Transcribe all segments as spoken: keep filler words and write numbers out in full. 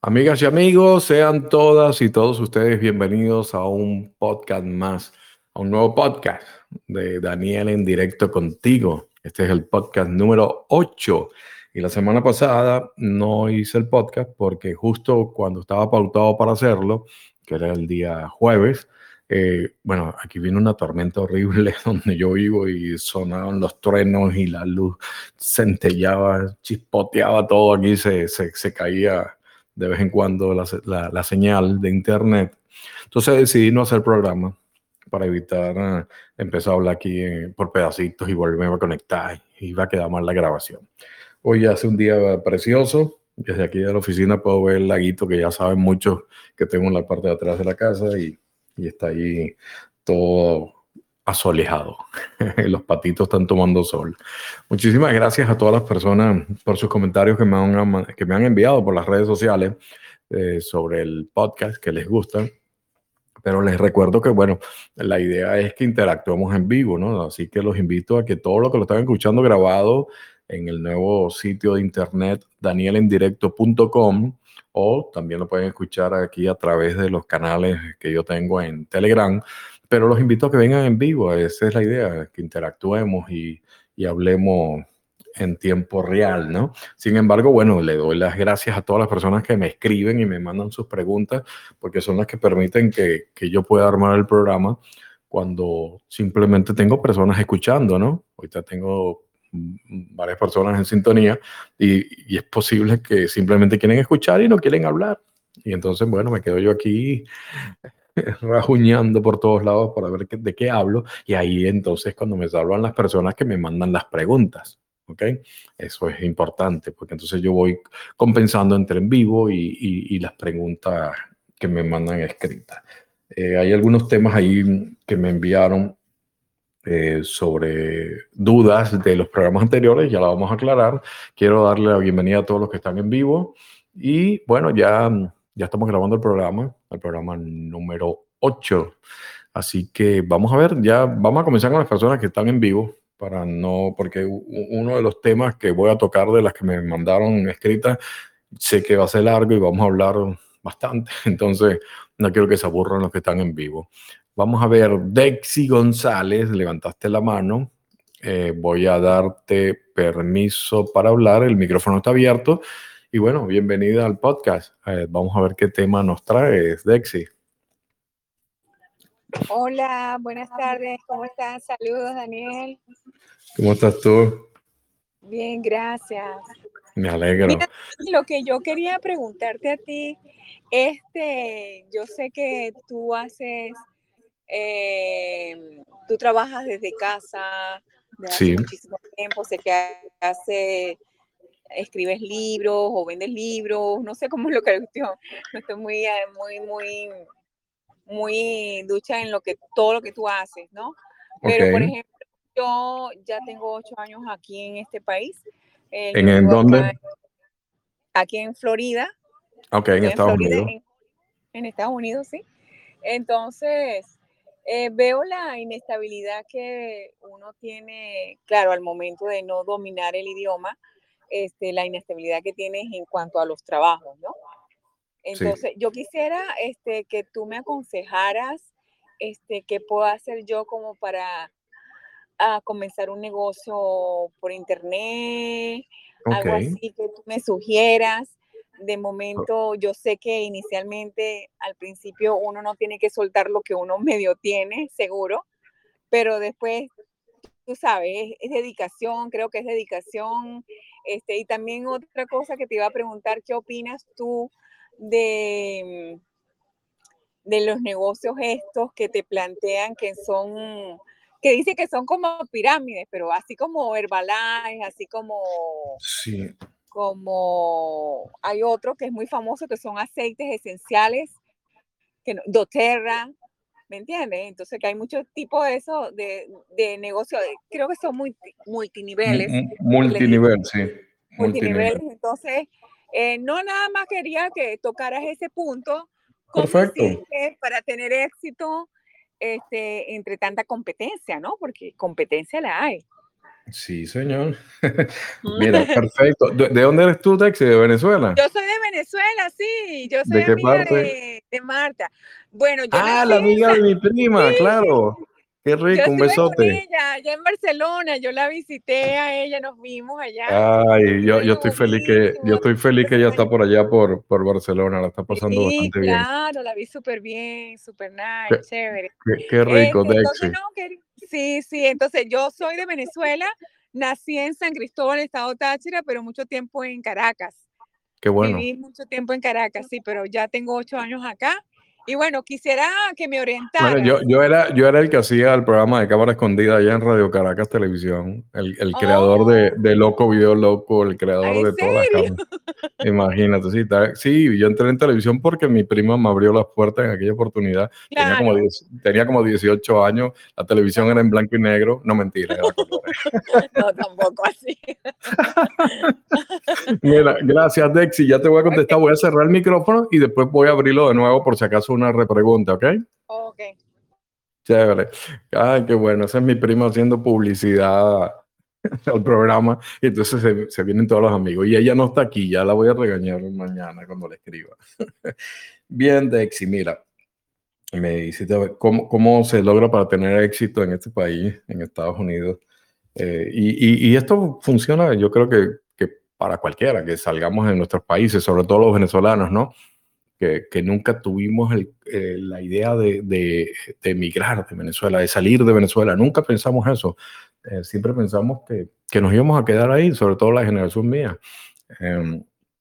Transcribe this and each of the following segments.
Amigas y amigos, sean todas y todos ustedes bienvenidos a un podcast más, a un nuevo podcast de Daniel en directo contigo. Este es el podcast número ocho. Y la semana pasada no hice el podcast porque justo cuando estaba pautado para hacerlo, que era el día jueves, eh, bueno, aquí vino una tormenta horrible donde yo vivo y sonaban los truenos y la luz centellaba, chispoteaba todo aquí, se, se, se caía de vez en cuando la, la, la señal de internet. Entonces decidí no hacer programa para evitar uh, empezar a hablar aquí eh, por pedacitos y volverme a conectar y iba a quedar mal la grabación. Hoy hace un día precioso. Desde aquí de la oficina puedo ver el laguito que ya saben muchos que tengo en la parte de atrás de la casa y, y está ahí todo asolejado. Los patitos están tomando sol. Muchísimas gracias a todas las personas por sus comentarios que me han, que me han enviado por las redes sociales eh, sobre el podcast que les gusta. Pero les recuerdo que, bueno, la idea es que interactuemos en vivo, ¿no? Así que los invito a que todo lo que lo están escuchando grabado en el nuevo sitio de internet daniel en directo punto com o también lo pueden escuchar aquí a través de los canales que yo tengo en Telegram. Pero los invito a que vengan en vivo, esa es la idea, que interactuemos y, y hablemos en tiempo real, ¿no? Sin embargo, bueno, le doy las gracias a todas las personas que me escriben y me mandan sus preguntas, porque son las que permiten que, que yo pueda armar el programa cuando simplemente tengo personas escuchando, ¿no? Ahorita tengo varias personas en sintonía y, y es posible que simplemente quieren escuchar y no quieren hablar. Y entonces, bueno, me quedo yo aquí rajuñando por todos lados para ver qué, de qué hablo, y ahí entonces cuando me salvan las personas que me mandan las preguntas, ¿ok? Eso es importante, porque entonces yo voy compensando entre en vivo y, y, y las preguntas que me mandan escritas. Eh, hay algunos temas ahí que me enviaron eh, sobre dudas de los programas anteriores, ya la vamos a aclarar. Quiero darle la bienvenida a todos los que están en vivo y bueno, ya... Ya estamos grabando el programa, el programa número ocho. Así que vamos a ver, ya vamos a comenzar con las personas que están en vivo, para no, porque uno de los temas que voy a tocar de las que me mandaron escritas, sé que va a ser largo y vamos a hablar bastante, entonces no quiero que se aburran los que están en vivo. Vamos a ver, Dexy González, levantaste la mano. Eh, voy a darte permiso para hablar, el micrófono está abierto. Y bueno, bienvenida al podcast. Eh, vamos a ver qué tema nos traes, Dexy. Hola, buenas tardes, ¿cómo estás? Saludos, Daniel. ¿Cómo estás tú? Bien, gracias. Me alegro. Mira, lo que yo quería preguntarte a ti, este, yo sé que tú haces, eh, tú trabajas desde casa desde hace Sí. muchísimo tiempo, sé que hace, escribes libros o vendes libros, no sé cómo es lo que cuestión, no estoy muy, muy, muy, muy ducha en lo que, todo lo que tú haces, ¿no? Pero, Ok. por ejemplo, yo ya tengo ocho años aquí en este país. Eh, ¿En, yo en vivo dónde? acá, aquí en Florida. Ok, en Estoy en Estados Florida, Unidos. en, en Estados Unidos, sí. Entonces, eh, veo la inestabilidad que uno tiene, claro, al momento de no dominar el idioma, este, la inestabilidad que tienes en cuanto a los trabajos, ¿no? Entonces, Sí. yo quisiera este, que tú me aconsejaras este, qué puedo hacer yo como para a comenzar un negocio por internet, Ok. algo así que tú me sugieras. De momento, yo sé que inicialmente, al principio, uno no tiene que soltar lo que uno medio tiene, seguro, pero después, tú sabes, es, es dedicación, creo que es dedicación. Este, y también otra cosa que te iba a preguntar, ¿qué opinas tú de, de los negocios estos que te plantean que son, que dice que son como pirámides, pero así como Herbalife, así como, Sí. como hay otro que es muy famoso, que son aceites esenciales, que no, doTERRA, ¿me entiendes? Entonces que hay muchos tipos de eso, de, de negocios, creo que son multi, multiniveles, que le dicen, Multinivel, sí. Multinivel. multiniveles, entonces eh, no nada más quería que tocaras ese punto, cómo Perfecto. hiciste para tener éxito este, entre tanta competencia, ¿no? Porque competencia la hay. Sí, señor. Mira, perfecto. ¿De, de dónde eres tú, Dexy? ¿De Venezuela? Yo soy de Venezuela, sí, yo soy ¿De qué amiga parte? de, de Marta. Bueno, yo Ah, nací la en amiga San... de mi prima, Sí, claro. Qué yo rico, un estuve con besote. ella allá en Barcelona, yo la visité a ella, nos vimos allá, Ay, y yo, yo bueno, estoy feliz que, yo buenísimo. estoy feliz que ella está por allá por, por Barcelona, la está pasando Sí, bastante bien. claro, la vi súper bien, súper Qué, nice, chévere. qué- qué rico, Este, entonces, Dexy. no, que sí, sí, entonces yo soy de Venezuela, nací en San Cristóbal, estado Táchira, pero mucho tiempo en Caracas. Qué bueno. Viví mucho tiempo en Caracas, sí, pero ya tengo ocho años acá. Y bueno, quisiera que me Bueno, orientaras. yo, yo era, yo era el que hacía el programa de cámara escondida allá en Radio Caracas Televisión, el, el creador de, Oh, de Loco Video Loco, el creador ¿en de todas las serio? cámaras. Imagínate, sí, ta- sí, yo entré en televisión porque mi prima me abrió las puertas en aquella oportunidad. Tenía como Claro. diez tenía como dieciocho años, la televisión era Ajá. en blanco y negro, no mentira, era colores. No, tampoco así. Mira, gracias Dexy, ya te voy a Ok, contestar, voy a cerrar el micrófono y después voy a abrirlo de nuevo por si acaso una repregunta, ¿ok? ok. Chévere. Ay, qué bueno, esa es mi prima haciendo publicidad al programa y entonces se, se vienen todos los amigos y ella no está aquí, ya la voy a regañar mañana cuando le escriba. Bien, Dexy, mira, me dice, a ver, ¿cómo, cómo se logra para tener éxito en este país, en Estados Unidos? Eh, y, y, y esto funciona, yo creo que, que para cualquiera, que salgamos de nuestros países, sobre todo los venezolanos, ¿no? Que, que nunca tuvimos el, eh, la idea de, de, de emigrar de Venezuela, de salir de Venezuela, nunca pensamos eso. Eh, siempre pensamos que, que nos íbamos a quedar ahí, sobre todo la generación mía. Eh,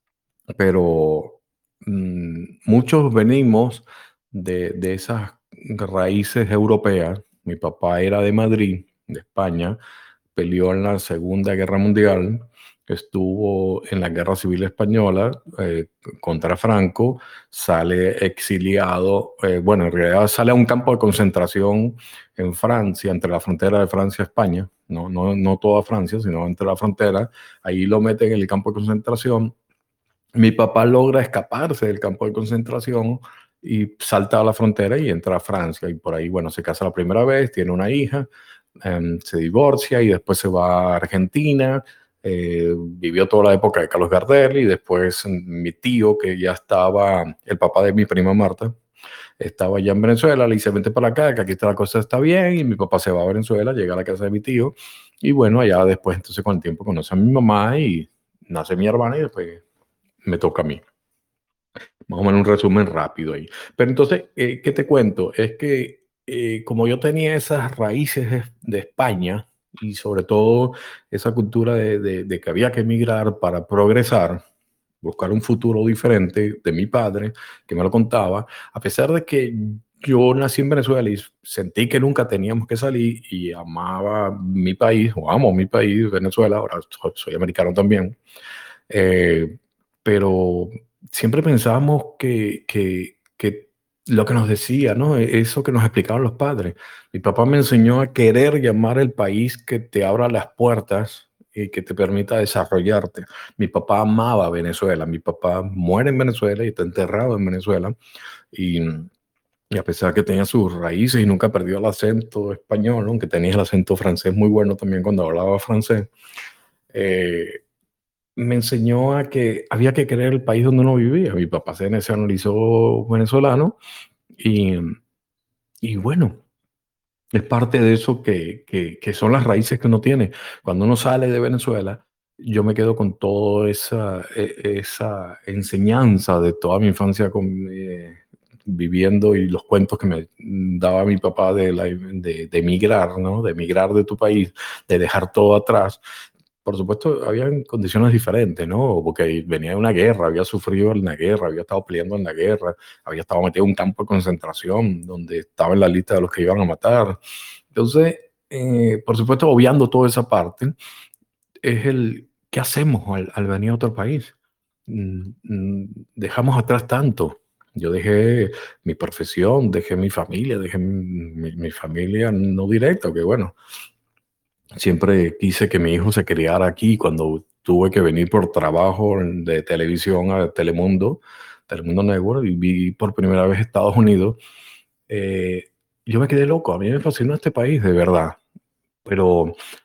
pero mm, muchos venimos de, de esas raíces europeas. Mi papá era de Madrid, de España, peleó en la Segunda Guerra Mundial, estuvo en la Guerra Civil Española eh, contra Franco, sale exiliado, eh, bueno, en realidad sale a un campo de concentración en Francia, entre la frontera de Francia y España, no, no, no toda Francia, sino entre la frontera, ahí lo meten en el campo de concentración. Mi papá logra escaparse del campo de concentración y salta a la frontera y entra a Francia. Y por ahí, bueno, se casa la primera vez, tiene una hija, eh, se divorcia y después se va a Argentina. Eh, vivió toda la época de Carlos Gardel y después mm, mi tío, que ya estaba, el papá de mi prima Marta, estaba allá en Venezuela, le dice, vente para acá, que aquí está, la cosa está bien. Y mi papá se va a Venezuela, llega a la casa de mi tío. Y bueno, allá después, entonces con el tiempo conoce a mi mamá y nace mi hermana y después me toca a mí. Más o menos un resumen rápido ahí. Pero entonces, eh, ¿qué te cuento? Es que eh, como yo tenía esas raíces de, de España y sobre todo esa cultura de, de, de que había que emigrar para progresar, buscar un futuro diferente de mi padre, que me lo contaba, a pesar de que yo nací en Venezuela y sentí que nunca teníamos que salir y amaba mi país, o amo mi país, Venezuela, ahora soy, soy americano también, eh, pero siempre pensábamos que, que, que lo que nos decía, ¿no? Eso que nos explicaban los padres. Mi papá me enseñó a querer llamar el país que te abra las puertas y que te permita desarrollarte. Mi papá amaba Venezuela. Mi papá muere en Venezuela y está enterrado en Venezuela. Y, y a pesar que tenía sus raíces y nunca perdió el acento español, aunque tenía el acento francés muy bueno también cuando hablaba francés, eh, me enseñó a que había que querer el país donde uno vivía. Mi papá se nacionalizó venezolano y, y bueno, es parte de eso que, que, que son las raíces que uno tiene. Cuando uno sale de Venezuela, yo me quedo con toda esa, e- esa enseñanza de toda mi infancia con, eh, viviendo y los cuentos que me daba mi papá de, la, de, de emigrar, ¿no? De emigrar de tu país, de dejar todo atrás. Por supuesto, habían condiciones diferentes, ¿no? Porque venía de una guerra, había sufrido en la guerra, había estado peleando en la guerra, había estado metido en un campo de concentración donde estaba en la lista de los que iban a matar. Entonces, eh, por supuesto, obviando toda esa parte, es el ¿qué hacemos al, al venir a otro país? Mm, mm, Dejamos atrás tanto. Yo dejé mi profesión, dejé mi familia, dejé mi, mi- mi familia no directa, que bueno, siempre quise que mi hijo se criara aquí. Cuando tuve que venir por trabajo de televisión a Telemundo, Telemundo Network, y vi por primera vez Estados Unidos, eh, yo me quedé loco. A mí me fascinó este país, de verdad. Pero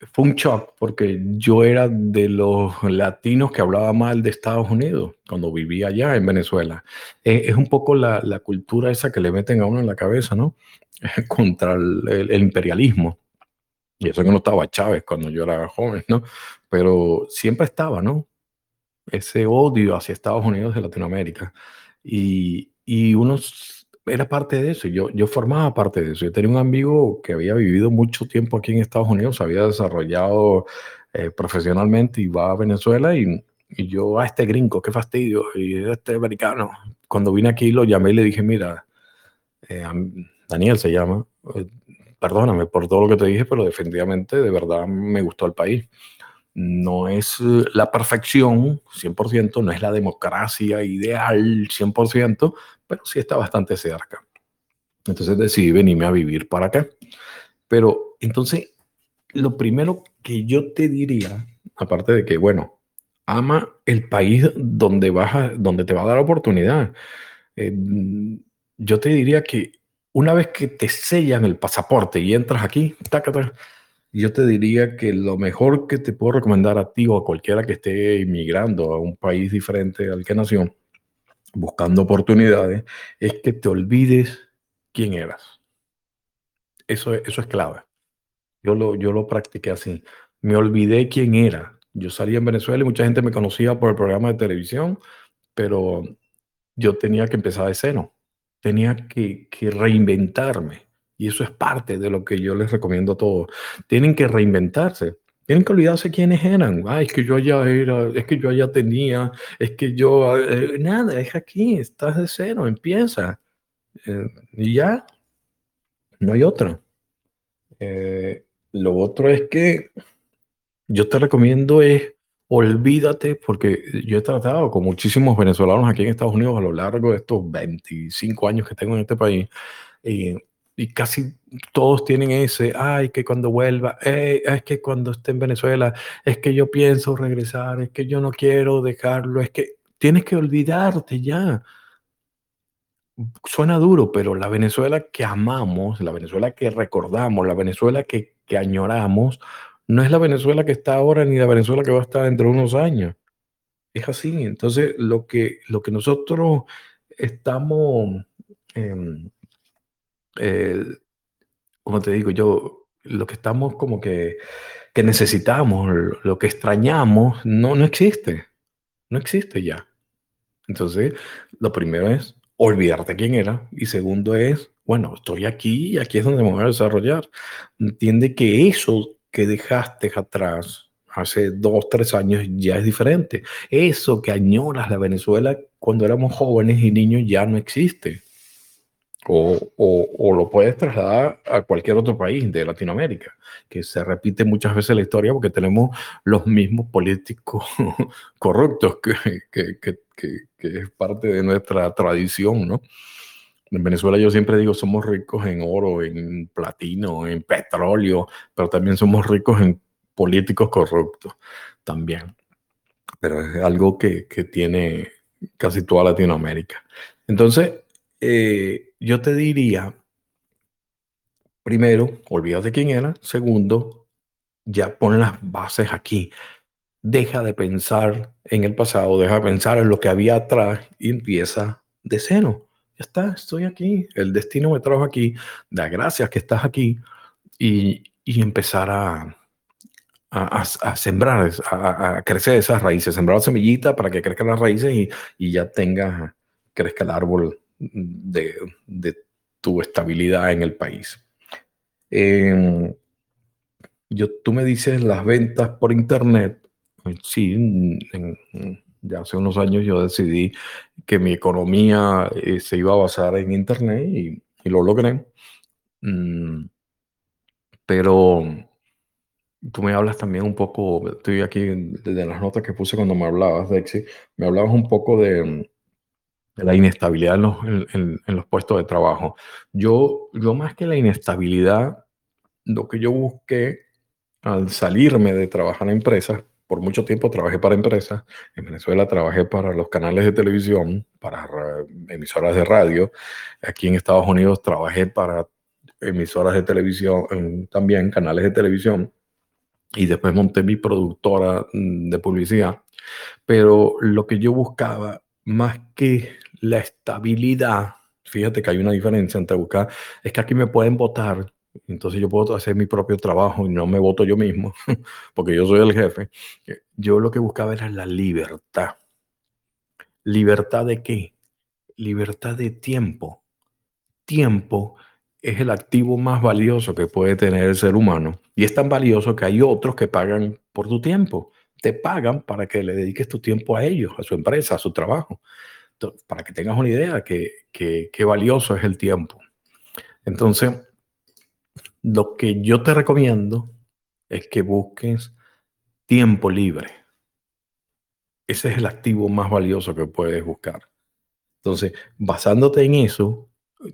fue un shock porque yo era de los latinos que hablaba mal de Estados Unidos cuando vivía allá en Venezuela. Eh, es un poco la, la cultura esa que le meten a uno en la cabeza, ¿no? Contra el, el- el imperialismo. Y eso que no estaba Chávez cuando yo era joven, ¿no? Pero siempre estaba, ¿no? Ese odio hacia Estados Unidos de Latinoamérica. Y, y uno s- era parte de eso, yo, yo formaba parte de eso. Yo tenía un amigo que había vivido mucho tiempo aquí en Estados Unidos, se había desarrollado eh, profesionalmente y va a Venezuela y, y yo, a este gringo, qué fastidio, y este americano. Cuando vine aquí lo llamé y le dije, mira, eh, am- Daniel se llama, eh, perdóname por todo lo que te dije, pero definitivamente de verdad me gustó el país. No es eh, la perfección cien por ciento, no es la democracia ideal cien por ciento, pero sí está bastante cerca. Entonces decidí venirme a vivir para acá. Pero entonces, lo primero que yo te diría, aparte de que, bueno, ama el país donde vas a- donde te va a dar oportunidad. Eh, yo te diría que una vez que te sellan el pasaporte y entras aquí, tácata, yo te diría que lo mejor que te puedo recomendar a ti o a cualquiera que esté inmigrando a un país diferente al que nació, buscando oportunidades, es que te olvides quién eras. Eso, es- eso es clave. Yo lo, yo lo practiqué así. Me olvidé quién era. Yo salí en Venezuela y mucha gente me conocía por el programa de televisión, pero yo tenía que empezar de cero. Tenía que, que reinventarme. Y eso es parte de lo que yo les recomiendo a todos. Tienen que reinventarse. Tienen que olvidarse quiénes eran. Ah, es que yo allá era, es que yo allá tenía, es que yo, eh, nada, es aquí, estás de cero, empieza. Eh, y ya, no hay otra. Eh, lo otro es que yo te recomiendo es olvídate, porque yo he tratado con muchísimos venezolanos aquí en Estados Unidos a lo largo de estos veinticinco años que tengo en este país, y, y casi todos tienen ese, ay, que cuando vuelva, eh, es que cuando esté en Venezuela, es que yo pienso regresar, es que yo no quiero dejarlo, es que tienes que olvidarte ya. Suena duro, pero la Venezuela que amamos, la Venezuela que recordamos, la Venezuela que, que añoramos, no es la Venezuela que está ahora ni la Venezuela que va a estar dentro de unos años. Es así. Entonces, lo que, lo que nosotros estamos, em, eh, como te digo yo, lo que estamos como que, que necesitamos, lo que extrañamos, no, no existe. No existe ya. Entonces, lo primero es olvidarte quién era y segundo es, bueno, estoy aquí y aquí es donde me voy a desarrollar. Entiende que eso que dejaste atrás hace dos, tres años ya es diferente. Eso que añoras la Venezuela cuando éramos jóvenes y niños ya no existe. O, o, o lo puedes trasladar a cualquier otro país de Latinoamérica, que se repite muchas veces la historia porque tenemos los mismos políticos corruptos, que, que, que, que, que es parte de nuestra tradición, ¿no? En Venezuela yo siempre digo, somos ricos en oro, en platino, en petróleo, pero también somos ricos en políticos corruptos también. Pero es algo que, que tiene casi toda Latinoamérica. Entonces, eh, yo te diría, primero, olvídate quién era. Segundo, ya pon las bases aquí. Deja de pensar en el pasado, deja de pensar en lo que había atrás y empieza de cero. Ya está, estoy aquí. El destino me trajo aquí. Da gracias que estás aquí y, y empezar a, a, a- a sembrar, a, a crecer esas raíces, sembrar la semillita para que crezcan las raíces y, y ya tenga, crezca el árbol de, de tu estabilidad en el país. Eh, yo, tú me dices las ventas por internet. Pues sí, en- en- ya hace unos años yo decidí que mi economía eh, se iba a basar en internet y, y lo logré. Mm, pero tú me hablas también un poco, estoy aquí de las notas que puse cuando me hablabas, Dexy, me hablabas un poco de, de la inestabilidad en los, en, en- en los puestos de trabajo. Yo, yo más que la inestabilidad, lo que yo busqué al salirme de trabajar en empresas, por mucho tiempo trabajé para empresas, en Venezuela trabajé para los canales de televisión, para ra- emisoras de radio, aquí en Estados Unidos trabajé para emisoras de televisión, em, también canales de televisión, y después monté mi productora mm, de publicidad. Pero lo que yo buscaba, más que la estabilidad, fíjate que hay una diferencia entre buscar, es que aquí me pueden votar, entonces yo puedo hacer mi propio trabajo y no me voto yo mismo, porque yo soy el jefe. Eh, Yo lo que buscaba era la libertad. ¿Libertad de qué? Libertad de tiempo. Tiempo es el activo más valioso que puede tener el ser humano. Y es tan valioso que hay otros que pagan por tu tiempo. Te pagan para que le dediques tu tiempo a ellos, a su empresa, a su trabajo. Entonces, para que tengas una idea de que, que, qué valioso es el tiempo. Entonces, lo que yo te recomiendo es que busques tiempo libre. Ese es el activo más valioso que puedes buscar. Entonces, basándote en eso,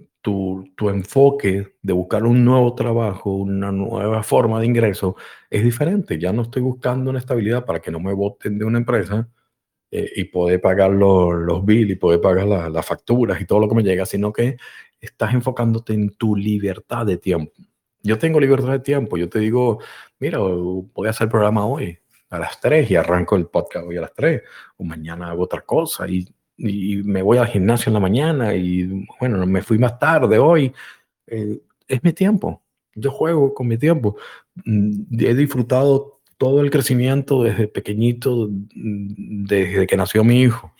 tu, tu enfoque de buscar un nuevo trabajo, una nueva forma de ingreso, es diferente. Ya no estoy buscando una estabilidad para que no me boten de una empresa eh, y poder pagar los, los bills y poder pagar la- las facturas y todo lo que me llega, sino que estás enfocándote en tu libertad de tiempo. Yo tengo libertad de tiempo. Yo te digo, mira, voy a hacer el programa hoy a las tres y arranco el podcast hoy a las tres o mañana hago otra cosa y y me voy al gimnasio en la mañana y bueno, me fui más tarde hoy. Eh, es mi tiempo. Yo juego con mi tiempo. Mm, He disfrutado todo el crecimiento desde pequeñito, mm, desde que nació mi hijo.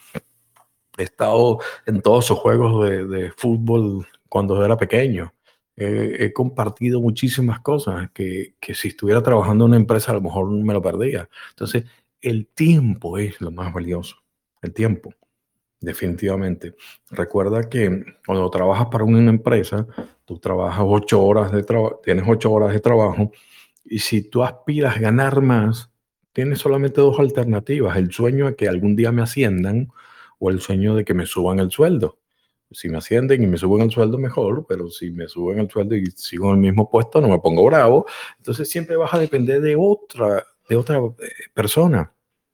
He estado en todos esos juegos de, de fútbol cuando era pequeño. Eh, he compartido muchísimas cosas que, que si estuviera trabajando en una empresa a lo mejor me lo perdía. Entonces, el tiempo es lo más valioso. El tiempo. Definitivamente. Recuerda que cuando trabajas para una empresa, tú trabajas ocho horas de trabajo, tienes ocho horas de trabajo, y si tú aspiras a ganar más, tienes solamente dos alternativas: el sueño de que algún día me asciendan o el sueño de que me suban el sueldo. Si me ascienden y me suben el sueldo, mejor, pero si me suben el sueldo y sigo en el mismo puesto, no me pongo bravo. Entonces siempre vas a depender de otra, de otra eh, persona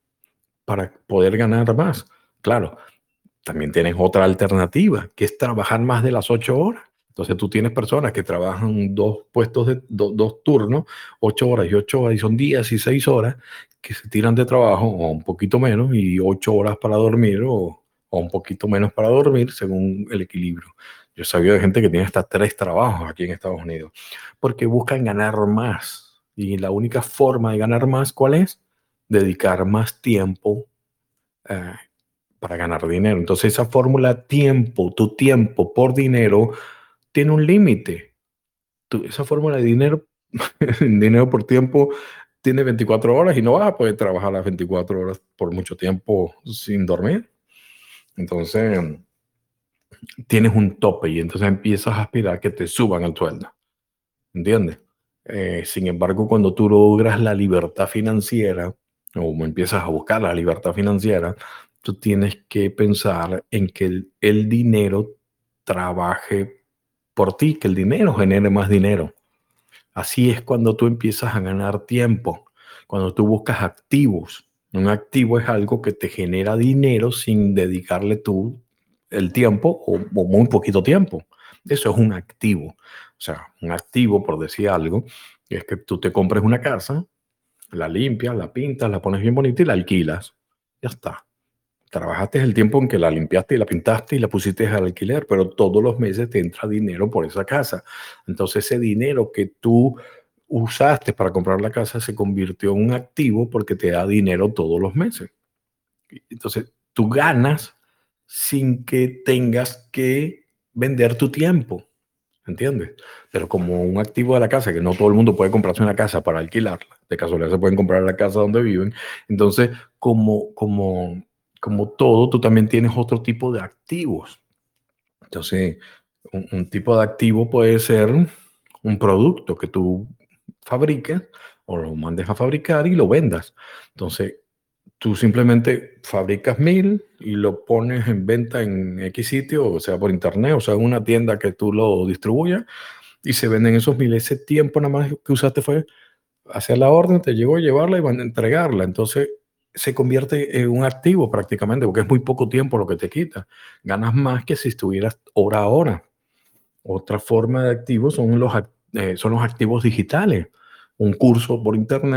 para poder ganar más. Claro, también tienes otra alternativa, que es trabajar más de las ocho horas. Entonces tú tienes personas que trabajan dos puestos de do- dos turnos, ocho horas y ocho horas, y son días y seis horas que se tiran de trabajo, o un poquito menos, y ocho horas para dormir, o, o un poquito menos para dormir, según el equilibrio. Yo he sabido de gente que tiene hasta tres trabajos aquí en Estados Unidos, porque buscan ganar más. Y la única forma de ganar más, ¿cuál es? Dedicar más tiempo eh, para ganar dinero. Entonces esa fórmula tiempo, tu tiempo por dinero, tiene un límite. Tu- Esa fórmula de dinero, dinero por tiempo, tiene veinticuatro horas y no vas a poder trabajar las veinticuatro horas por mucho tiempo sin dormir. Entonces tienes un tope y entonces empiezas a aspirar que te suban el sueldo. ¿Entiendes? Eh, sin embargo, cuando tú logras la libertad financiera o empiezas a buscar la libertad financiera, tú tienes que pensar en que el, el dinero trabaje por ti, que el dinero genere más dinero. Así es cuando tú empiezas a ganar tiempo, cuando tú buscas activos. Un activo es algo que te genera dinero sin dedicarle tú el tiempo o, o muy poquito tiempo. Eso es un activo. O sea, un activo, por decir algo, es que tú te compres una casa, la limpias, la pintas, la pones bien bonita y la alquilas. Ya está. Trabajaste el tiempo en que la limpiaste y la pintaste y la pusiste al alquiler, pero todos los meses te entra dinero por esa casa. Entonces ese dinero que tú usaste para comprar la casa se convirtió en un activo porque te da dinero todos los meses. Entonces tú ganas sin que tengas que vender tu tiempo, ¿entiendes? Pero como un activo de la casa, que no todo el mundo puede comprarse una casa para alquilarla, de casualidad se pueden comprar la casa donde viven, entonces como, como, como todo, tú también tienes otro tipo de activos. Entonces, un, un tipo de activo puede ser un producto que tú fabriques o lo mandes a fabricar y lo vendas. Entonces, tú simplemente fabricas mil y lo pones en venta en X sitio, o sea, por internet, o sea, en una tienda que tú lo distribuyas y se venden esos mil. Ese tiempo nada más que usaste fue hacer la orden, te llegó a llevarla y van a entregarla. Entonces se convierte en un activo prácticamente, porque es muy poco tiempo lo que te quita. Ganas más que si estuvieras hora a hora. Otra forma de activos son los, ac- eh, son los activos digitales. Un curso por internet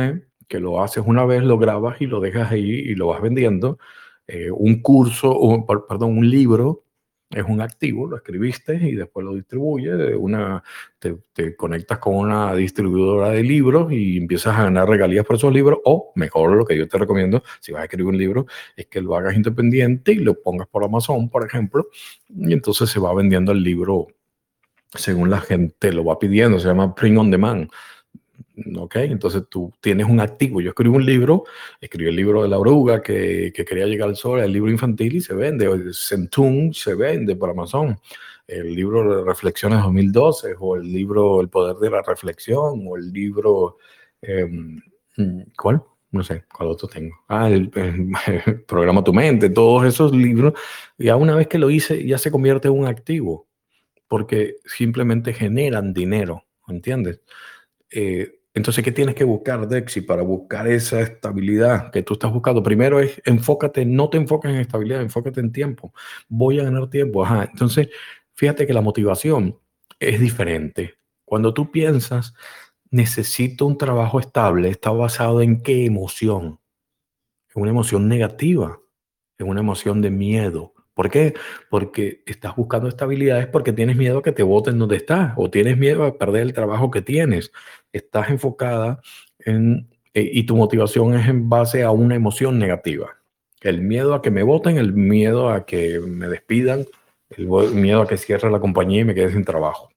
que lo haces una vez, lo grabas y lo dejas ahí y lo vas vendiendo. Eh, un curso, o, perdón, un libro es un activo, lo escribiste y después lo distribuyes. Una, te, te conectas con una distribuidora de libros y empiezas a ganar regalías por esos libros. O mejor, lo que yo te recomiendo, si vas a escribir un libro, es que lo hagas independiente y lo pongas por Amazon, por ejemplo, y entonces se va vendiendo el libro según la gente lo va pidiendo. Se llama print on demand. ¿Ok? Entonces tú tienes un activo. Yo escribí un libro, escribí el libro de la oruga que, que quería llegar al sol, el libro infantil, y se vende. O Centum se vende por Amazon. El libro de Reflexiones dos mil doce, o el libro El poder de la reflexión, o el libro... Eh, ¿cuál? No sé, ¿cuál otro tengo? Ah, el, el, el Programa Tu Mente, todos esos libros. Ya una vez que lo hice, ya se convierte en un activo, porque simplemente generan dinero, ¿entiendes? Eh, entonces, ¿qué tienes que buscar, Dexy, para buscar esa estabilidad que tú estás buscando? Primero es enfócate, no te enfoques en estabilidad, enfócate en tiempo. Voy a ganar tiempo. Ajá. Entonces, fíjate que la motivación es diferente. Cuando tú piensas, necesito un trabajo estable, está basado en qué emoción. En una emoción negativa, en una emoción de miedo. ¿Por qué? Porque estás buscando estabilidad, es porque tienes miedo a que te boten donde estás, o tienes miedo a perder el trabajo que tienes. Estás enfocada en, eh, y tu motivación es en base a una emoción negativa. El miedo a que me boten, el miedo a que me despidan, el miedo a que cierre la compañía y me quede sin trabajo.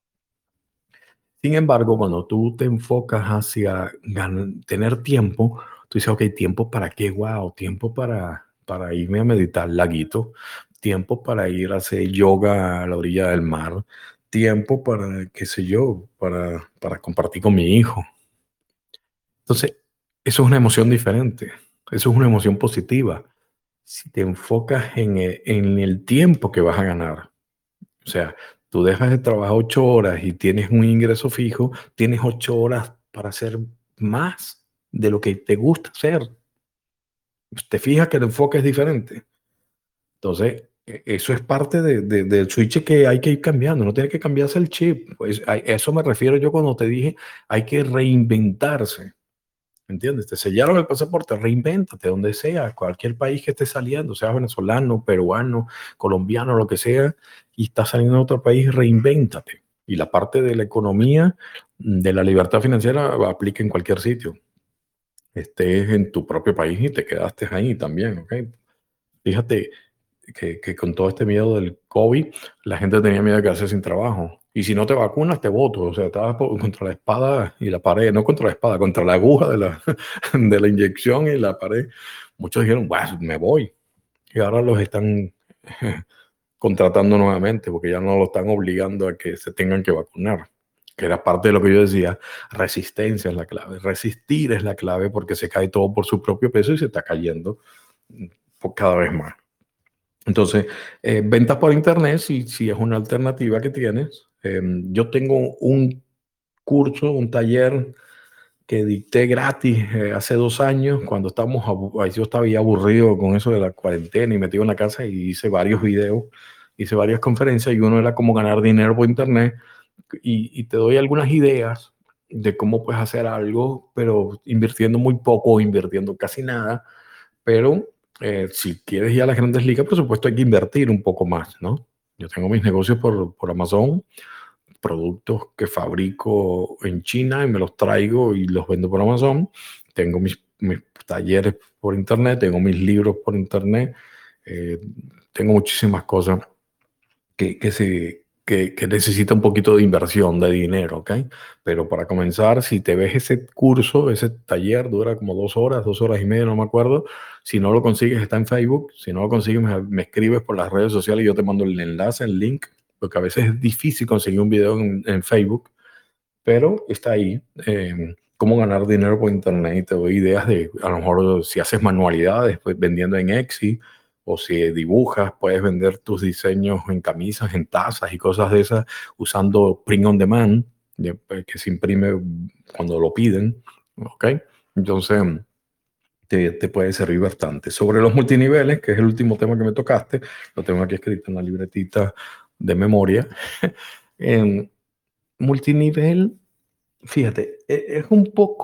Sin embargo, cuando tú te enfocas hacia ganar, tener tiempo, tú dices, ok, ¿tiempo para qué? Wow, tiempo para, para irme a meditar laguito, tiempo para ir a hacer yoga a la orilla del mar, tiempo para, qué sé yo, para, para compartir con mi hijo. Entonces, eso es una emoción diferente, eso es una emoción positiva. Si te enfocas en el, en el tiempo que vas a ganar, o sea, tú dejas de trabajar ocho horas y tienes un ingreso fijo, tienes ocho horas para hacer más de lo que te gusta hacer. Te fijas que el enfoque es diferente. Entonces, e- eso es parte de, de- del switch que hay que ir cambiando. No tiene que cambiarse el chip. Pues a eso me refiero yo cuando te dije, hay que reinventarse. ¿Entiendes? Te sellaron el pasaporte, reinvéntate donde sea, cualquier país que esté saliendo, sea venezolano, peruano, colombiano, lo que sea, y estás saliendo de otro país, reinvéntate. Y la parte de la economía, de la libertad financiera, aplica en cualquier sitio. Estés en tu propio país y te quedaste ahí también, ¿ok? Fíjate que, que con todo este miedo del COVID, la gente tenía miedo de quedarse sin trabajo. Y si no te vacunas, te voto. O sea, estabas por- contra la espada y la pared, no contra la espada, contra la aguja de la, de la inyección y la pared. Muchos dijeron, bueno, me voy. Y ahora los están contratando nuevamente porque ya no lo están obligando a que se tengan que vacunar. Que era parte de lo que yo decía, resistencia es la clave. Resistir es la clave porque se cae todo por su propio peso y se está cayendo por cada vez más. Entonces, eh, ventas por internet, si, si es una alternativa que tienes. Eh, yo tengo un curso, un taller que dicté gratis eh, hace dos años, cuando estábamos, abu- yo estaba ya aburrido con eso de la cuarentena y metido en la casa, y hice varios videos, hice varias conferencias, y uno era cómo ganar dinero por internet, y, y te doy algunas ideas de cómo puedes hacer algo, pero invirtiendo muy poco o invirtiendo casi nada. Pero eh, si quieres ir a las grandes ligas, por supuesto hay que invertir un poco más, ¿no? Yo tengo mis negocios por, por Amazon, productos que fabrico en China y me los traigo y los vendo por Amazon. Tengo mis, mis talleres por internet, tengo mis libros por internet, eh, tengo muchísimas cosas que, que, se, que, que necesita un poquito de inversión, de dinero, ¿ok? Pero para comenzar, si te ves ese curso, ese taller dura como dos horas, dos horas y media, no me acuerdo. Si no lo consigues, está en Facebook. Si no lo consigues, me, me escribes por las redes sociales y yo te mando el enlace, el link, porque a veces es difícil conseguir un video en, en Facebook, pero está ahí. Eh, cómo ganar dinero por internet, y te doy ideas de, a lo mejor, si haces manualidades, pues vendiendo en Etsy, o si dibujas, puedes vender tus diseños en camisas, en tazas y cosas de esas, usando print on demand, de- pues, que se imprime cuando lo piden, ¿ok? Entonces, te, te puede servir bastante. Sobre los multiniveles, que es el último tema que me tocaste, lo tengo aquí escrito en la libretita de memoria. En multinivel, fíjate, e- es un poco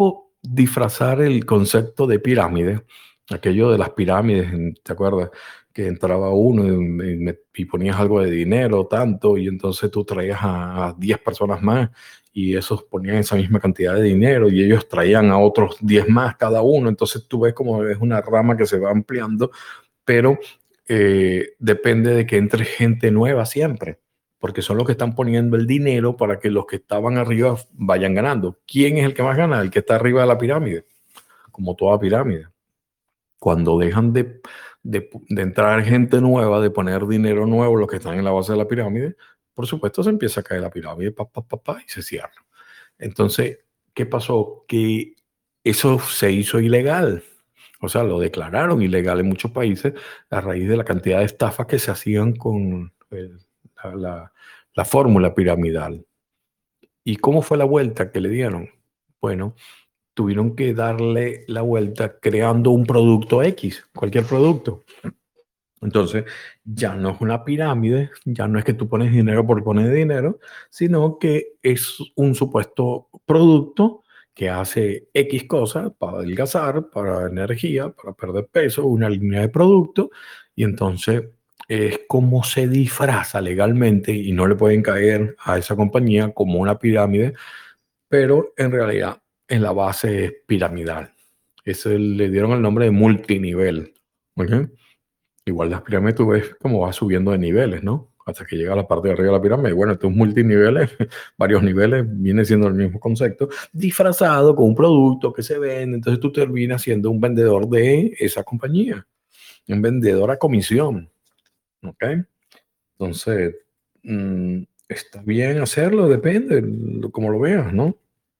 disfrazar el concepto de pirámide, aquello de las pirámides, ¿te acuerdas? Que entraba uno y, y, y ponías algo de dinero, tanto, y entonces tú traías a, a diez personas más y esos ponían esa misma cantidad de dinero y ellos traían a otros diez más cada uno. Entonces tú ves como es una rama que se va ampliando, pero eh, depende de que entre gente nueva siempre, porque son los que están poniendo el dinero para que los que estaban arriba vayan ganando. ¿Quién es el que más gana? El que está arriba de la pirámide, como toda pirámide. Cuando dejan de, de, de entrar gente nueva, de poner dinero nuevo, los que están en la base de la pirámide, por supuesto se empieza a caer la pirámide, pa, pa, pa, pa, y se cierra. Entonces, ¿qué pasó? Que eso se hizo ilegal. O sea, lo declararon ilegal en muchos países a raíz de la cantidad de estafas que se hacían con el, la, la, la fórmula piramidal. ¿Y cómo fue la vuelta que le dieron? Bueno, tuvieron que darle la vuelta creando un producto X, cualquier producto. Entonces, ya no es una pirámide, ya no es que tú pones dinero por poner dinero, sino que es un supuesto producto que hace X cosas para adelgazar, para energía, para perder peso, una línea de producto, y entonces es como se disfraza legalmente y no le pueden caer a esa compañía como una pirámide, pero en realidad en la base es piramidal. Eso le dieron el nombre de multinivel. ¿Okay? Igual las pirámides tú ves cómo va subiendo de niveles, ¿no? Hasta que llega a la parte de arriba de la pirámide. Bueno, estos multiniveles, varios niveles, viene siendo el mismo concepto, disfrazado con un producto que se vende. Entonces tú terminas siendo un vendedor de esa compañía, un vendedor a comisión. ¿Ok? Entonces, mmm, está bien hacerlo, depende, como lo veas, ¿no?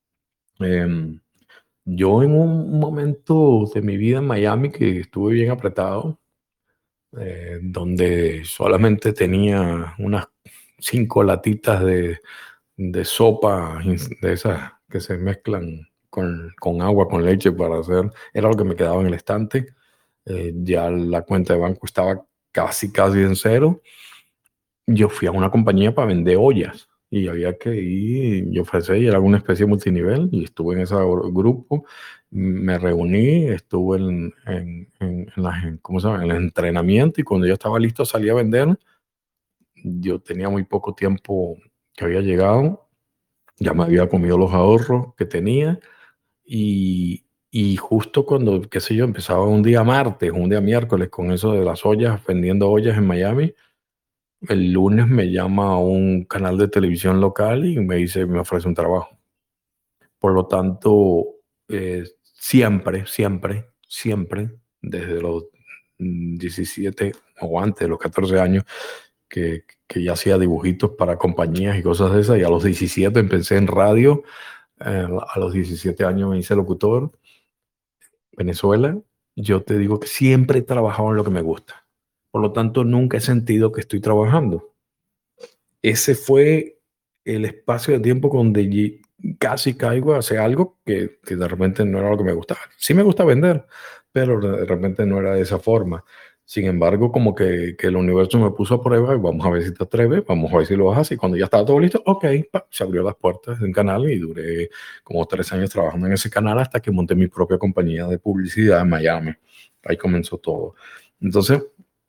Eh, yo en un momento de mi vida en Miami que estuve bien apretado, eh, donde solamente tenía unas cinco latitas de, de sopa, de esas que se mezclan con, con agua, con leche para hacer, era lo que me quedaba en el estante. Eh, ya la cuenta de banco estaba casi, casi en cero. Yo fui a una compañía para vender ollas y había que ir y ofrecer, y era alguna especie de multinivel, y estuve en ese grupo, me reuní, estuve en, en, en, en, la, en, ¿cómo se llama? En el entrenamiento, y cuando yo estaba listo salí a vender. Yo tenía muy poco tiempo que había llegado, ya me había comido los ahorros que tenía, y, y justo cuando, qué sé yo, empezaba un día martes, un día miércoles con eso de las ollas, vendiendo ollas en Miami. El lunes me llama a un canal de televisión local y me dice, me ofrece un trabajo. Por lo tanto, eh, siempre, siempre, siempre, desde los diecisiete o antes de los catorce años, que, que ya hacía dibujitos para compañías y cosas de esas, y a los diecisiete empecé en radio, eh, a los diecisiete años me hice locutor, Venezuela. Yo te digo que siempre he trabajado en lo que me gusta. Por lo tanto, nunca he sentido que estoy trabajando. Ese fue el espacio de tiempo donde casi caigo hacia algo que, que de repente no era lo que me gustaba. Sí me gusta vender, pero de repente no era de esa forma. Sin embargo, como que, que el universo me puso a prueba y vamos a ver si te atreves, vamos a ver si lo haces. Y cuando ya estaba todo listo, ok, pa, se abrió las puertas de un canal y duré como tres años trabajando en ese canal hasta que monté mi propia compañía de publicidad en Miami. Ahí comenzó todo. Entonces,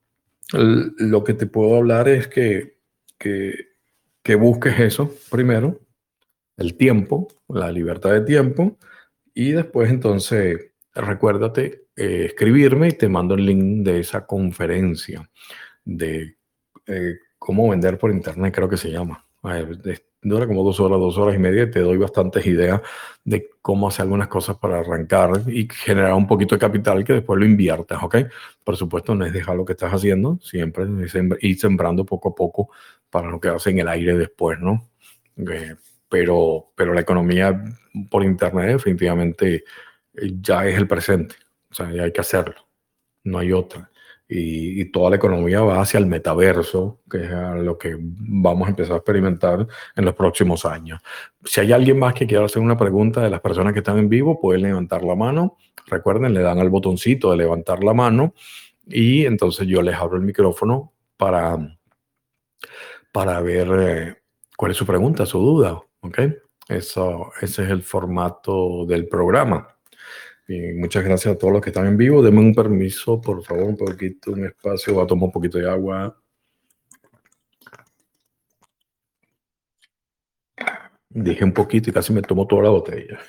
lo que te puedo hablar es que, que, que busques eso primero, el tiempo, la libertad de tiempo, y después entonces recuérdate eh, escribirme y te mando el link de esa conferencia de eh, cómo vender por internet, creo que se llama. A ver, de- dura como dos horas, dos horas y media, y te doy bastantes ideas de cómo hacer algunas cosas para arrancar y generar un poquito de capital que después lo inviertas, ¿ok? Por supuesto, no es dejar lo que estás haciendo, siempre es sembr- ir sembrando poco a poco para lo que hace en el aire después, ¿no? Eh, pero, pero la economía por internet definitivamente eh, ya es el presente, o sea, ya hay que hacerlo, no hay otra. Y, y toda la economía va hacia el metaverso, que es a lo que vamos a empezar a experimentar en los próximos años. Si hay alguien más que quiera hacer una pregunta de las personas que están en vivo, pueden levantar la mano. Recuerden, le dan al botoncito de levantar la mano y entonces yo les abro el micrófono para, para ver eh, cuál es su pregunta, su duda. ¿Ok? Eso, ese es el formato del programa. Bien, muchas gracias a todos los que están en vivo. Denme un permiso, por favor, un poquito, un espacio. Voy a tomar un poquito de agua. Dije un poquito y casi me tomo toda la botella.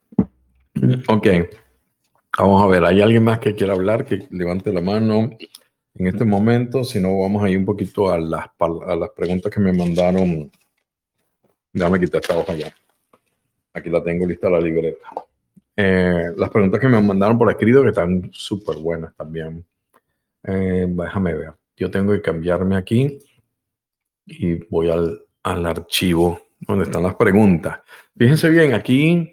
Ok, vamos a ver. ¿Hay alguien más que quiera hablar? Que levante la mano en este momento. Si no, vamos a ir un poquito a las, a las preguntas que me mandaron. Déjame quitar esta hoja ya. Aquí la tengo lista la libreta. Eh, las preguntas que me mandaron por escrito que están súper buenas también. Eh, déjame ver. Yo tengo que cambiarme aquí y voy al, al archivo donde están las preguntas. Fíjense bien, aquí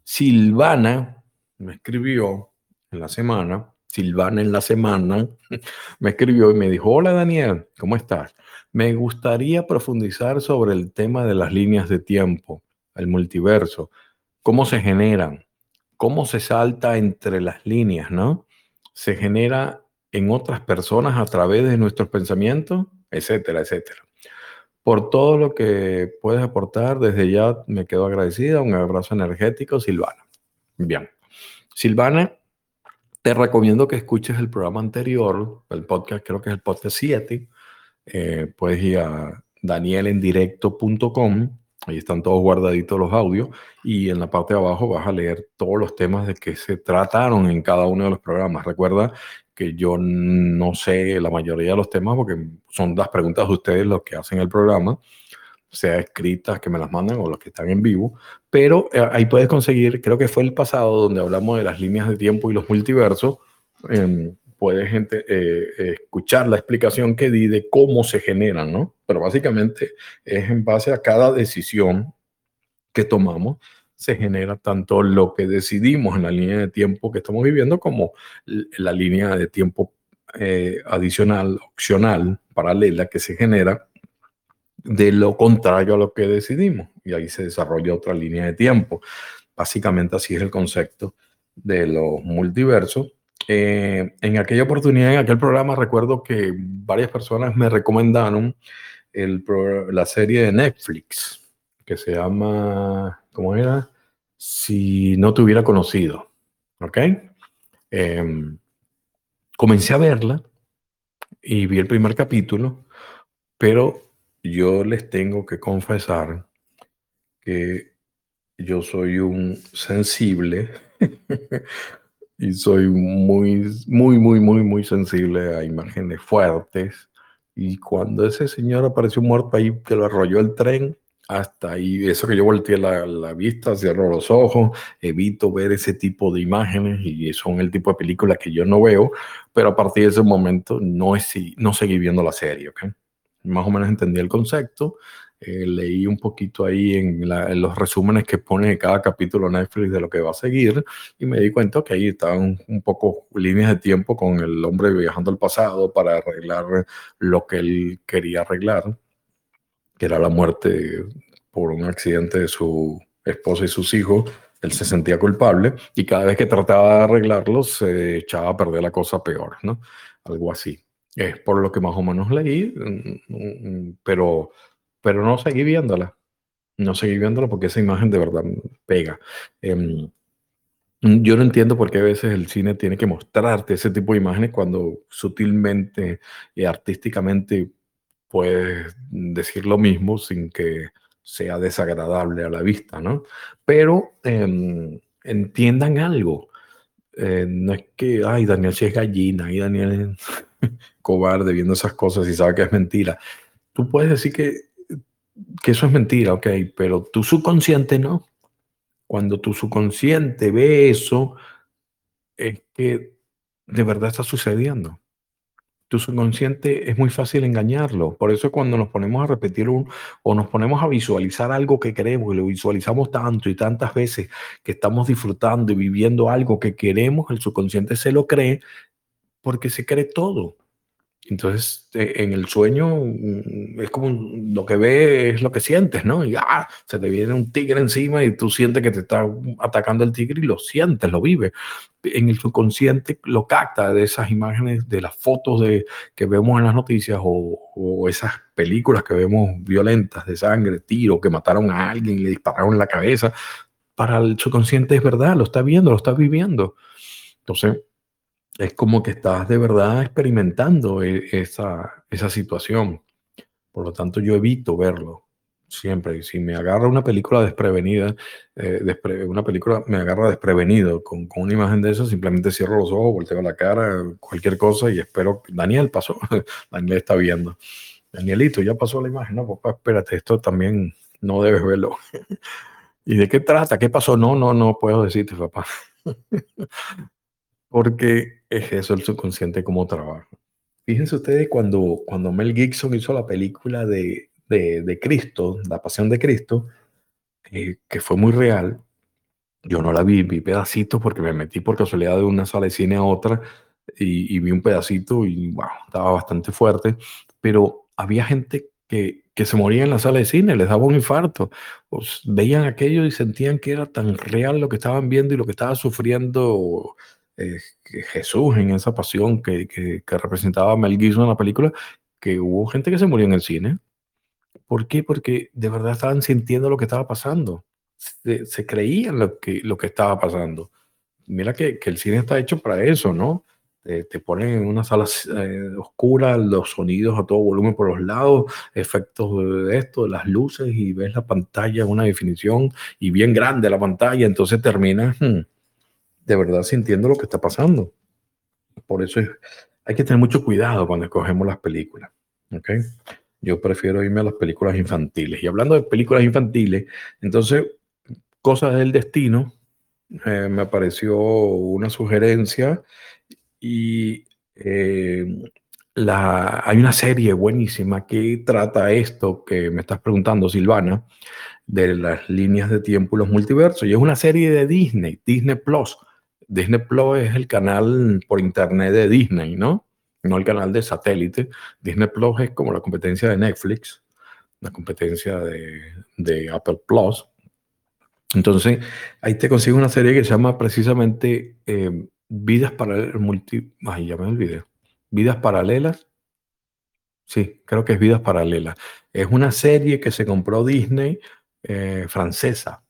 Silvana me escribió en la semana, Silvana en la semana, me escribió y me dijo, hola Daniel, ¿cómo estás? Me gustaría profundizar sobre el tema de las líneas de tiempo, el multiverso, cómo se generan, cómo se salta entre las líneas, ¿no? Se genera en otras personas a través de nuestros pensamientos, etcétera, etcétera. Por todo lo que puedes aportar, desde ya me quedo agradecida. Un abrazo energético, Silvana. Bien. Silvana, te recomiendo que escuches el programa anterior, el podcast, creo que es el podcast siete. Eh, puedes ir a daniel en directo punto com. Ahí están todos guardaditos los audios. Y en la parte de abajo vas a leer todos los temas de que se trataron en cada uno de los programas. Recuerda que yo no sé la mayoría de los temas porque son las preguntas de ustedes los que hacen el programa, sea escritas que me las mandan o los que están en vivo, pero eh, ahí puedes conseguir, creo que fue el pasado donde hablamos de las líneas de tiempo y los multiversos, eh, puedes gente, eh, escuchar la explicación que di de cómo se generan, ¿no? Pero básicamente es en base a cada decisión que tomamos, se genera tanto lo que decidimos en la línea de tiempo que estamos viviendo como la línea de tiempo eh, adicional, opcional, paralela que se genera de lo contrario a lo que decidimos. Y ahí se desarrolla otra línea de tiempo. Básicamente así es el concepto de los multiversos. Eh, en aquella oportunidad, en aquel programa, recuerdo que varias personas me recomendaron el pro, la serie de Netflix que se llama, ¿cómo era? Si no te hubiera conocido, ¿ok? Eh, comencé a verla y vi el primer capítulo, pero yo les tengo que confesar que yo soy un sensible y soy muy, muy, muy, muy, muy sensible a imágenes fuertes. Y cuando ese señor apareció muerto ahí, que lo arrolló el tren, hasta ahí, eso que yo volteé la, la vista, cierro los ojos, evito ver ese tipo de imágenes y son el tipo de películas que yo no veo, pero a partir de ese momento no, es, no seguí viendo la serie, ¿ok? Más o menos entendí el concepto, eh, leí un poquito ahí en, la, en los resúmenes que pone cada capítulo Netflix de lo que va a seguir y me di cuenta que ahí estaban un poco líneas de tiempo con el hombre viajando al pasado para arreglar lo que él quería arreglar, que era la muerte por un accidente de su esposa y sus hijos. Él se sentía culpable y cada vez que trataba de arreglarlo se echaba a perder la cosa peor, ¿no? Algo así. Es por lo que más o menos leí, pero, pero no seguí viéndola. No seguí viéndola porque esa imagen de verdad pega. Eh, yo no entiendo por qué a veces el cine tiene que mostrarte ese tipo de imágenes cuando sutilmente y artísticamente puedes decir lo mismo sin que sea desagradable a la vista, ¿no? Pero eh, entiendan algo. Eh, no es que, ay, Daniel sí es gallina y Daniel es cobarde viendo esas cosas y sabe que es mentira. Tú puedes decir que, que eso es mentira, ok, pero tu subconsciente no. Cuando tu subconsciente ve eso, es que de verdad está sucediendo. Tu subconsciente es muy fácil engañarlo. Por eso cuando nos ponemos a repetir un, o nos ponemos a visualizar algo que queremos y lo visualizamos tanto y tantas veces que estamos disfrutando y viviendo algo que queremos, el subconsciente se lo cree porque se cree todo. Entonces, eh, en el sueño mm, es como un- lo que ves es lo que sientes, ¿no? Y ah, se te viene un tigre encima y tú sientes que te está atacando el tigre y lo sientes, lo vives. En el subconsciente lo capta de esas imágenes, de las fotos de, que vemos en las noticias o, o esas películas que vemos violentas de sangre, tiro, que mataron a alguien y le dispararon en la cabeza. Para el subconsciente es verdad, lo está viendo, lo está viviendo. Entonces, es como que estás de verdad experimentando e- esa, esa situación. Por lo tanto, yo evito verlo siempre. Y si me agarra una película desprevenida, eh, despre- una película me agarra desprevenido con, con una imagen de eso, simplemente cierro los ojos, volteo la cara, cualquier cosa y espero. Daniel pasó, Daniel está viendo. Danielito, ya pasó la imagen. No, papá, espérate, esto también no debes verlo. ¿Y de qué trata? ¿Qué pasó? No, no, no puedo decirte, papá. Porque es eso el subconsciente como trabaja. Fíjense ustedes cuando, cuando Mel Gibson hizo la película de, de, de Cristo, La Pasión de Cristo, eh, que fue muy real. Yo no la vi, vi pedacitos porque me metí por casualidad de una sala de cine a otra y, y vi un pedacito y wow, estaba bastante fuerte, pero había gente que, que se moría en la sala de cine, les daba un infarto, pues, veían aquello y sentían que era tan real lo que estaban viendo y lo que estaba sufriendo eh, que Jesús en esa pasión que, que, que representaba Mel Gibson en la película, que hubo gente que se murió en el cine. ¿Por qué? Porque de verdad estaban sintiendo lo que estaba pasando. Se, se creían lo que, lo que estaba pasando. Mira que, que el cine está hecho para eso, ¿no? Te, te ponen en una sala eh, oscura, los sonidos a todo volumen por los lados, efectos de de esto, de las luces, y ves la pantalla en una definición y bien grande la pantalla, entonces terminas hmm, de verdad sintiendo lo que está pasando. Por eso es- hay que tener mucho cuidado cuando escogemos las películas. ¿Ok? Yo prefiero irme a las películas infantiles. Y hablando de películas infantiles, entonces, Cosas del Destino, eh, me apareció una sugerencia y eh, la, hay una serie buenísima que trata esto que me estás preguntando, Silvana, de las líneas de tiempo y los multiversos. Y es una serie de Disney, Disney Plus. Disney Plus es el canal por internet de Disney, ¿no? No el canal de satélite. Disney Plus es como la competencia de Netflix, la competencia de, de Apple Plus. Entonces, ahí te consigo una serie que se llama precisamente eh, Vidas Paralelas, multi... Ay, ya me olvidé. Vidas Paralelas. Sí, creo que es Vidas Paralelas. Es una serie que se compró Disney, eh, francesa,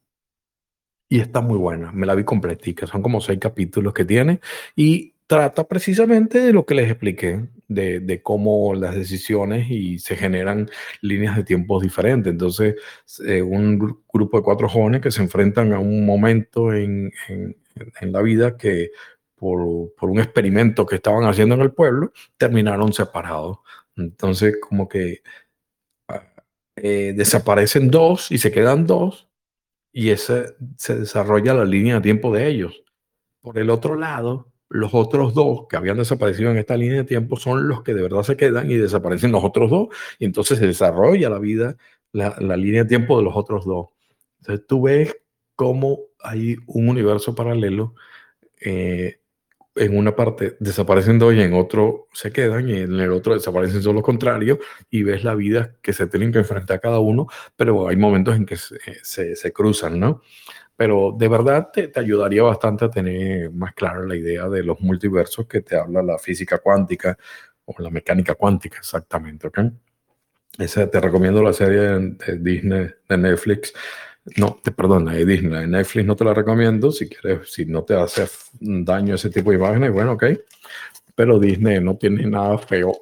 y está muy buena. Me la vi completica. Son como seis capítulos que tiene y trata precisamente de lo que les expliqué, de, de cómo las decisiones y se generan líneas de tiempos diferentes. Entonces, eh, un gru- grupo de cuatro jóvenes que se enfrentan a un momento en, en- en la vida que por, por un experimento que estaban haciendo en el pueblo, terminaron separados. Entonces, como que ah, eh, desaparecen dos y se quedan dos y ese se desarrolla la línea de tiempo de ellos. Por el otro lado, los otros dos que habían desaparecido en esta línea de tiempo son los que de verdad se quedan y desaparecen los otros dos, y entonces se desarrolla la vida, la, la línea de tiempo de los otros dos. Entonces tú ves cómo hay un universo paralelo. eh, en una parte desaparecen dos y en otro se quedan y en el otro desaparecen solo lo contrario, y ves la vida que se tienen que enfrentar cada uno, pero hay momentos en que se, se, se cruzan, ¿no? Pero de verdad te, te ayudaría bastante a tener más clara la idea de los multiversos que te habla la física cuántica o la mecánica cuántica, exactamente, ¿ok? Esa, te recomiendo la serie de, de Disney, de Netflix. No, te perdón, la de Disney, la de Netflix no te la recomiendo si quieres, si no te hace daño ese tipo de imágenes, bueno, ok. Pero Disney no tiene nada feo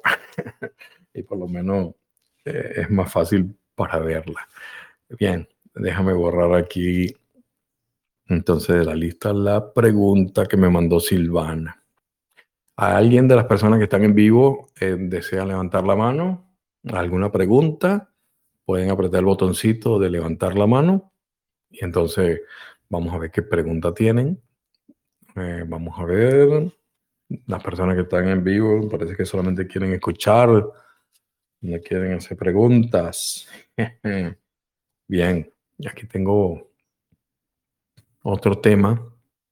y por lo menos eh, es más fácil para verla. Bien, déjame borrar aquí entonces de la lista la pregunta que me mandó Silvana. ¿A alguien de las personas que están en vivo eh, desea levantar la mano? ¿Alguna pregunta? Pueden apretar el botoncito de levantar la mano y entonces vamos a ver qué pregunta tienen. Eh, vamos a ver. Las personas que están en vivo parece que solamente quieren escuchar, no quieren hacer preguntas. Bien, y aquí tengo otro tema.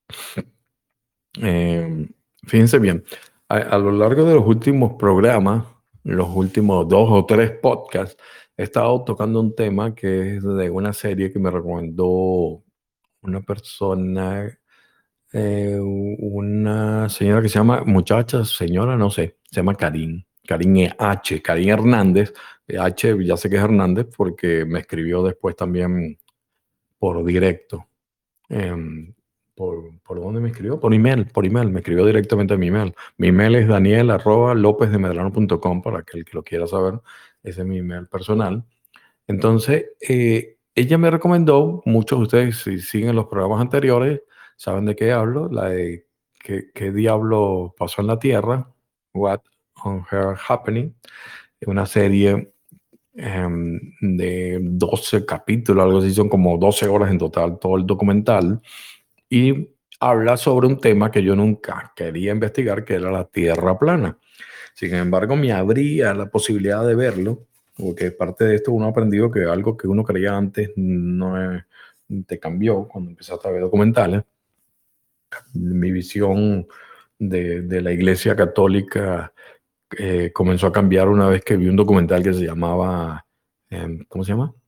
Eh, Fíjense bien, a, a lo largo de los últimos programas, los últimos dos o tres podcasts, he estado tocando un tema que es de una serie que me recomendó una persona, eh, una señora que se llama, muchacha, señora, no sé, se llama Karin, Karin H, Karin Hernández. eh, H, ya sé que es Hernández porque me escribió después también por directo. Em, ¿Por, por dónde me escribió? Por email, por email, me escribió directamente a mi email. Mi email es daniel arroba lopez de medrano punto com para aquel que lo quiera saber. Ese es mi email personal. Entonces, eh, ella me recomendó, muchos de ustedes si siguen los programas anteriores, saben de qué hablo, la de qué, qué diablo pasó en la Tierra, What on Earth Happening, una serie em, de doce capítulos, algo así, son como doce horas en total, todo el documental, y habla sobre un tema que yo nunca quería investigar, que era la Tierra plana. Sin embargo, me abría la posibilidad de verlo, porque parte de esto uno ha aprendido que algo que uno creía antes no es- te cambió cuando empezaste a ver documentales. Mi visión de, de la Iglesia Católica eh, comenzó a cambiar una vez que vi un documental que se llamaba, em, ¿cómo se llama?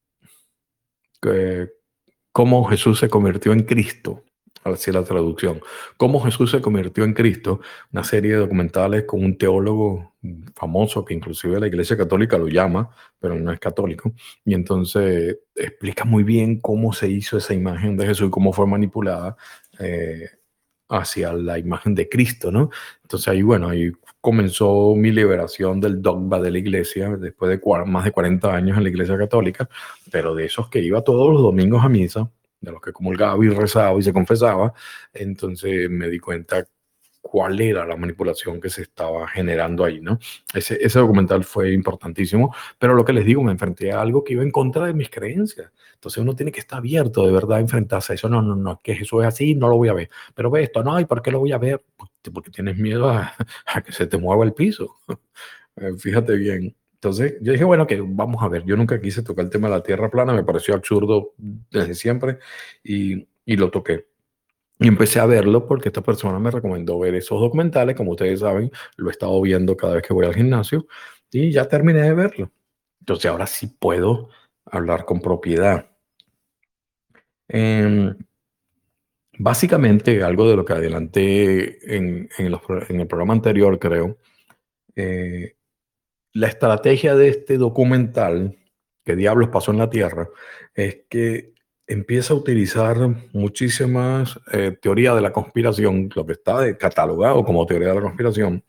Que- Cómo Jesús se convirtió en Cristo, así es la traducción. Cómo Jesús se convirtió en Cristo, una serie de documentales con un teólogo famoso que inclusive la Iglesia Católica lo llama, pero no es católico. Y entonces explica muy bien cómo se hizo esa imagen de Jesús y cómo fue manipulada eh, hacia la imagen de Cristo, ¿no? Entonces ahí, bueno, ahí comenzó mi liberación del dogma de la iglesia, después de cua- más de cuarenta años en la iglesia católica, pero de esos que iba todos los domingos a misa, de los que comulgaba y rezaba y se confesaba, entonces me di cuenta cuál era la manipulación que se estaba generando ahí, ¿no? Ese, ese documental fue importantísimo, pero lo que les digo, me enfrenté a algo que iba en contra de mis creencias. Entonces uno tiene que estar abierto de verdad a enfrentarse a eso. No, no, no, que Jesús es así, no lo voy a ver. Pero ve esto, no, ¿y por qué lo voy a ver? Porque porque tienes miedo a, a que se te mueva el piso. Eh, Fíjate bien. Entonces yo dije, bueno, que vamos a ver. Yo nunca quise tocar el tema de la tierra plana, me pareció absurdo desde siempre y, y lo toqué. Y empecé a verlo porque esta persona me recomendó ver esos documentales. Como ustedes saben, lo he estado viendo cada vez que voy al gimnasio y ya terminé de verlo. Entonces ahora sí puedo hablar con propiedad. Em, Básicamente, algo de lo que adelanté en, en los pro- en el programa anterior, creo, eh, la estrategia de este documental, ¿Qué diablos pasó en la Tierra?, es que empieza a utilizar muchísimas eh, teorías de la conspiración, lo que está de- catalogado como teoría de la conspiración,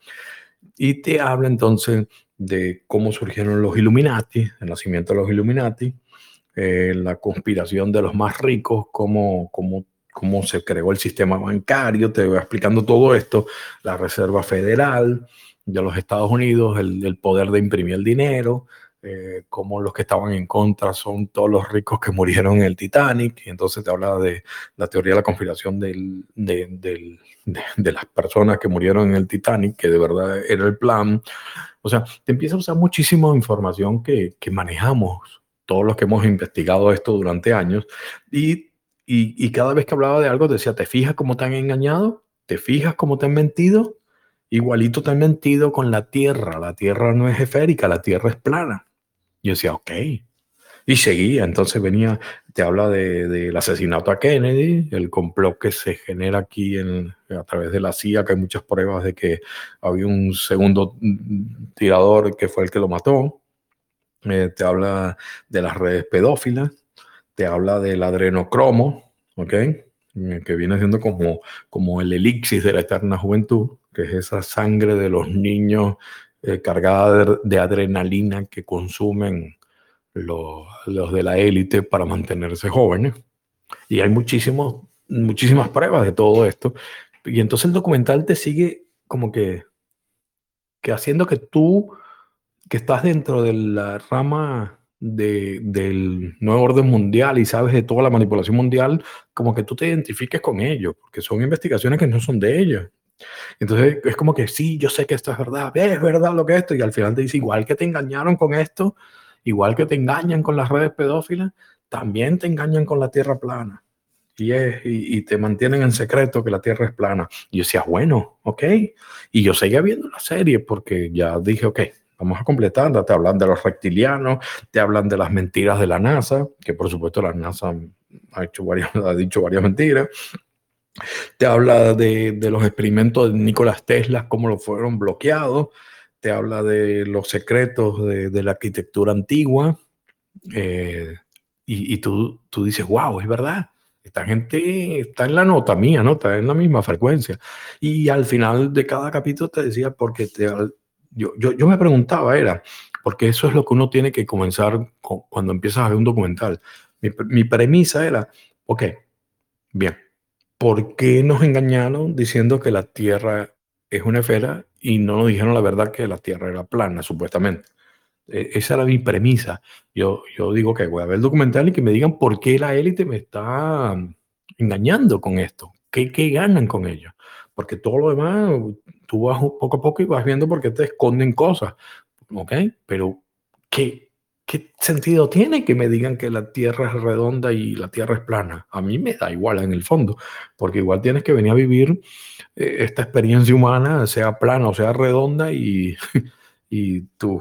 y te habla entonces de cómo surgieron los Illuminati, el nacimiento de los Illuminati, eh, la conspiración de los más ricos, cómo, cómo, cómo se creó el sistema bancario, te voy explicando todo esto, la Reserva Federal de los Estados Unidos, el, el poder de imprimir el dinero, eh, cómo los que estaban en contra son todos los ricos que murieron en el Titanic, y entonces te habla de la teoría de la conspiración del, de, del, de, de las personas que murieron en el Titanic, que de verdad era el plan. O sea, te empieza a usar muchísima información que, que manejamos todos los que hemos investigado esto durante años y, y, y cada vez que hablaba de algo decía, ¿te fijas cómo te han engañado? ¿Te fijas cómo te han mentido? Igualito te han mentido con la Tierra. La Tierra no es esférica, la Tierra es plana. Yo decía, ok. Y seguía, entonces venía, te habla de, del asesinato a Kennedy, el complot que se genera aquí en, a través de la C I A, que hay muchas pruebas de que había un segundo mm, tirador que fue el que lo mató. Eh, te habla de las redes pedófilas, te habla del adrenocromo, ¿ok? Eh, que viene siendo como, como el elixir de la eterna juventud, que es esa sangre de los niños eh, cargada de, de adrenalina que consumen los, los de la élite para mantenerse jóvenes. Y hay muchísimos, muchísimas pruebas de todo esto. Y entonces el documental te sigue como que, que haciendo que tú, que estás dentro de la rama de, del nuevo orden mundial y sabes de toda la manipulación mundial, como que tú te identifiques con ellos, porque son investigaciones que no son de ellos. Entonces es como que sí, yo sé que esto es verdad, es verdad lo que es esto, y al final te dice, igual que te engañaron con esto, igual que te engañan con las redes pedófilas, también te engañan con la tierra plana. Y, es, y, y te mantienen en secreto que la tierra es plana. Y yo decía, bueno, ok. Y yo seguía viendo la serie porque ya dije, ok, vamos a completarla. Te hablan de los reptilianos, te hablan de las mentiras de la NASA, que por supuesto la NASA ha, hecho varias, ha dicho varias mentiras. Te habla de, de los experimentos de Nikola Tesla, cómo lo fueron bloqueados. Te habla de los secretos de, de la arquitectura antigua. Eh, y y tú, tú dices, wow, es verdad. esta gente está en la nota mía, ¿no? Está en la misma frecuencia. Y al final de cada capítulo te decía, porque te, yo, yo, yo me preguntaba, era, porque eso es lo que uno tiene que comenzar con, cuando empiezas a ver un documental. Mi, mi premisa era, ok, bien, ¿por qué nos engañaron diciendo que la Tierra es una esfera y no nos dijeron la verdad que la Tierra era plana, supuestamente? E- Esa era mi premisa. Yo, yo digo que voy a ver el documental y que me digan por qué la élite me está mm, engañando con esto. ¿Qué, qué ganan con ello? Porque todo lo demás, tú vas poco a poco y vas viendo por qué te esconden cosas. ¿Ok? Pero, ¿qué, qué sentido tiene que me digan que la Tierra es redonda y la Tierra es plana? A mí me da igual en el fondo, porque igual tienes que venir a vivir eh, esta experiencia humana, sea plana o sea redonda, y, y tus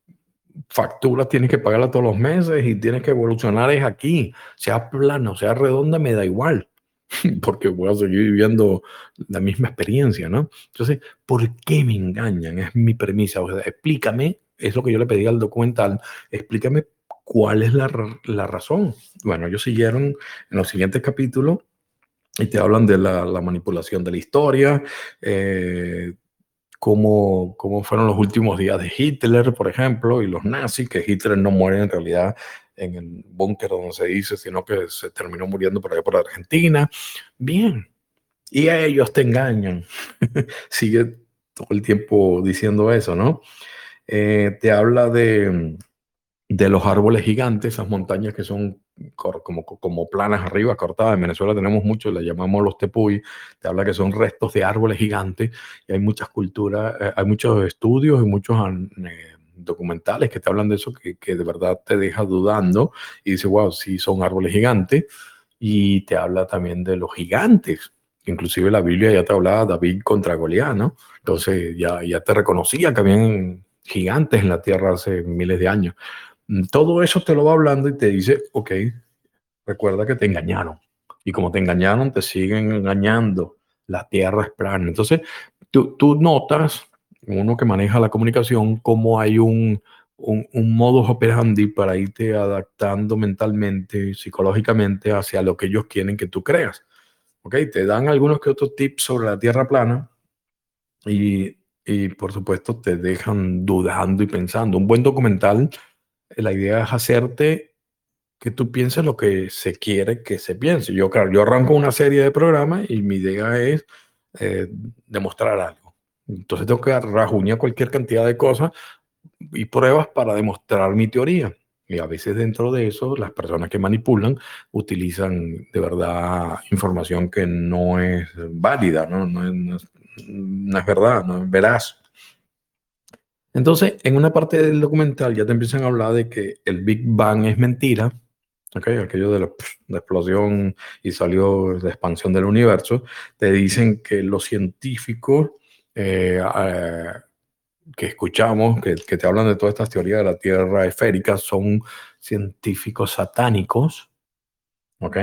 facturas tienes que pagarlas todos los meses y tienes que evolucionar es aquí, sea plana o sea redonda, me da igual, porque voy a seguir viviendo la misma experiencia, ¿no? Entonces, ¿por qué me engañan? Es mi premisa. O sea, explícame, es lo que yo le pedí al documental, explícame cuál es la, ra- la razón. Bueno, ellos siguieron en los siguientes capítulos y te hablan de la, la manipulación de la historia, eh, cómo, cómo fueron los últimos días de Hitler, por ejemplo, y los nazis, que Hitler no muere en realidad en el búnker donde se dice, sino que se terminó muriendo por allá por Argentina. Bien, y a ellos te engañan. Sigue todo el tiempo diciendo eso, ¿no? Eh, te habla de, de los árboles gigantes, esas montañas que son cor- como, como planas arriba, cortadas. En Venezuela tenemos muchos, las llamamos los tepuy. Te habla que son restos de árboles gigantes y hay muchas culturas, eh, hay muchos estudios y muchos an- eh, documentales que te hablan de eso, que, que de verdad te deja dudando y dice, wow, sí son árboles gigantes. Y te habla también de los gigantes. Inclusive la Biblia ya te hablaba de David contra Goliat, ¿no? Entonces ya, ya te reconocía que habían gigantes en la tierra hace miles de años. Mm, Todo eso te lo va hablando y te dice, ok, recuerda que te engañaron. Y como te engañaron, te siguen engañando. La tierra es plana. Entonces, tú, tú notas, uno que maneja la comunicación, cómo hay un, un, un modus operandi para irte adaptando mentalmente, psicológicamente, hacia lo que ellos quieren que tú creas. Ok, te dan algunos que otros tips sobre la tierra plana y, y por supuesto te dejan dudando y pensando. Un buen documental, eh, la idea es hacerte que tú pienses lo que se quiere que se piense. Yo, claro, yo arranco una serie de programas y mi idea es eh, demostrar algo. Entonces tengo que rajuñar cualquier cantidad de cosas y pruebas para demostrar mi teoría. Y a veces dentro de eso, las personas que manipulan utilizan de verdad información que no es válida, no, no es, no es- no es verdad, no es veraz. Entonces, en una parte del documental ya te empiezan a hablar de que el Big Bang es mentira, ¿ok? Aquello de la, la explosión y salió la expansión del universo. Te dicen que los científicos eh, eh, que escuchamos, que, que te hablan de todas estas teorías de la Tierra esférica, son científicos satánicos, ¿ok?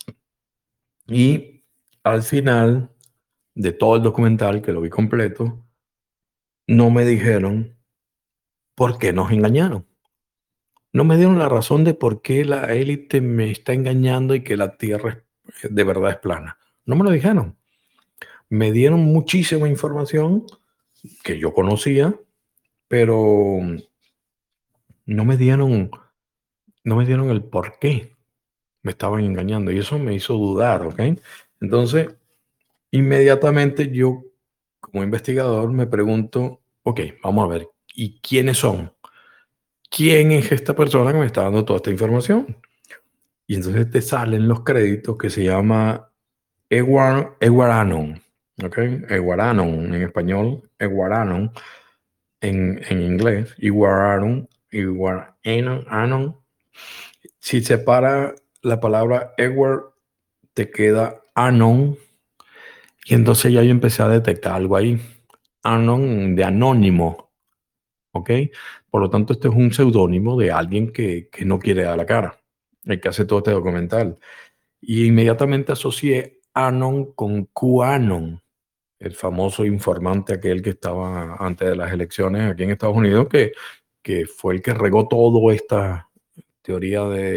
Y al final de todo el documental, que lo vi completo, no me dijeron por qué nos engañaron. No me dieron la razón de por qué la élite me está engañando y que la Tierra es- de verdad es plana. No me lo dijeron. Me dieron muchísima información que yo conocía, pero no me dieron, no me dieron el por qué me estaban engañando y eso me hizo dudar, ¿ok? Entonces, inmediatamente yo, como investigador, me pregunto, ok, vamos a ver, ¿y quiénes son? ¿Quién es esta persona que me está dando toda esta información? Y entonces te salen los créditos que se llama Edward, Edward Anon, ¿ok? Edward Anon en español, Edward Anon en, en inglés, Edward Anon, Edward Anon, Anon. Si separa la palabra Edward, te queda Anon, y entonces ya yo empecé a detectar algo ahí. Anon de anónimo, ¿ok? Por lo tanto, este es un seudónimo de alguien que, que no quiere dar la cara, el que hace todo este documental. Y inmediatamente asocié Anon con QAnon, el famoso informante aquel que estaba antes de las elecciones aquí en Estados Unidos, que, que fue el que regó toda esta teoría de,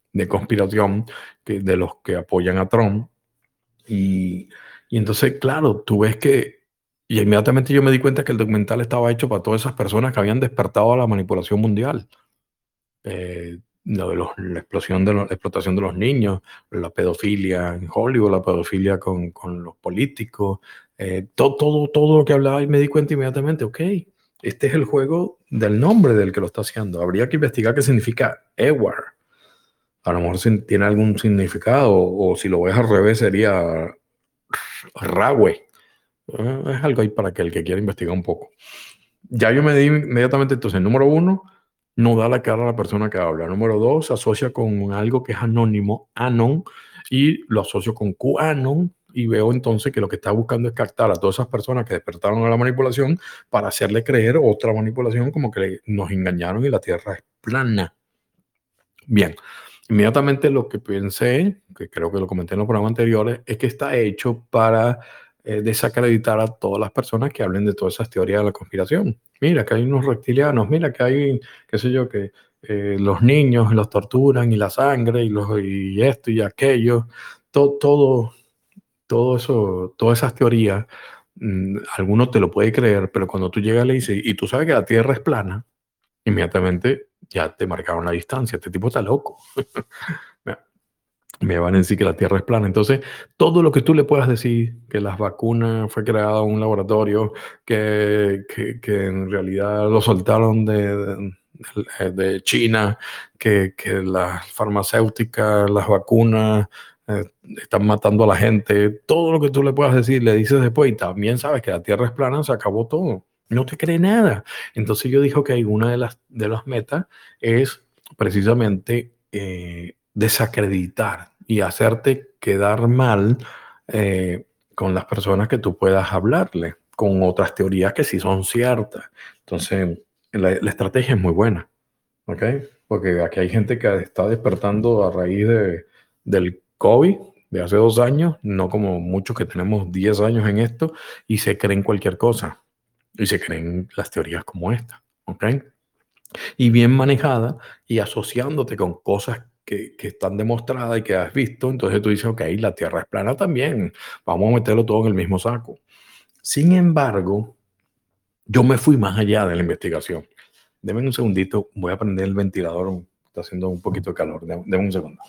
de conspiración que, de los que apoyan a Trump. Y, y entonces, claro, tú ves que, y inmediatamente yo me di cuenta que el documental estaba hecho para todas esas personas que habían despertado a la manipulación mundial. Eh, lo de los, la, explosión de lo, la explotación de los niños, la pedofilia en Hollywood, la pedofilia con, con los políticos, eh, todo, todo, todo lo que hablaba, y me di cuenta inmediatamente, ok, este es el juego del nombre del que lo está haciendo. Habría que investigar qué significa Edward. A lo mejor tiene algún significado, o, o si lo ves al revés sería Rahue. Eh, es algo ahí para que el que quiera investigar un poco. Ya yo me di inmediatamente, entonces, número uno, no da la cara a la persona que habla. Número dos, se asocia con algo que es anónimo, anon, y lo asocio con QAnon, y veo entonces que lo que está buscando es captar a todas esas personas que despertaron a la manipulación para hacerle creer otra manipulación, como que nos engañaron y la Tierra es plana. Bien, inmediatamente lo que pensé, que creo que lo comenté en los programas anteriores, es que está hecho para eh, desacreditar a todas las personas que hablen de todas esas teorías de la conspiración. Mira, que hay unos reptilianos, mira que hay, qué sé yo, que eh, los niños los torturan y la sangre y, los, y esto y aquello, todo, todo, todo eso, todas esas teorías, mmm, alguno te lo puede creer, pero cuando tú llegas y le dices, y tú sabes que la Tierra es plana, inmediatamente ya te marcaron la distancia. Este tipo está loco. Me van a decir que la Tierra es plana. Entonces, todo lo que tú le puedas decir, que las vacunas fue creada en un laboratorio, que, que, que en realidad lo soltaron de, de, de China, que, que las farmacéuticas, las vacunas eh, están matando a la gente, todo lo que tú le puedas decir, le dices después, y también sabes que la Tierra es plana, se acabó todo. No te cree nada. Entonces yo dije que una de las, de las metas es precisamente eh, desacreditar y hacerte quedar mal eh, con las personas que tú puedas hablarle, con otras teorías que sí son ciertas. Entonces, la, la estrategia es muy buena, ¿ok? Porque aquí hay gente que está despertando a raíz de, del COVID de hace dos años, no como muchos que tenemos diez años en esto, y se creen cualquier cosa, y se creen las teorías como esta, ¿ok? Y bien manejada y asociándote con cosas que, que están demostradas y que has visto, entonces tú dices, ok, la Tierra es plana también, vamos a meterlo todo en el mismo saco. Sin embargo, yo me fui más allá de la investigación. Deme un segundito, voy a prender el ventilador, está haciendo un poquito de calor, deme un segundo.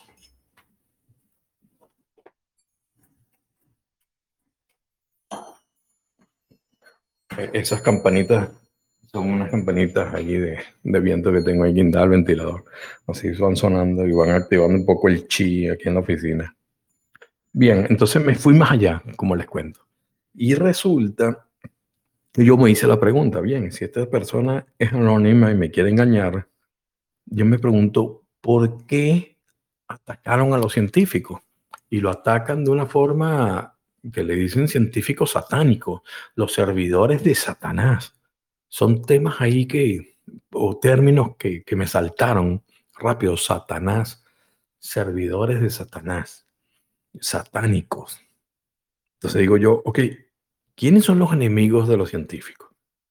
Esas campanitas son unas campanitas allí de, de viento que tengo ahí guindado al ventilador. Así van sonando y van activando un poco el chi aquí en la oficina. Bien, entonces me fui más allá, como les cuento. Y resulta que yo me hice la pregunta, bien, si esta persona es anónima y me quiere engañar, yo me pregunto, ¿por qué atacaron a los científicos? Y lo atacan de una forma que le dicen científicos satánicos, los servidores de Satanás. Son temas ahí que, o términos que, que me saltaron rápido, Satanás, servidores de Satanás, satánicos. Entonces digo yo, ok, ¿quiénes son los enemigos de los científicos?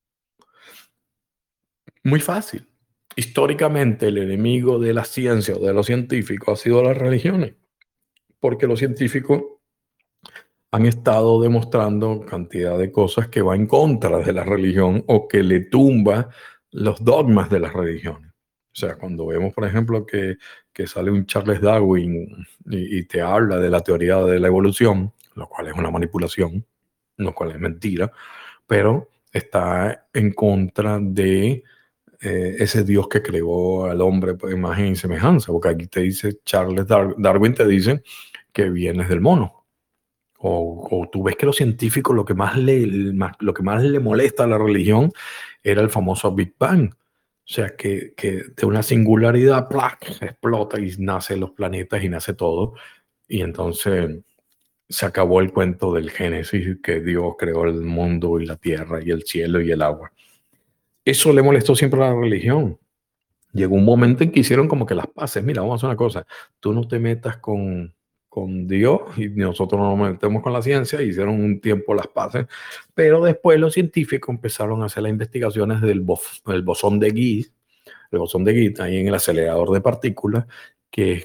Muy fácil. Históricamente el enemigo de la ciencia o de los científicos ha sido las religiones, porque los científicos han estado demostrando cantidad de cosas que va en contra de la religión o que le tumba los dogmas de las religiones. O sea, cuando vemos, por ejemplo, que, que sale un Charles Darwin y, y te habla de la teoría de la evolución, lo cual es una manipulación, lo cual es mentira, pero está en contra de eh, ese Dios que creó al hombre por imagen y semejanza, porque aquí te dice Charles Dar- Darwin, te dice que vienes del mono. O, o tú ves que los científicos lo que más le, lo que más le molesta a la religión era el famoso Big Bang. O sea, que, que de una singularidad, ¡plac!, se explota y nacen los planetas y nace todo. Y entonces se acabó el cuento del Génesis, que Dios creó el mundo y la tierra y el cielo y el agua. Eso le molestó siempre a la religión. Llegó un momento en que hicieron como que las paces. Mira, vamos a hacer una cosa. Tú no te metas con, con Dios y nosotros no nos metemos con la ciencia. Hicieron un tiempo las paces. Pero después los científicos empezaron a hacer las investigaciones del, bo del bosón de Higgs, el bosón de Higgs, ahí en el acelerador de partículas, que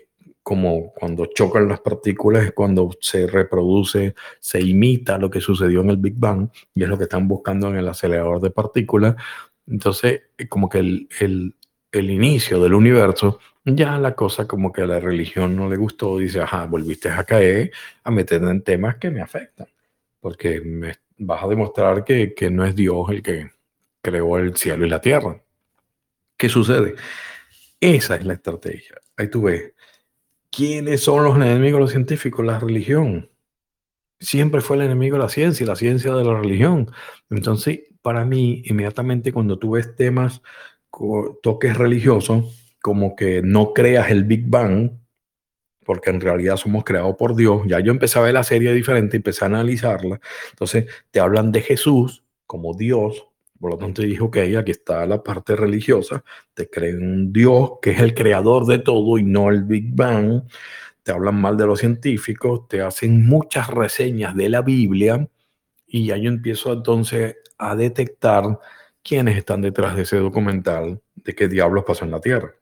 como cuando chocan las partículas, es cuando se reproduce, se imita lo que sucedió en el Big Bang, y es lo que están buscando en el acelerador de partículas. Entonces, eh, como que el, el, el inicio del universo, ya la cosa como que a la religión no le gustó, dice, ajá, volviste a caer a meterte en temas que me afectan, porque me vas a demostrar que, que no es Dios el que creó el cielo y la tierra. ¿Qué sucede? Esa es la estrategia. Ahí tú ves. ¿Quiénes son los enemigos de los científicos? La religión. Siempre fue el enemigo de la ciencia y la ciencia de la religión. Entonces, para mí, inmediatamente cuando tú ves temas con toques religiosos, como que no creas el Big Bang, porque en realidad somos creados por Dios. Ya yo empecé a ver la serie diferente, empecé a analizarla. Entonces, te hablan de Jesús como Dios. Por lo tanto, dije, ok, aquí está la parte religiosa. Te creen un Dios que es el creador de todo y no el Big Bang. Te hablan mal de los científicos, te hacen muchas reseñas de la Biblia y ya yo empiezo entonces a detectar quiénes están detrás de ese documental de qué diablos pasó en la Tierra.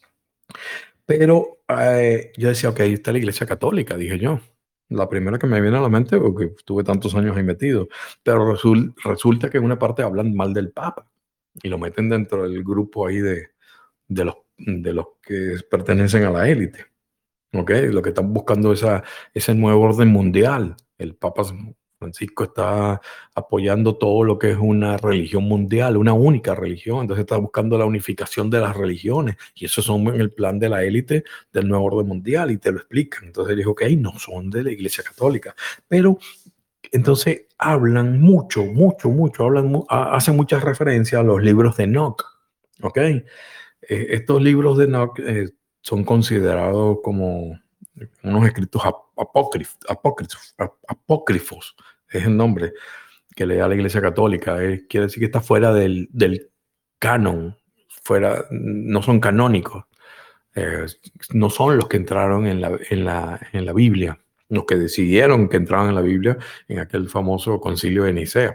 Pero eh, yo decía, ok, ahí está la Iglesia Católica, dije yo. La primera que me viene a la mente, porque estuve tantos años ahí metido. Pero resul- resulta que en una parte hablan mal del Papa y lo meten dentro del grupo ahí de, de, los, de los que pertenecen a la élite. ¿Ok? Lo que están buscando es esa, ese nuevo orden mundial. El Papa Francisco está apoyando todo lo que es una religión mundial, una única religión. Entonces está buscando la unificación de las religiones. Y eso son en el plan de la élite del nuevo orden mundial y te lo explican. Entonces dijo, ok, no son de la Iglesia Católica. Pero entonces hablan mucho, mucho, mucho, hablan, mu- ha- hacen muchas referencias a los libros de Enoch. ¿Ok? Eh, estos libros de Enoch eh, son considerados como unos escritos ap- apócrifos, apócrifos, ap- apócrifos, es el nombre que le da la Iglesia Católica. Eh, quiere decir que está fuera del, del canon, fuera, no son canónicos, eh, no son los que entraron en la, en la, en la Biblia, los que decidieron que entraban en la Biblia en aquel famoso concilio de Nicea.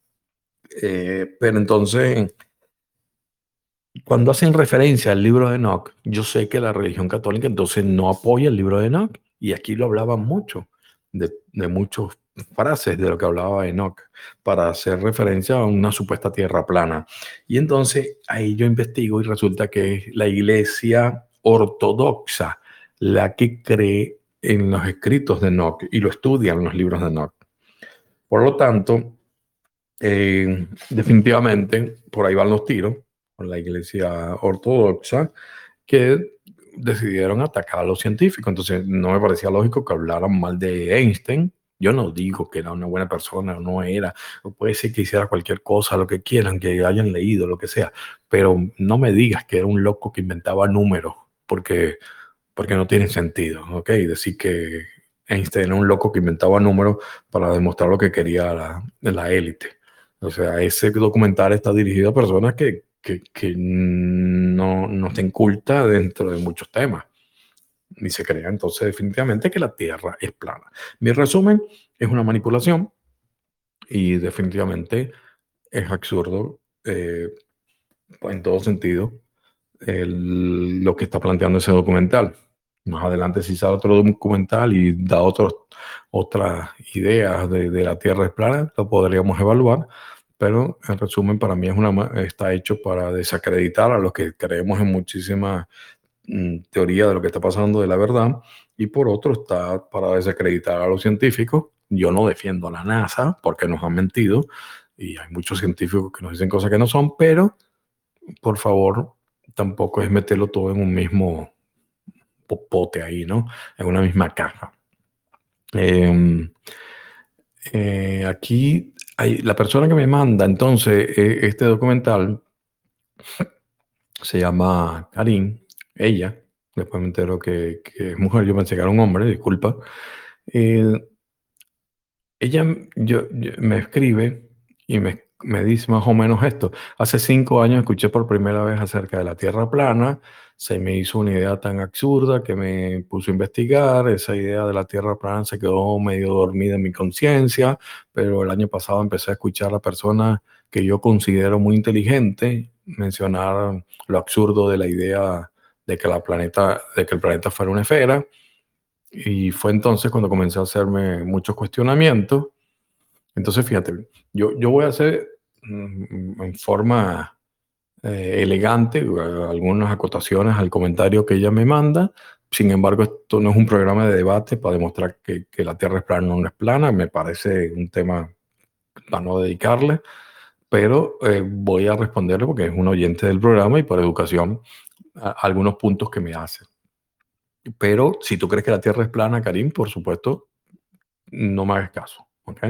Eh, pero entonces, cuando hacen referencia al libro de Enoch, yo sé que la religión católica entonces no apoya el libro de Enoch. Y aquí lo hablaban mucho, de, de muchas frases de lo que hablaba Enoch, para hacer referencia a una supuesta tierra plana. Y entonces ahí yo investigo y resulta que es la iglesia ortodoxa la que cree en los escritos de Enoch y lo estudia en los libros de Enoch. Por lo tanto, eh, definitivamente por ahí van los tiros con la iglesia ortodoxa que decidieron atacar a los científicos. Entonces no me parecía lógico que hablaran mal de Einstein. Yo no digo que era una buena persona o no era, o puede ser que hiciera cualquier cosa, lo que quieran, que hayan leído, lo que sea, pero no me digas que era un loco que inventaba números, porque, porque no tiene sentido, ¿ok? Decir que Einstein era un loco que inventaba números para demostrar lo que quería la, la élite. O sea, ese documental está dirigido a personas que, que, que no, no estén cultas dentro de muchos temas. Y se crea entonces definitivamente que la Tierra es plana. Mi resumen es una manipulación y definitivamente es absurdo eh, en todo sentido el- lo que está planteando ese documental. Más adelante si sale otro documental y da otros, otras ideas de, de la Tierra es plana, lo podríamos evaluar, pero en resumen para mí es una, ma- está hecho para desacreditar a los que creemos en muchísimas mm, teorías de lo que está pasando de la verdad, y por otro está para desacreditar a los científicos. Yo no defiendo a la NASA porque nos han mentido y hay muchos científicos que nos dicen cosas que no son, pero por favor, tampoco es meterlo todo en un mismo popote ahí, ¿no? En una misma caja. Eh, eh, aquí hay, la persona que me manda entonces eh, este documental se llama Karim, ella, después me entero que, que es mujer, yo pensé que era un hombre, disculpa. Eh, ella yo, yo- me escribe y me, me dice más o menos esto. Hace cinco años escuché por primera vez acerca de la Tierra plana. Se me hizo una idea tan absurda que me puso a investigar. Esa idea de la Tierra plana se quedó medio dormida en mi conciencia, pero el año pasado empecé a escuchar a personas que yo considero muy inteligentes mencionar lo absurdo de la idea de que, la planeta, de que el planeta fuera una esfera. Y fue entonces cuando comencé a hacerme muchos cuestionamientos. Entonces, fíjate, yo, yo voy a hacer mm, en forma eh, elegante algunas acotaciones al comentario que ella me manda. Sin embargo, esto no es un programa de debate para demostrar que, que la Tierra es plana o no es plana. Me parece un tema para no dedicarle, pero eh, voy a responderle porque es un oyente del programa y por educación a, a algunos puntos que me hace. Pero si tú crees que la Tierra es plana, Karim, por supuesto, no me hagas caso, ¿ok?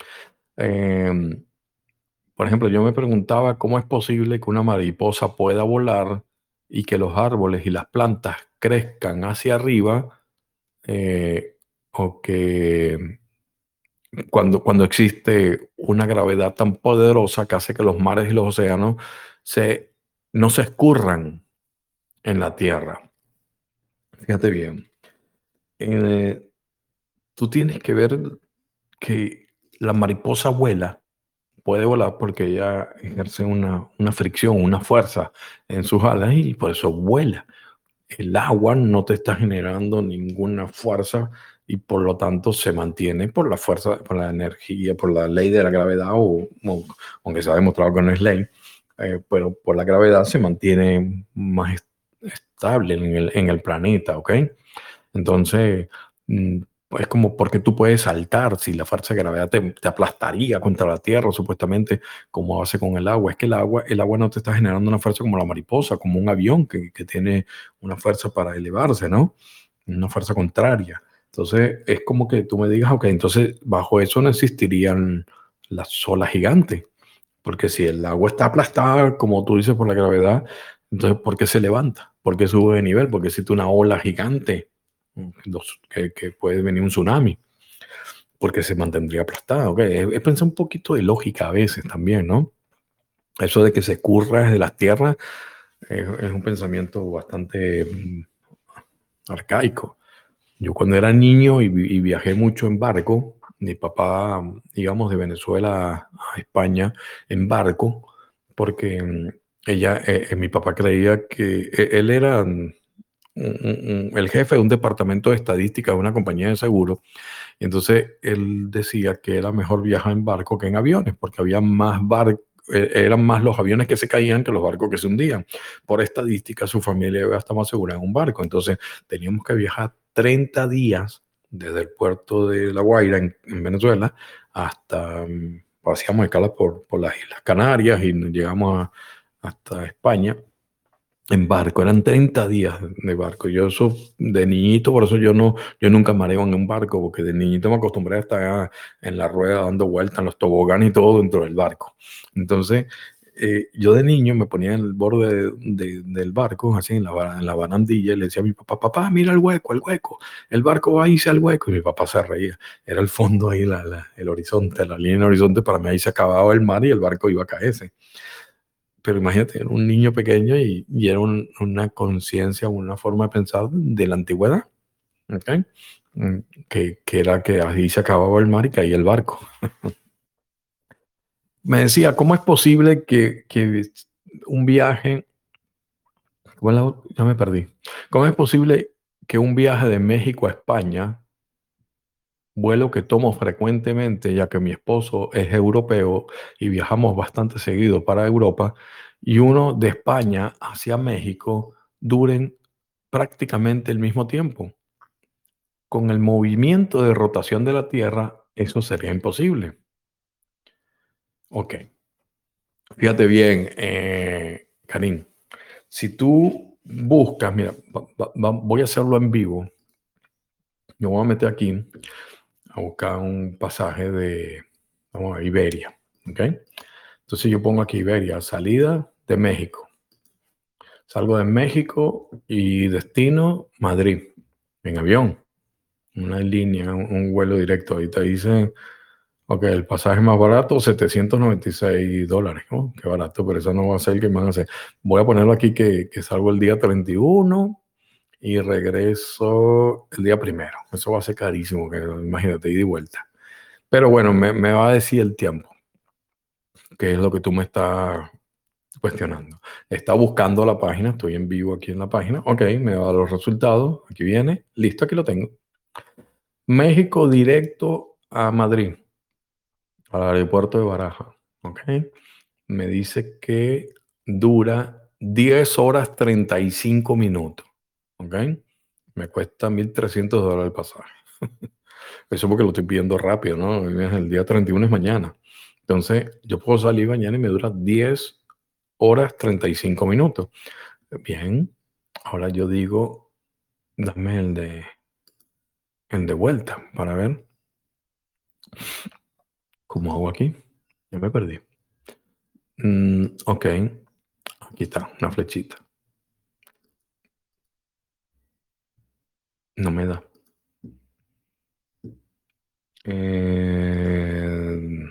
Eh, por ejemplo, yo me preguntaba cómo es posible que una mariposa pueda volar y que los árboles y las plantas crezcan hacia arriba, eh, o que cuando, cuando existe una gravedad tan poderosa que hace que los mares y los océanos se, no se escurran en la Tierra. Fíjate bien, eh, tú tienes que ver que la mariposa vuela, puede volar porque ella ejerce una, una fricción, una fuerza en sus alas y por eso vuela. El agua no te está generando ninguna fuerza y por lo tanto se mantiene por la fuerza, por la energía, por la ley de la gravedad, o, o aunque se ha demostrado que no es ley, eh, pero por la gravedad se mantiene más est- estable en el, en el planeta, ¿ok? Entonces, mm, es como porque tú puedes saltar si la fuerza de gravedad te, te aplastaría contra la Tierra, supuestamente, como hace con el agua. Es que el agua, el agua no te está generando una fuerza como la mariposa, como un avión que, que tiene una fuerza para elevarse, ¿no? Una fuerza contraria. Entonces, es como que tú me digas, ok, entonces bajo eso no existirían las olas gigantes, porque si el agua está aplastada, como tú dices, por la gravedad, entonces, ¿por qué se levanta? ¿Por qué sube de nivel? Porque existe una ola gigante, mm, dos- que, que puede venir un tsunami, porque se mantendría aplastada. ¿Ok? Es, es pensar un poquito de lógica a veces también, ¿no? Eso de que se curra desde las tierras es, es un pensamiento bastante mm, arcaico. Yo cuando era niño y, vi- y viajé mucho en barco, mi papá, íbamos de Venezuela a España en barco, porque mm, ella, eh, eh, mi papá creía que eh, él era mm, un- un- un- el jefe de un departamento de estadística de una compañía de seguros, y entonces él decía que era mejor viajar en barco que en aviones, porque había más barcos. Eran más los aviones que se caían que los barcos que se hundían. Por estadística, su familia iba a estar más segura en un barco. Entonces, teníamos que viajar treinta días desde el puerto de La Guaira, en, en Venezuela, hasta, mm, hacíamos escalas por, por las Islas Canarias y llegamos a- hasta España en barco. Eran treinta días de barco. Yo eso de niñito, por eso yo no, yo nunca mareo en un barco, porque de niñito me acostumbré a estar en la rueda dando vueltas, en los toboganes y todo dentro del barco. Entonces, eh, yo de niño me ponía en el borde de- de- del barco, así en la, ba- en la barandilla, y le decía a mi papá, papá, mira el hueco, el hueco, el barco va a irse al hueco. Y mi papá se reía. Era el fondo ahí, la, la- el horizonte, la línea del horizonte. Para mí ahí se acababa el mar y el barco iba a caerse. Pero imagínate, era un niño pequeño y, y era un- una conciencia, una forma de pensar de la antigüedad, ¿ok? Mm, Que, que era que ahí se acababa el mar y caía el barco. Me decía, ¿cómo es posible que, que un viaje, bueno, ya me perdí, ¿cómo es posible que un viaje de México a España, vuelo que tomo frecuentemente, ya que mi esposo es europeo y viajamos bastante seguido para Europa, y uno de España hacia México duren prácticamente el mismo tiempo? Con el movimiento de rotación de la Tierra, eso sería imposible. Ok, fíjate bien, eh, Karim, si tú buscas, mira, va- va- va- voy a hacerlo en vivo. Yo voy a meter aquí a buscar un pasaje de, vamos a Iberia, ¿ok? Entonces yo pongo aquí Iberia, salida de México. Salgo de México y destino Madrid, en avión, una línea, un, un vuelo directo. Ahorita dice, ok, el pasaje más barato, setecientos noventa y seis dólares, ¿no? Qué barato, pero eso no va a ser el que me van a hacer. Voy a ponerlo aquí que, que salgo el día treinta y uno y regreso el día primero. Eso va a ser carísimo, que imagínate, ida y vuelta. Pero bueno, me, me va a decir el tiempo, que es lo que tú me estás cuestionando. Está buscando la página, estoy en vivo aquí en la página. Ok, me da los resultados. Aquí viene, listo, aquí lo tengo. México directo a Madrid, al aeropuerto de Baraja. Ok, me dice que dura diez horas treinta y cinco minutos. Ok, me cuesta mil trescientos dólares el pasaje. Eso porque lo estoy pidiendo rápido, ¿no? El día treinta y uno es mañana. Entonces, yo puedo salir mañana y me dura diez horas treinta y cinco minutos. Bien, ahora yo digo, dame el de, el de vuelta para ver cómo hago aquí. Ya me perdí. Mm, ok, aquí está, una flechita. No me da. Eh,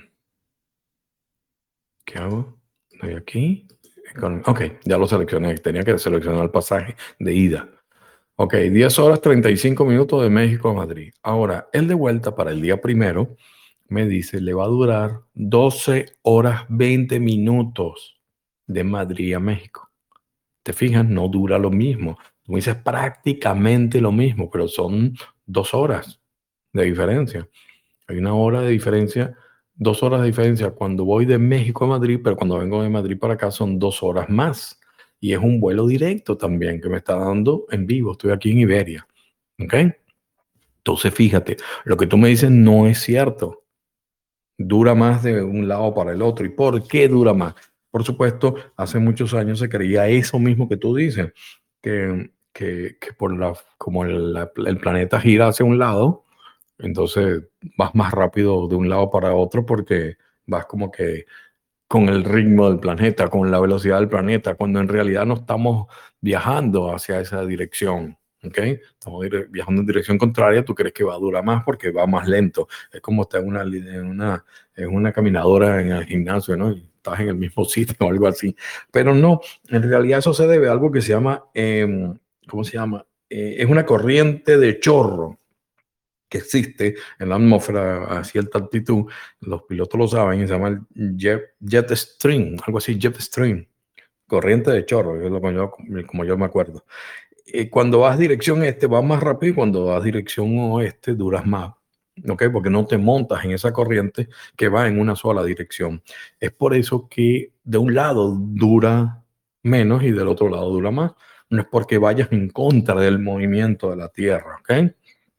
¿Qué hago? Estoy aquí. Ok, ya lo seleccioné. Tenía que seleccionar el pasaje de ida. Ok, diez horas treinta y cinco minutos de México a Madrid. Ahora, el de vuelta para el día primero me dice, le va a durar doce horas veinte minutos de Madrid a México. ¿Te fijas? No dura lo mismo. Tú me dices prácticamente lo mismo, pero son dos horas de diferencia. Hay una hora de diferencia, dos horas de diferencia cuando voy de México a Madrid, pero cuando vengo de Madrid para acá son dos horas más. Y es un vuelo directo también que me está dando en vivo. Estoy aquí en Iberia. ¿Ok? Entonces, fíjate, lo que tú me dices no es cierto. Dura más de un lado para el otro. ¿Y por qué dura más? Por supuesto, hace muchos años se creía eso mismo que tú dices, que, que, que por la, como el, la- el planeta gira hacia un lado, entonces vas más rápido de un lado para otro porque vas como que con el ritmo del planeta, con la velocidad del planeta, cuando en realidad no estamos viajando hacia esa dirección. ¿Ok? Estamos dire- viajando en dirección contraria, tú crees que va a durar más porque va más lento. Es como estar en una, li- en una, en una caminadora en el gimnasio, ¿no? Y estás en el mismo sitio o algo así. Pero no, en realidad eso se debe a algo que se llama, em, ¿cómo se llama? Eh, es una corriente de chorro que existe en la atmósfera a cierta altitud, los pilotos lo saben, y se llama el jet, jet stream, algo así, jet stream, corriente de chorro, es lo que yo, como yo me acuerdo. Eh, cuando vas dirección este, vas más rápido y cuando vas dirección oeste, duras más. ¿Ok? Porque no te montas en esa corriente que va en una sola dirección. Es por eso que de un lado dura menos y del otro lado dura más. No es porque vayas en contra del movimiento de la Tierra. ¿Ok?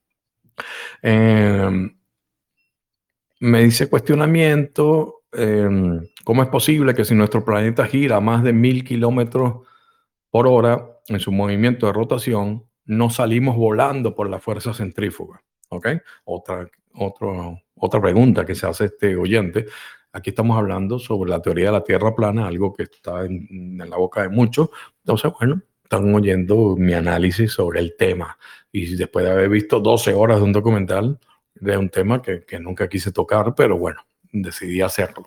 Eh, Me dice cuestionamiento, eh, ¿cómo es posible que si nuestro planeta gira a más de mil kilómetros por hora en su movimiento de rotación, no salimos volando por la fuerza centrífuga? ¿Ok? Otra, otro, otra pregunta que se hace este oyente. Aquí estamos hablando sobre la teoría de la Tierra plana, algo que está en, en la boca de muchos. Entonces, bueno, están oyendo mi análisis sobre el tema. Y después de haber visto doce horas de un documental, de un tema que, que nunca quise tocar, pero bueno, decidí hacerlo.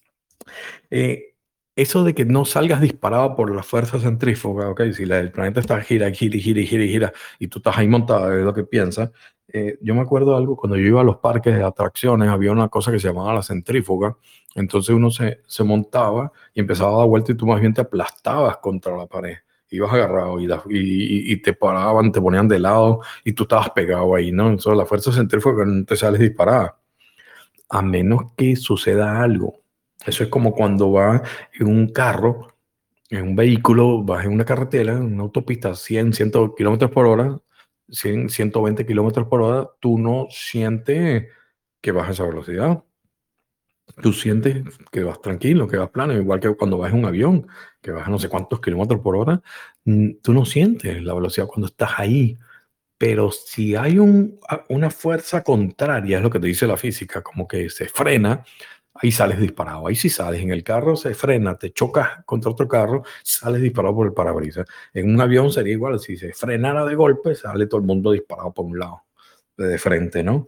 Eh, Eso de que no salgas disparado por la fuerza centrífuga, ¿ok? Si la, el planeta está gira, gira, gira, gira, gira, y tú estás ahí montado, es lo que piensas. Eh, yo me acuerdo de algo, cuando yo iba a los parques de atracciones, había una cosa que se llamaba la centrífuga, entonces uno se, se montaba y empezaba a dar vuelta y tú más bien te aplastabas contra la pared. Ibas agarrado y, la- y, y- y te paraban, te ponían de lado y tú estabas pegado ahí, ¿no? Entonces la fuerza centrífuga no te sales disparada, a menos que suceda algo. Eso es como cuando vas en un carro, en un vehículo, vas en una carretera, en una autopista, cien, cien kilómetros por hora, cien, ciento veinte kilómetros por hora, tú no sientes que vas a esa velocidad. Tú sientes que vas tranquilo, que vas plano, igual que cuando vas en un avión, que vas a no sé cuántos kilómetros por hora, mm, tú no sientes la velocidad cuando estás ahí. Pero si hay un, a- una fuerza contraria, es lo que te dice la física, como que se frena, ahí sales disparado. Ahí sí sales en el carro, se frena, te chocas contra otro carro, sales disparado por el parabrisas. En un avión sería igual, si se frenara de golpe, sale todo el mundo disparado por un lado, de frente, ¿no?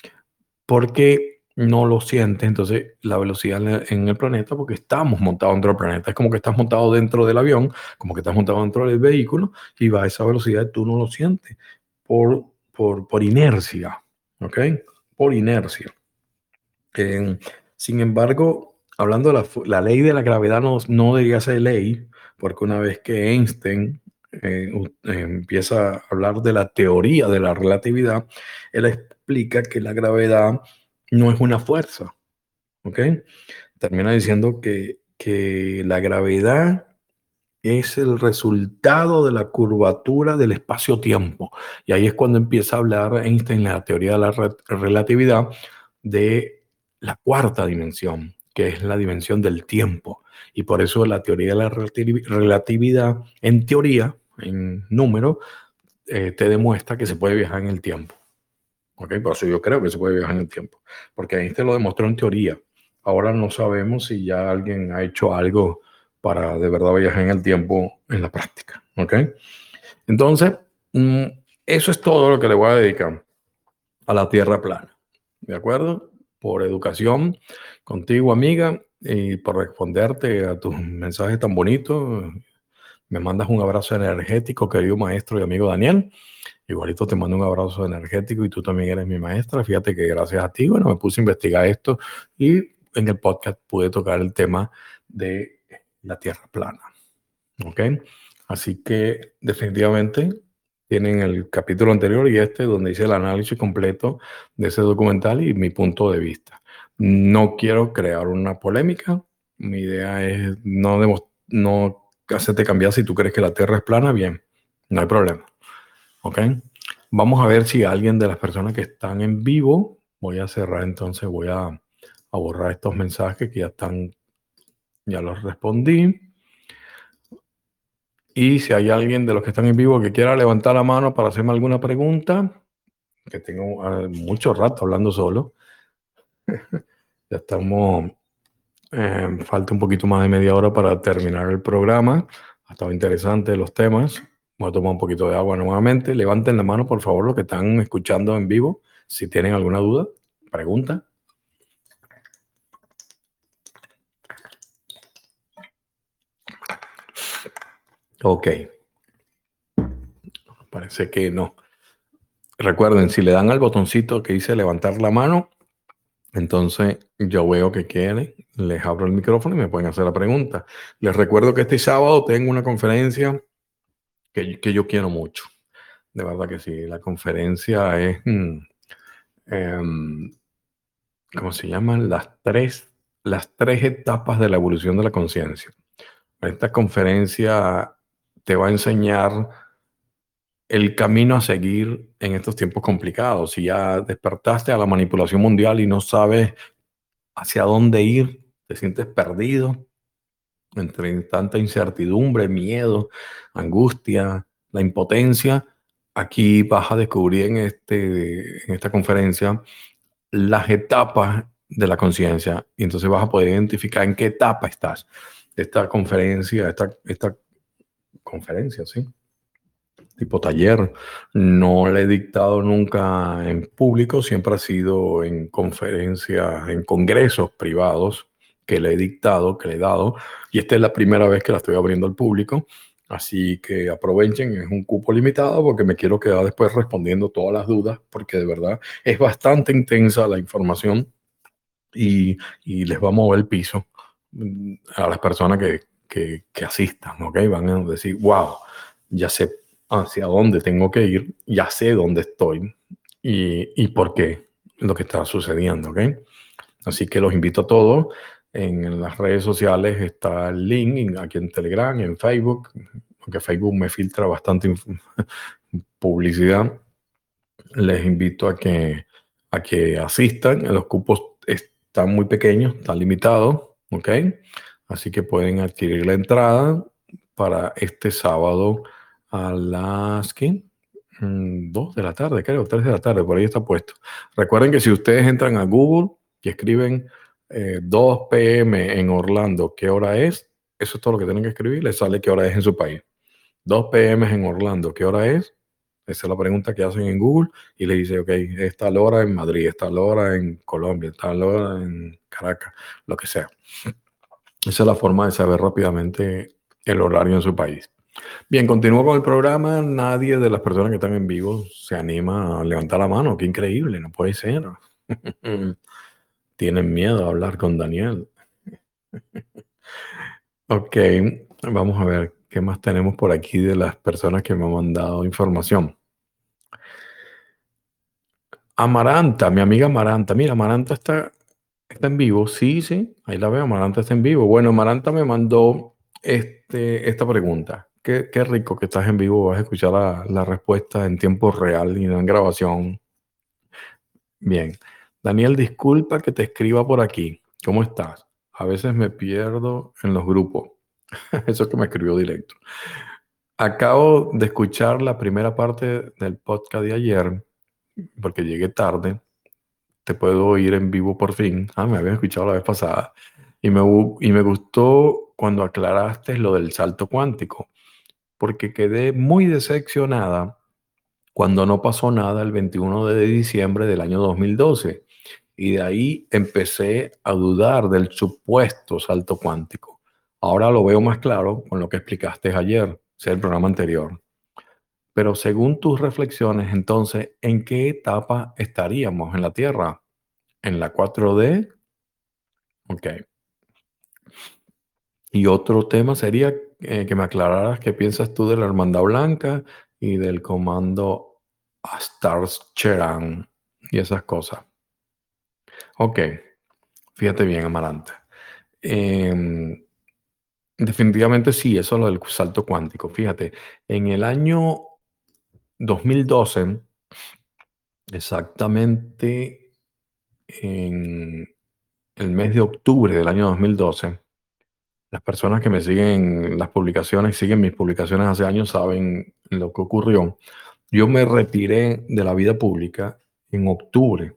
Porque no lo sientes, entonces la velocidad en el, en el planeta, porque estamos montados dentro del planeta, es como que estás montado dentro del avión, como que estás montado dentro del vehículo y va a esa velocidad y tú no lo sientes por, por, por inercia, ¿ok? Por inercia. Eh, Sin embargo, hablando de la, fu- la ley de la gravedad no, no debería ser ley, porque una vez que Einstein eh, u- eh, empieza a hablar de la teoría de la relatividad, él explica que la gravedad no es una fuerza, ¿ok? Termina diciendo que, que la gravedad es el resultado de la curvatura del espacio-tiempo. Y ahí es cuando empieza a hablar Einstein en la teoría de la re- relatividad de la cuarta dimensión, que es la dimensión del tiempo. Y por eso la teoría de la relativi- relatividad, en teoría, en número, eh, te demuestra que se puede viajar en el tiempo. ¿Ok? Por eso yo creo que se puede viajar en el tiempo. Porque Einstein lo demostró en teoría. Ahora no sabemos si ya alguien ha hecho algo para de verdad viajar en el tiempo en la práctica. ¿Ok? Entonces, mm, eso es todo lo que le voy a dedicar a la Tierra plana. ¿De acuerdo? Por educación contigo, amiga, y por responderte a tus mensajes tan bonitos. Me mandas un abrazo energético, querido maestro y amigo Daniel. Igualito te mando un abrazo energético y tú también eres mi maestra. Fíjate que gracias a ti, bueno, me puse a investigar esto y en el podcast pude tocar el tema de la Tierra plana. ¿Ok? Así que definitivamente tienen el capítulo anterior y este donde hice el análisis completo de ese documental y mi punto de vista. No quiero crear una polémica. Mi idea es no, demos- no hacerte cambiar si tú crees que la Tierra es plana, bien, no hay problema. ¿Ok? Vamos a ver si alguien de las personas que están en vivo, voy a cerrar entonces, voy a, a borrar estos mensajes que ya están, ya los respondí. Y si hay alguien de los que están en vivo que quiera levantar la mano para hacerme alguna pregunta, que tengo uh, mucho rato hablando solo, ya estamos, eh, falta un poquito más de media hora para terminar el programa. Ha estado interesante los temas. Voy a tomar un poquito de agua nuevamente. Levanten la mano, por favor, los que están escuchando en vivo, si tienen alguna duda, pregunta. Ok, parece que no. Recuerden, si le dan al botoncito que dice levantar la mano, entonces yo veo que quieren, les abro el micrófono y me pueden hacer la pregunta. Les recuerdo que este sábado tengo una conferencia que, que yo quiero mucho. De verdad que sí. La conferencia es, mm, em, ¿cómo se llaman? Las tres, las tres etapas de la evolución de la conciencia. Esta conferencia te va a enseñar el camino a seguir en estos tiempos complicados. Si ya despertaste a la manipulación mundial y no sabes hacia dónde ir, te sientes perdido entre tanta incertidumbre, miedo, angustia, la impotencia, aquí vas a descubrir en, este, en esta conferencia las etapas de la conciencia y entonces vas a poder identificar en qué etapa estás. Esta conferencia, esta, esta conferencia, sí, tipo taller. No le he dictado nunca en público, siempre ha sido en conferencias, en congresos privados que le he dictado, que le he dado, y esta es la primera vez que la estoy abriendo al público, así que aprovechen, es un cupo limitado porque me quiero quedar después respondiendo todas las dudas, porque de verdad es bastante intensa la información y, y les va a mover el piso mm, a las personas que, que, que asistan, ¿ok? Van a decir, wow, ya sé hacia dónde tengo que ir, ya sé dónde estoy y, y por qué lo que está sucediendo, ¿ok? Así que los invito a todos. En las redes sociales está el link, en- aquí en Telegram, en Facebook, porque Facebook me filtra bastante inf- publicidad. Les invito a que, a que asistan. Los cupos están muy pequeños, están limitados, ¿ok? Así que pueden adquirir la entrada para este sábado a las, ¿qué? Mm, dos de la tarde, creo, tres de la tarde, por ahí está puesto. Recuerden que si ustedes entran a Google y escriben eh, dos p m en Orlando, ¿qué hora es? Eso es todo lo que tienen que escribir, les sale qué hora es en su país. dos p m en Orlando, ¿qué hora es? Esa es la pregunta que hacen en Google y le dice, ok, es tal hora en Madrid, es tal hora en Colombia, es tal hora en Caracas, lo que sea. Esa es la forma de saber rápidamente el horario en su país. Bien, continúo con el programa. Nadie de las personas que están en vivo se anima a levantar la mano. Qué increíble, no puede ser. Tienen miedo a hablar con Daniel. Ok, vamos a ver qué más tenemos por aquí de las personas que me han mandado información. Amaranta, mi amiga Amaranta. Mira, Amaranta está, está en vivo. Sí, sí, ahí la veo. Amaranta está en vivo. Bueno, Amaranta me mandó este, esta pregunta. Qué, qué rico que estás en vivo. Vas a escuchar la, la respuesta en tiempo real y no en grabación. Bien. Daniel, disculpa que te escriba por aquí. ¿Cómo estás? A veces me pierdo en los grupos. Eso que me escribió directo. Acabo de escuchar la primera parte del podcast de ayer porque llegué tarde. Te puedo oír en vivo por fin. Ah, me habías escuchado la vez pasada. Y me, gu- y me gustó cuando aclaraste lo del salto cuántico, porque quedé muy decepcionada cuando no pasó nada el veintiuno de diciembre del año dos mil doce. Y de ahí empecé a dudar del supuesto salto cuántico. Ahora lo veo más claro con lo que explicaste ayer, o sea, el programa anterior. Pero según tus reflexiones, entonces, ¿en qué etapa estaríamos en la Tierra? ¿En la cuatro D? Ok. Y otro tema sería eh, que me aclararas qué piensas tú de la Hermandad Blanca y del comando Stars Cheran y esas cosas. Ok, fíjate bien, Amaranta. Em, definitivamente sí, eso es lo del salto cuántico. Fíjate, en el año dos mil doce, exactamente en el mes de octubre del año dos mil doce, las personas que me siguen las publicaciones, siguen mis publicaciones hace años, saben lo que ocurrió. Yo me retiré de la vida pública en octubre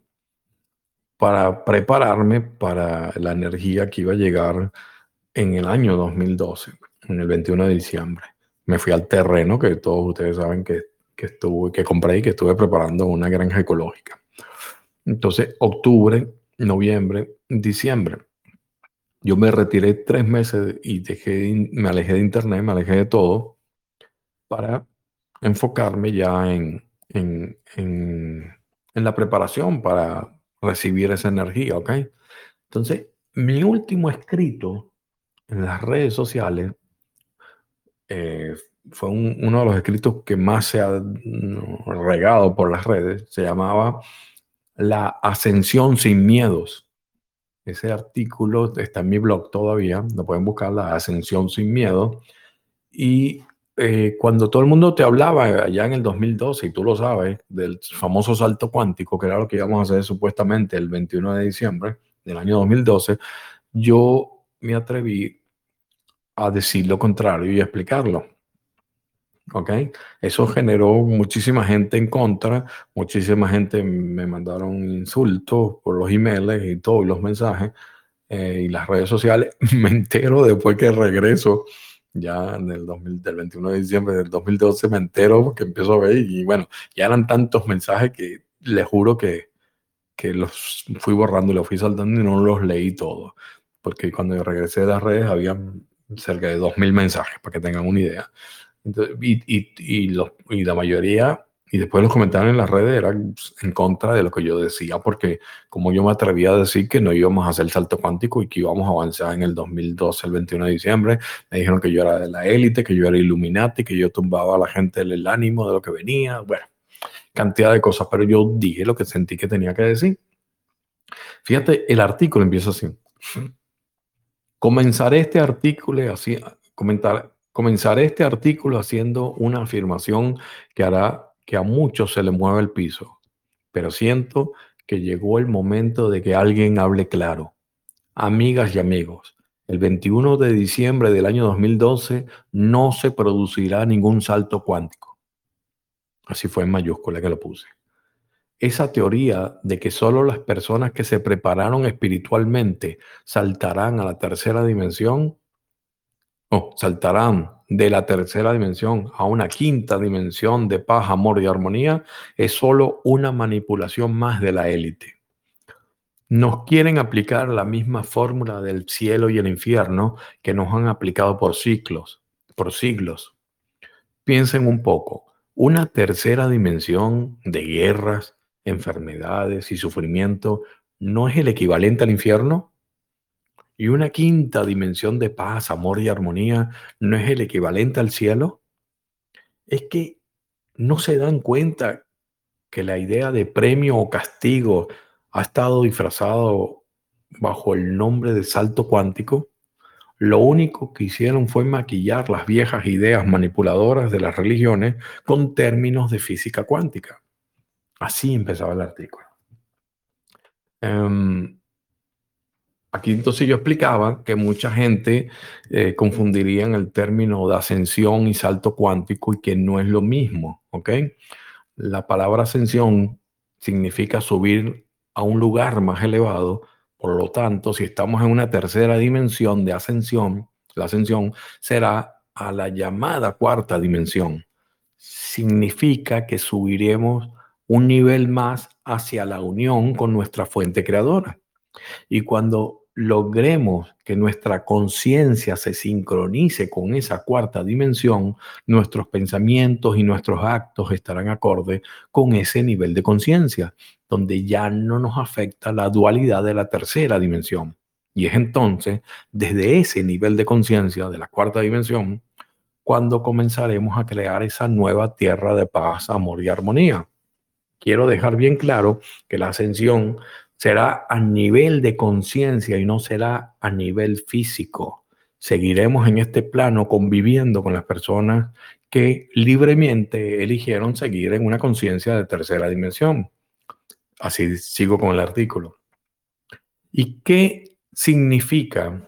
para prepararme para la energía que iba a llegar en el año dos mil doce, en el veintiuno de diciembre. Me fui al terreno que todos ustedes saben que, que, estuve, que compré y que estuve preparando una granja ecológica. Entonces, octubre, noviembre, diciembre. Yo me retiré tres meses y dejé, me alejé de internet, me alejé de todo para enfocarme ya en, en, en, en la preparación para recibir esa energía, ¿ok? Entonces, mi último escrito en las redes sociales eh, fue un- uno de los escritos que más se ha mm, regado por las redes. Se llamaba La Ascensión sin Miedos. Ese artículo está en mi blog todavía, lo pueden buscar, La Ascensión sin Miedo. Y eh, cuando todo el mundo te hablaba allá en el dos mil doce, y tú lo sabes, del famoso salto cuántico, que era lo que íbamos a hacer supuestamente el veintiuno de diciembre del año dos mil doce, yo me atreví a decir lo contrario y a explicarlo. ¿Ok? Eso generó muchísima gente en contra, muchísima gente me mandaron insultos por los emails y todos los mensajes eh, y las redes sociales. Me entero después que regreso, ya en el dos mil, del veintiuno de diciembre del dos mil doce, me entero que empiezo a ver y bueno, ya eran tantos mensajes que les juro que, que los fui borrando y los fui saltando y no los leí todos, porque cuando yo regresé de las redes había cerca de dos mil mensajes, para que tengan una idea. Entonces, y, y, y, los, y la mayoría, y después los comentarios en las redes eran en contra de lo que yo decía, porque como yo me atrevía a decir que no íbamos a hacer el salto cuántico y que íbamos a avanzar en el dos mil doce, el veintiuno de diciembre, me dijeron que yo era de la élite, que yo era Illuminati, que yo tumbaba a la gente el ánimo de lo que venía, bueno, cantidad de cosas, pero yo dije lo que sentí que tenía que decir. Fíjate, el artículo empieza así. Comenzaré este artículo así, comentar, comenzaré este artículo haciendo una afirmación que hará que a muchos se le mueva el piso, pero siento que llegó el momento de que alguien hable claro. Amigas y amigos, el veintiuno de diciembre del año dos mil doce no se producirá ningún salto cuántico. Así fue en mayúscula que lo puse. Esa teoría de que solo las personas que se prepararon espiritualmente saltarán a la tercera dimensión, o saltarán de la tercera dimensión a una quinta dimensión de paz, amor y armonía, es solo una manipulación más de la élite. Nos quieren aplicar la misma fórmula del cielo y el infierno que nos han aplicado por siglos, por siglos. Piensen un poco, una tercera dimensión de guerras, enfermedades y sufrimiento, ¿no es el equivalente al infierno? y una quinta dimensión de paz, amor y armonía no es el equivalente al cielo? Es que no se dan cuenta que la idea de premio o castigo ha estado disfrazado bajo el nombre de salto cuántico. Lo único que hicieron fue maquillar las viejas ideas manipuladoras de las religiones con términos de física cuántica. Así empezaba el artículo. Um, aquí entonces yo explicaba que mucha gente eh, confundiría el término de ascensión y salto cuántico y que no es lo mismo, ¿ok? La palabra ascensión significa subir a un lugar más elevado. Por lo tanto, si estamos en una tercera dimensión de ascensión, la ascensión será a la llamada cuarta dimensión. Significa que subiremos un nivel más hacia la unión con nuestra fuente creadora. Y cuando logremos que nuestra conciencia se sincronice con esa cuarta dimensión, nuestros pensamientos y nuestros actos estarán acorde con ese nivel de conciencia, donde ya no nos afecta la dualidad de la tercera dimensión. Y es entonces, desde ese nivel de conciencia de la cuarta dimensión, cuando comenzaremos a crear esa nueva tierra de paz, amor y armonía. Quiero dejar bien claro que la ascensión será a nivel de conciencia y no será a nivel físico. Seguiremos en este plano conviviendo con las personas que libremente eligieron seguir en una conciencia de tercera dimensión. Así sigo con el artículo. ¿Y qué significa?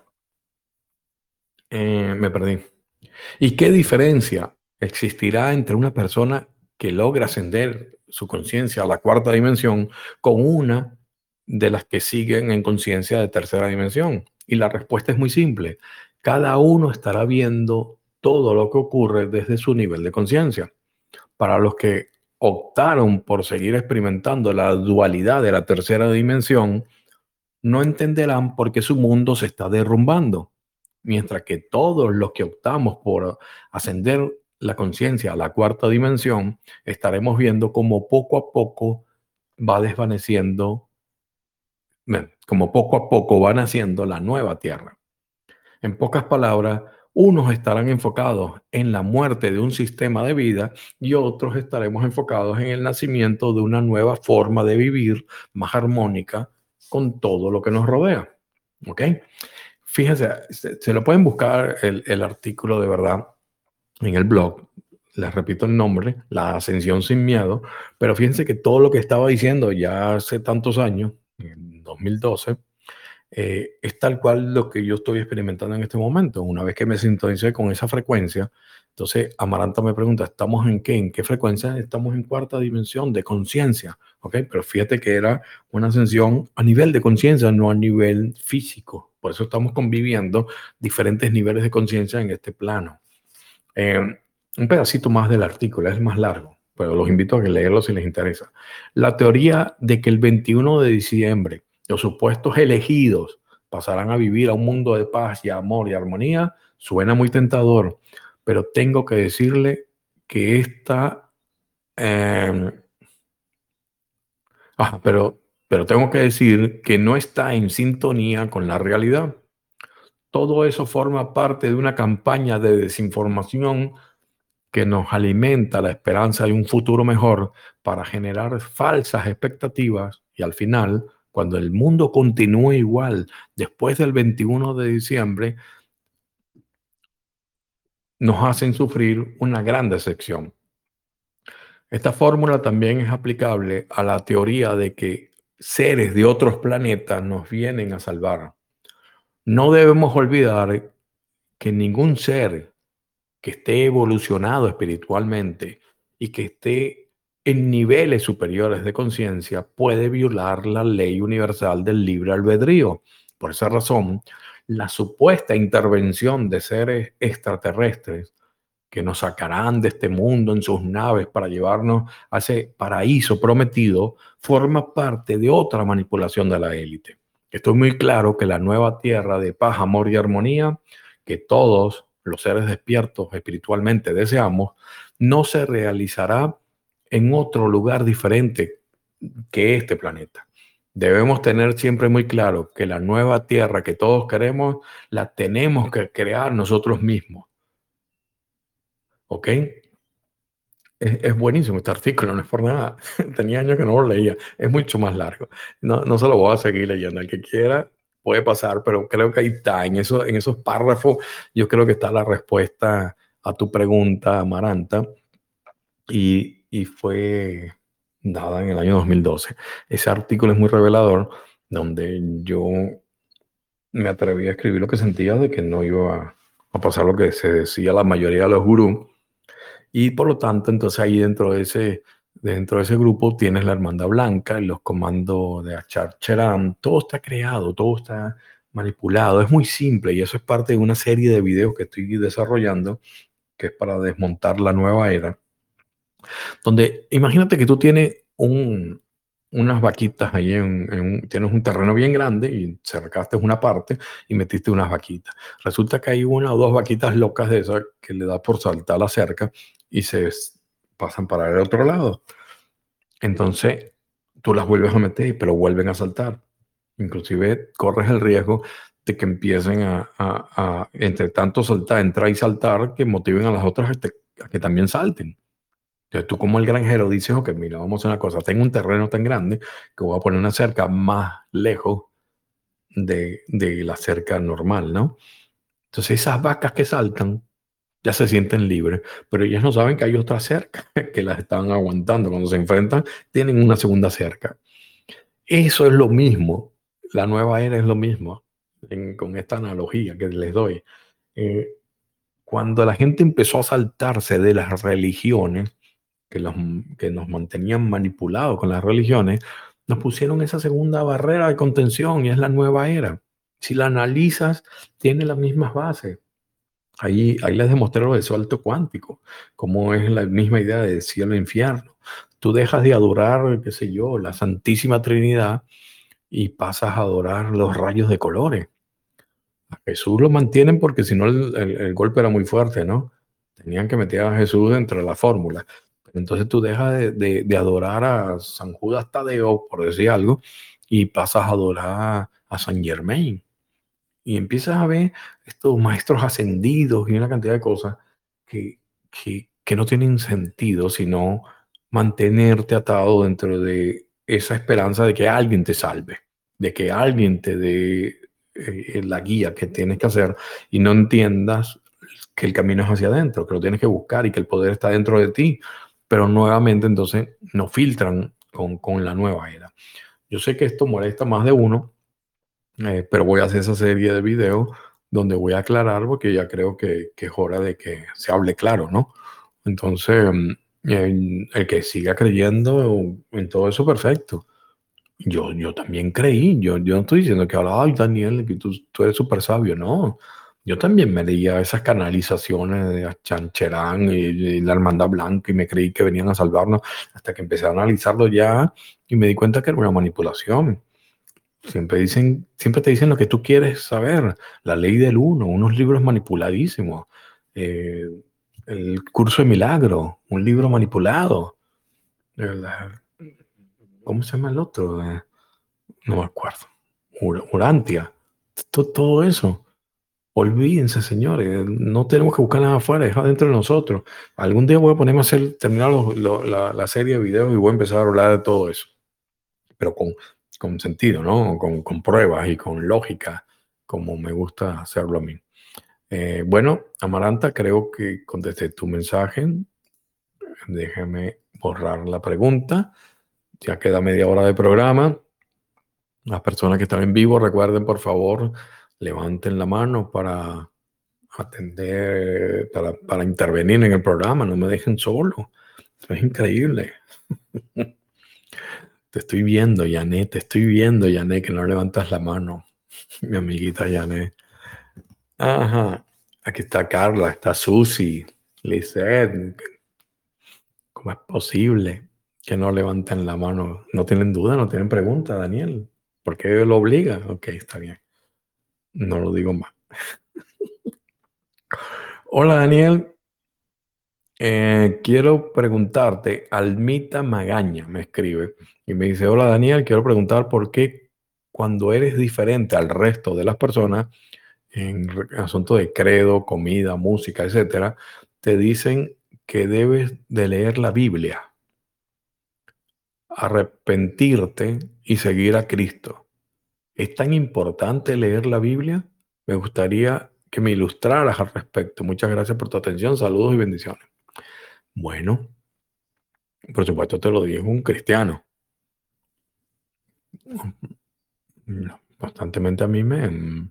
Eh, me perdí. ¿Y qué diferencia existirá entre una persona que logra ascender su conciencia a la cuarta dimensión con una de las que siguen en conciencia de tercera dimensión? Y la respuesta es muy simple. Cada uno estará viendo todo lo que ocurre desde su nivel de conciencia. Para los que optaron por seguir experimentando la dualidad de la tercera dimensión, no entenderán por qué su mundo se está derrumbando. Mientras que todos los que optamos por ascender la conciencia a la cuarta dimensión, estaremos viendo cómo poco a poco va desvaneciendo, como poco a poco va naciendo la nueva tierra. En pocas palabras, unos estarán enfocados en la muerte de un sistema de vida y otros estaremos enfocados en el nacimiento de una nueva forma de vivir más armónica con todo lo que nos rodea. ¿Ok? Fíjense, se, se lo pueden buscar el, el artículo de verdad en el blog. Les repito el nombre, La Ascensión Sin Miedo. Pero fíjense que todo lo que estaba diciendo ya hace tantos años, en dos mil doce, eh, es tal cual lo que yo estoy experimentando en este momento. Una vez que me sintonicé con esa frecuencia, entonces Amaranta me pregunta, ¿estamos en qué? ¿En qué frecuencia? Estamos en cuarta dimensión de conciencia. ¿Ok? Pero fíjate que era una ascensión a nivel de conciencia, no a nivel físico. Por eso estamos conviviendo diferentes niveles de conciencia en este plano. Eh, un pedacito más del artículo, es más largo, pero los invito a que leerlo si les interesa. La teoría de que el veintiuno de diciembre los supuestos elegidos pasarán a vivir a un mundo de paz y amor y armonía suena muy tentador, pero tengo que decirle que esta... Eh, ah, pero, pero tengo que decir que no está en sintonía con la realidad. Todo eso forma parte de una campaña de desinformación que nos alimenta la esperanza de un futuro mejor para generar falsas expectativas y al final, cuando el mundo continúe igual después del veintiuno de diciembre, nos hacen sufrir una gran decepción. Esta fórmula también es aplicable a la teoría de que seres de otros planetas nos vienen a salvar. No debemos olvidar que ningún ser que esté evolucionado espiritualmente y que esté en niveles superiores de conciencia puede violar la ley universal del libre albedrío. Por esa razón, la supuesta intervención de seres extraterrestres que nos sacarán de este mundo en sus naves para llevarnos a ese paraíso prometido forma parte de otra manipulación de la élite. Estoy muy claro que la nueva tierra de paz, amor y armonía que todos los seres despiertos espiritualmente deseamos, no se realizará en otro lugar diferente que este planeta. Debemos tener siempre muy claro que la nueva tierra que todos queremos, la tenemos que crear nosotros mismos. ¿Ok? Es, es buenísimo este artículo, no es por nada. Tenía años que no lo leía. Es mucho más largo. No, no se lo voy a seguir leyendo. El que quiera puede pasar, pero creo que ahí está. En, eso, en esos párrafos yo creo que está la respuesta a tu pregunta, Amaranta. Y, y fue dada en el año dos mil doce. Ese artículo es muy revelador, donde yo me atreví a escribir lo que sentía de que no iba a, a pasar lo que se decía la mayoría de los gurús. Y por lo tanto, entonces ahí dentro de ese, dentro de ese grupo tienes la Hermandad Blanca y los comandos de Achar Cheram. Todo está creado, todo está manipulado. Es muy simple y eso es parte de una serie de videos que estoy desarrollando, que es para desmontar la nueva era. Donde imagínate que tú tienes un, unas vaquitas ahí, en, en un, tienes un terreno bien grande y cercaste una parte y metiste unas vaquitas. Resulta que hay una o dos vaquitas locas de esas que le da por saltar la cerca y se pasan para el otro lado. Entonces tú las vuelves a meter, pero vuelven a saltar. Inclusive corres el riesgo de que empiecen a, a, a entre tanto saltar, entrar y saltar, que motiven a las otras a, te, a que también salten. Entonces tú como el granjero dices, ok, mira, vamos a hacer una cosa, tengo un terreno tan grande que voy a poner una cerca más lejos de, de la cerca normal, ¿no? Entonces esas vacas que saltan ya se sienten libres, pero ellas no saben que hay otra cerca que las están aguantando. Cuando se enfrentan, tienen una segunda cerca. Eso es lo mismo, la nueva era es lo mismo, en, con esta analogía que les doy. Eh, cuando la gente empezó a saltarse de las religiones, que, los, que nos mantenían manipulados con las religiones, nos pusieron esa segunda barrera de contención y es la nueva era. Si la analizas, tiene las mismas bases. Ahí, ahí les demostré lo del salto cuántico, cómo es la misma idea de cielo e infierno. Tú dejas de adorar, qué sé yo, la Santísima Trinidad y pasas a adorar los rayos de colores. A Jesús lo mantienen porque si no el, el, el golpe era muy fuerte, ¿no? Tenían que meter a Jesús dentro de la fórmula. Entonces tú dejas de, de, de adorar a San Judas Tadeo, por decir algo, y pasas a adorar a San Germain. Y empiezas a ver estos maestros ascendidos y una cantidad de cosas que, que, que no tienen sentido, sino mantenerte atado dentro de esa esperanza de que alguien te salve, de que alguien te dé eh, la guía que tienes que hacer y no entiendas que el camino es hacia adentro, que lo tienes que buscar y que el poder está dentro de ti. Pero nuevamente entonces nos filtran con, con la nueva era. Yo sé que esto molesta más de uno, eh, pero voy a hacer esa serie de videos donde voy a aclarar porque ya creo que, que es hora de que se hable claro, ¿no? Entonces, mm, el, el que siga creyendo en todo eso, perfecto. Yo, yo también creí, yo, yo no estoy diciendo que ahora, ay, Daniel, que tú, tú eres súper sabio, no. Yo también me leía esas canalizaciones de Chancherán y, y la Hermandad Blanca y me creí que venían a salvarnos hasta que empecé a analizarlo ya y me di cuenta que era una manipulación. Siempre dicen, siempre te dicen lo que tú quieres saber. La ley del uno, unos libros manipuladísimos. Eh, el curso de milagro, un libro manipulado. El, ¿cómo se llama el otro? Eh, no me acuerdo. Ur- Urantia. Todo, todo eso. Olvídense, señores. No tenemos que buscar nada afuera, es adentro de nosotros. Algún día voy a ponerme a hacer, terminar lo- lo- la, la serie de videos y voy a empezar a hablar de todo eso. Pero con, con sentido, ¿no? Con, con pruebas y con lógica, como me gusta hacerlo a mí. Eh, bueno, Amaranta, creo que contesté tu mensaje. Déjame borrar la pregunta. Ya queda media hora de programa. Las personas que están en vivo, recuerden, por favor, levanten la mano para atender, para, para intervenir en el programa. No me dejen solo. Esto es increíble. Te estoy viendo, Yané, te estoy viendo, Yané, que no levantas la mano. Mi amiguita Yané. Ajá. Aquí está Carla, está Susi, Lisette. ¿Cómo es posible que no levanten la mano? No tienen duda, no tienen pregunta, Daniel. ¿Por qué lo obliga? Ok, está bien. No lo digo más. Hola, Daniel. Eh, quiero preguntarte, Almita Magaña me escribe y me dice, hola Daniel, quiero preguntar por qué cuando eres diferente al resto de las personas en re- asunto de credo, comida, música, etcétera, te dicen que debes de leer la Biblia, arrepentirte y seguir a Cristo. ¿Es tan importante leer la Biblia? Me gustaría que me ilustraras al respecto. Muchas gracias por tu atención. Saludos y bendiciones. Bueno, por supuesto te lo dijo un cristiano. No, constantemente a mí me,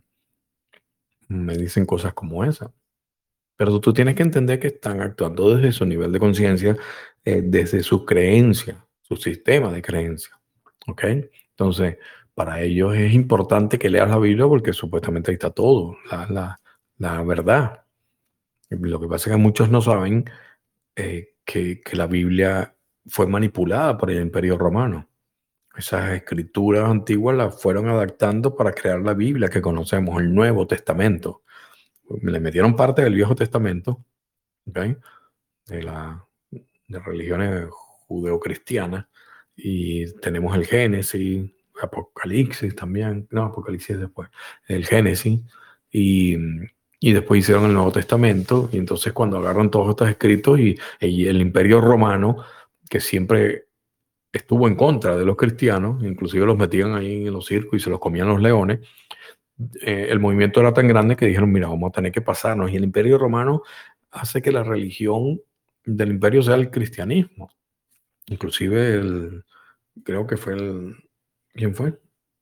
me dicen cosas como esa. Pero tú tienes que entender que están actuando desde su nivel de conciencia, eh, desde su creencia, su sistema de creencia. ¿Ok? Entonces, para ellos es importante que leas la Biblia porque supuestamente ahí está todo, la, la, la verdad. Lo que pasa es que muchos no saben eh, que, que la Biblia fue manipulada por el Imperio Romano. Esas escrituras antiguas las fueron adaptando para crear la Biblia que conocemos, el Nuevo Testamento. Le metieron parte del Viejo Testamento, ¿ok? De la de religiones judeocristianas, y tenemos el Génesis, Apocalipsis también, no, Apocalipsis después, el Génesis, y, y después hicieron el Nuevo Testamento, y entonces cuando agarran todos estos escritos y, y el Imperio Romano, que siempre estuvo en contra de los cristianos, inclusive los metían ahí en los circos y se los comían los leones, eh, el movimiento era tan grande que dijeron, mira, vamos a tener que pasarnos. Y el Imperio Romano hace que la religión del imperio sea el cristianismo. Inclusive el, creo que fue el, ¿quién fue?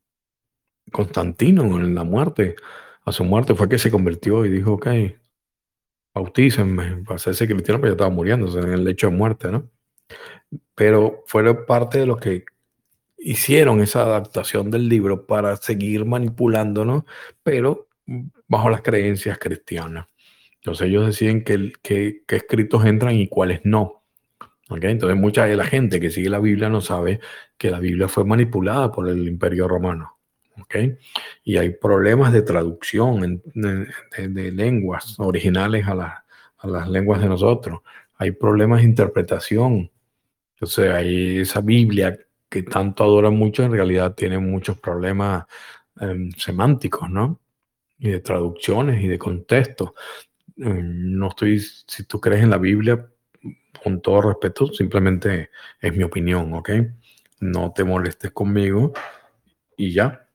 Constantino en la muerte. A su muerte fue que se convirtió y dijo, ok, bautícenme para hacerse cristiano, pero ya estaba muriéndose en el lecho de muerte, ¿no? Pero fue parte de los que hicieron esa adaptación del libro para seguir manipulándonos, pero bajo las creencias cristianas. Entonces ellos deciden que, que, que escritos entran y cuáles no. ¿Okay? Entonces mucha de la gente que sigue la Biblia no sabe que la Biblia fue manipulada por el Imperio Romano. ¿Okay? Y hay problemas de traducción en- de, de- de lenguas originales a, la- a las lenguas de nosotros. Hay problemas de interpretación. Entonces hay esa Biblia que tanto adoran mucho, en realidad tiene muchos problemas em, semánticos, ¿no? Y de traducciones y de contexto. Mm, No estoy, si tú crees en la Biblia, con todo respeto, simplemente es mi opinión, ¿ok? No te molestes conmigo y ya.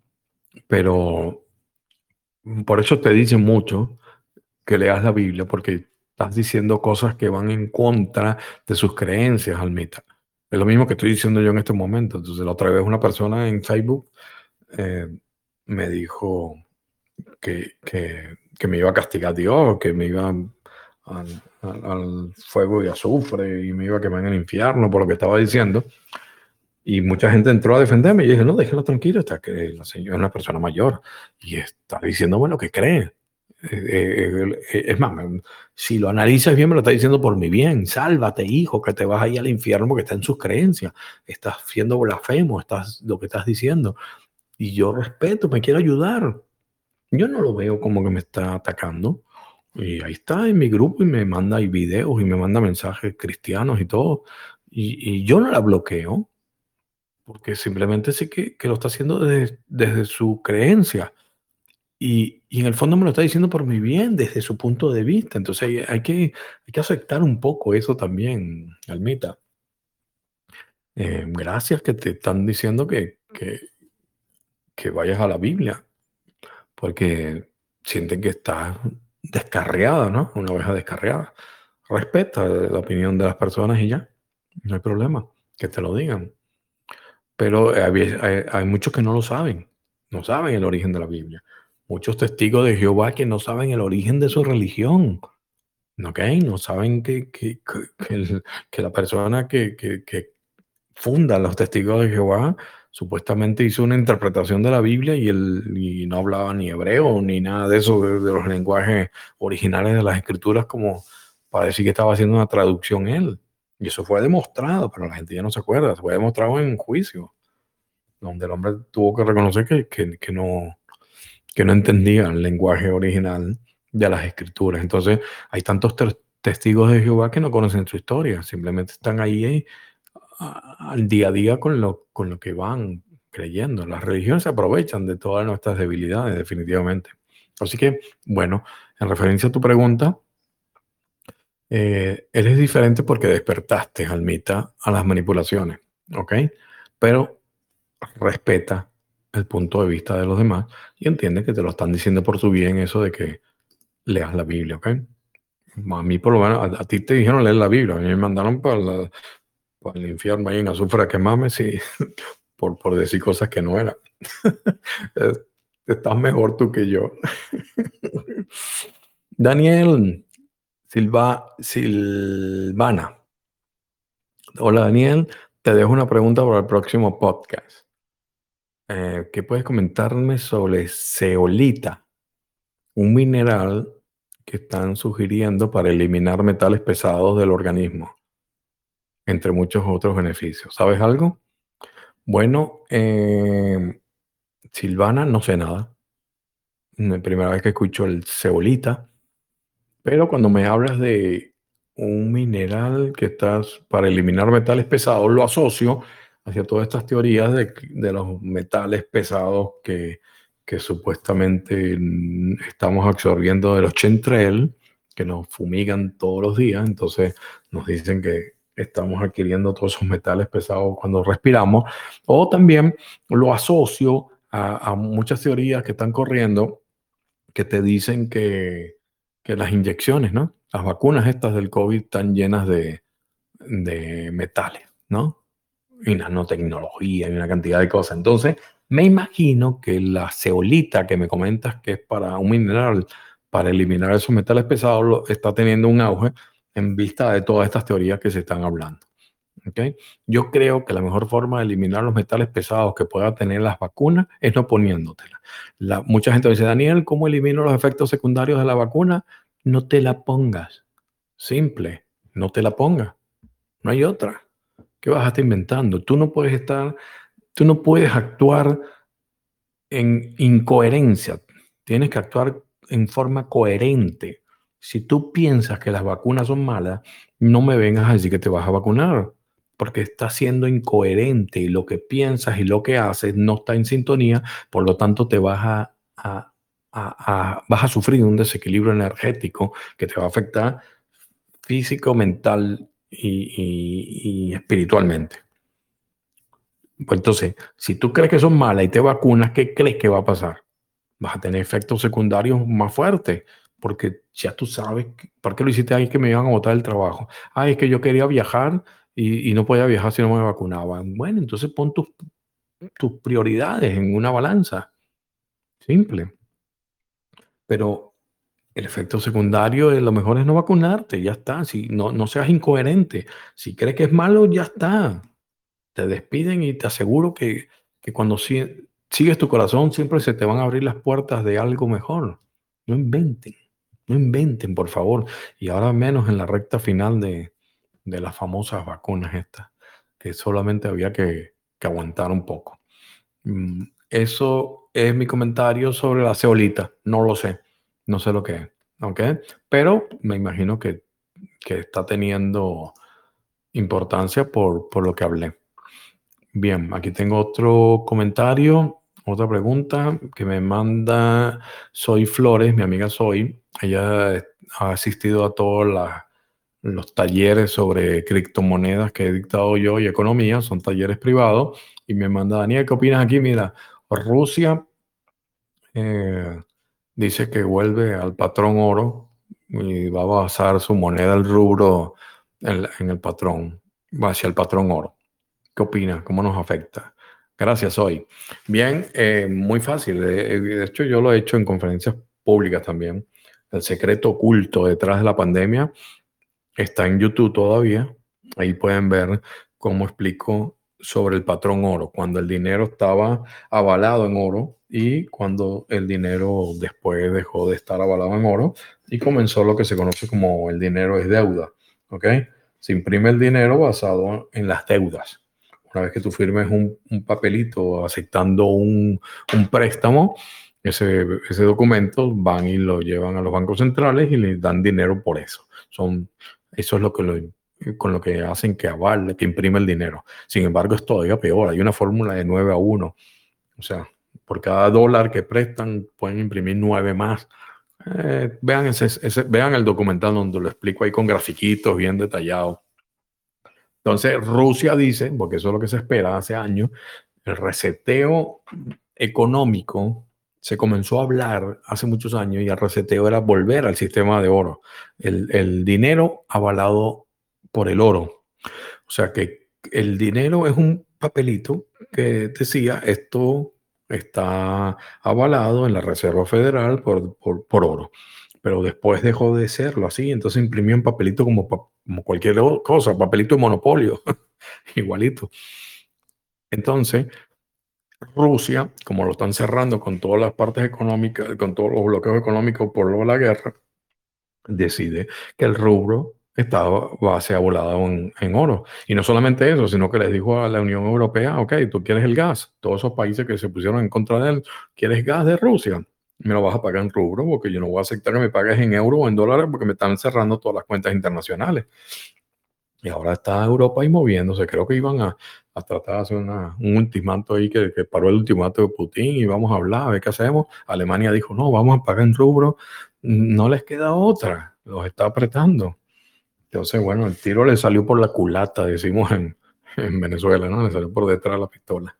Pero mm, por eso te dicen mucho que leas la Biblia, porque estás diciendo cosas que van en contra de sus creencias, Almita. Es lo mismo que estoy diciendo yo en este momento. Entonces, la otra vez una persona en Facebook eh, me dijo que, que, que me iba a castigar Dios, que me iba al, al- al fuego y azufre y me iba a quemar en el infierno por lo que estaba diciendo. Y mucha gente entró a defenderme y yo dije, no, déjelo tranquilo, está que la señora es una persona mayor y está diciéndome lo que cree. Eh, eh, eh, es más, me- si lo analizas bien, me lo está diciendo por mi bien. Sálvate, hijo, que te vas ahí al infierno porque está en sus creencias. Estás siendo blasfemo, estás, lo que estás diciendo. Y yo respeto, me quiero ayudar. Yo no lo veo como que me está atacando. Y ahí está en mi grupo y me manda ahí videos y me manda mensajes cristianos y todo. Y, y yo no la bloqueo porque simplemente sé que, que lo está haciendo desde, desde su creencia. Y, y en el fondo me lo está diciendo por mi bien, desde su punto de vista. Entonces hay, hay que, hay que aceptar un poco eso también, Almita. Eh, gracias que te están diciendo que, que, que vayas a la Biblia, porque sienten que estás descarriada, ¿no? Una oveja descarriada. Respeta la opinión de las personas y ya, no hay problema, que te lo digan. Pero hay, hay- hay muchos que no lo saben, no saben el origen de la Biblia. Muchos testigos de Jehová que no saben el origen de su religión, ¿ok? No saben que, que, que, que el- que la persona que, que, que funda los testigos de Jehová supuestamente hizo una interpretación de la Biblia y, él, y no hablaba ni hebreo ni nada de eso, de, de los lenguajes originales de las escrituras, como para decir que estaba haciendo una traducción él. Y eso fue demostrado, pero la gente ya no se acuerda, fue demostrado en juicio donde el hombre tuvo que reconocer que, que, que no, que no entendía el lenguaje original de las escrituras. Entonces, hay tantos testigos de Jehová que no conocen su historia, simplemente están ahí eh, a- al día a día con lo, con lo que van creyendo. Las religiones se aprovechan de todas nuestras debilidades, definitivamente. Así que, bueno, en referencia a tu pregunta, eh, eres diferente porque despertaste, Almita, a las manipulaciones, ¿ok? Pero respeta el punto de vista de los demás y entiende que te lo están diciendo por tu bien eso de que leas la Biblia, ¿ok? A mí por lo menos, a, a ti te dijeron leer la Biblia, a mí me mandaron para, la- para el infierno ahí en azufre a quemarme, sí, por, por decir cosas que no eran. Eh, Estás mejor tú que yo. Daniel Silva, Silvana. Hola Daniel, te dejo una pregunta para el próximo podcast. Eh, ¿qué puedes comentarme sobre zeolita, un mineral que están sugiriendo para eliminar metales pesados del organismo, entre muchos otros beneficios? ¿Sabes algo? Bueno, eh, Silvana, no sé nada. Es la primera vez que escucho el zeolita, pero cuando me hablas de un mineral que estás para eliminar metales pesados, lo asocio hacia todas estas teorías de, de los metales pesados que, que supuestamente mm, estamos absorbiendo de los chemtrails, que nos fumigan todos los días. Entonces nos dicen que estamos adquiriendo todos esos metales pesados cuando respiramos. O también lo asocio a, a muchas teorías que están corriendo que te dicen que, que las inyecciones, ¿no? Las vacunas estas del COVID están llenas de, de metales, ¿no? Y nanotecnología y una cantidad de cosas. Entonces, me imagino que la zeolita que me comentas que es para un mineral, para eliminar esos metales pesados, lo- está teniendo un auge en vista de todas estas teorías que se están hablando. ¿Ok? Yo creo que la mejor forma de eliminar los metales pesados que pueda tener las vacunas es no poniéndotelas. La, mucha gente dice, Daniel, ¿cómo elimino los efectos secundarios de la vacuna? No te la pongas. Simple, no te la pongas. No hay otra. ¿Qué vas a estar inventando? Tú no puedes estar, tú no puedes actuar en incoherencia. Tienes que actuar en forma coherente. Si tú piensas que las vacunas son malas, no me vengas a decir que te vas a vacunar, porque estás siendo incoherente y lo que piensas y lo que haces no está en sintonía, por lo tanto te vas a, a- a- a- vas a sufrir un desequilibrio energético que te va a afectar físico, mental y, y y espiritualmente. Pues entonces, si tú crees que son malas y te vacunas, ¿qué crees que va a pasar? Vas a tener efectos secundarios más fuertes, porque ya tú sabes, que- ¿por qué lo hiciste ahí que me iban a botar el trabajo? Ah, es que yo quería viajar y, y no podía viajar si no me vacunaban. Bueno, entonces pon tus, tus prioridades en una balanza, simple. Pero el efecto secundario, eh, lo mejor es no vacunarte, ya está. Si no, no seas incoherente. Si crees que es malo, ya está. Te despiden y te aseguro que, que cuando si- sigues tu corazón siempre se te van a abrir las puertas de algo mejor. No inventen, no inventen, por favor. Y ahora menos en la recta final de, de las famosas vacunas estas, que solamente había que, que aguantar un poco. Mm, Eso es mi comentario sobre la ceolita. No lo sé, no sé lo que es, ¿ok? Pero me imagino que, que está teniendo importancia por, por lo que hablé. Bien, aquí tengo otro comentario, otra pregunta que me manda Soy Flores, mi amiga Soy. Ella eh, ha asistido a todos la- los talleres sobre criptomonedas que he dictado yo y economía, son talleres privados, y me manda, Daniel, ¿qué opinas aquí? Mira, Rusia eh, dice que vuelve al patrón oro y va a basar su moneda, el rubro, en, en el patrón, va hacia el patrón oro. ¿Qué opinas? ¿Cómo nos afecta? Gracias, hoy. Bien, eh, muy fácil. Eh, eh, de hecho, yo lo he hecho en conferencias públicas también. El secreto oculto detrás de la pandemia está en YouTube todavía. Ahí pueden ver cómo explico sobre el patrón oro, cuando el dinero estaba avalado en oro y cuando el dinero después dejó de estar avalado en oro y comenzó lo que se conoce como el dinero es deuda. ¿Ok? Se imprime el dinero basado en las deudas. Una vez que tú firmes un, un papelito aceptando un, un préstamo, ese, ese documento, van y lo llevan a los bancos centrales y les dan dinero por eso. Son, eso es lo que lo, con lo que hacen que avale, que imprime el dinero. Sin embargo, es todavía peor. Hay una fórmula de nueve a uno. O sea, por cada dólar que prestan, pueden imprimir nueve más. Eh, vean, ese, ese, vean el documental donde lo explico ahí con grafiquitos bien detallados. Entonces, Rusia dice, porque eso es lo que se espera hace años, el reseteo económico se comenzó a hablar hace muchos años y el reseteo era volver al sistema de oro. El, el dinero avalado por el oro. O sea que el dinero es un papelito que decía esto está avalado en la Reserva Federal por, por, por oro. Pero después dejó de serlo así, entonces imprimió un papelito como, pa- como cualquier o- cosa, papelito de monopolio, igualito. Entonces, Rusia, como lo están cerrando con todas las partes económicas, con todos los bloqueos económicos por lo de la guerra, decide que el rubro estaba, va a ser abolado en, en oro. Y no solamente eso, sino que les dijo a la Unión Europea, ok, tú quieres el gas, todos esos países que se pusieron en contra de él, ¿quieres gas de Rusia? Me lo vas a pagar en rubro porque yo no voy a aceptar que me pagues en euros o en dólares porque me están cerrando todas las cuentas internacionales. Y ahora está Europa ahí moviéndose. Creo que iban a, a tratar de hacer una, un ultimato ahí que, que paró el ultimato de Putin y vamos a hablar, a ver qué hacemos. Alemania dijo, no, vamos a pagar en rubro. No les queda otra, los está apretando. Entonces, bueno, el tiro le salió por la culata, decimos en, en Venezuela, ¿no? Le salió por detrás de la pistola.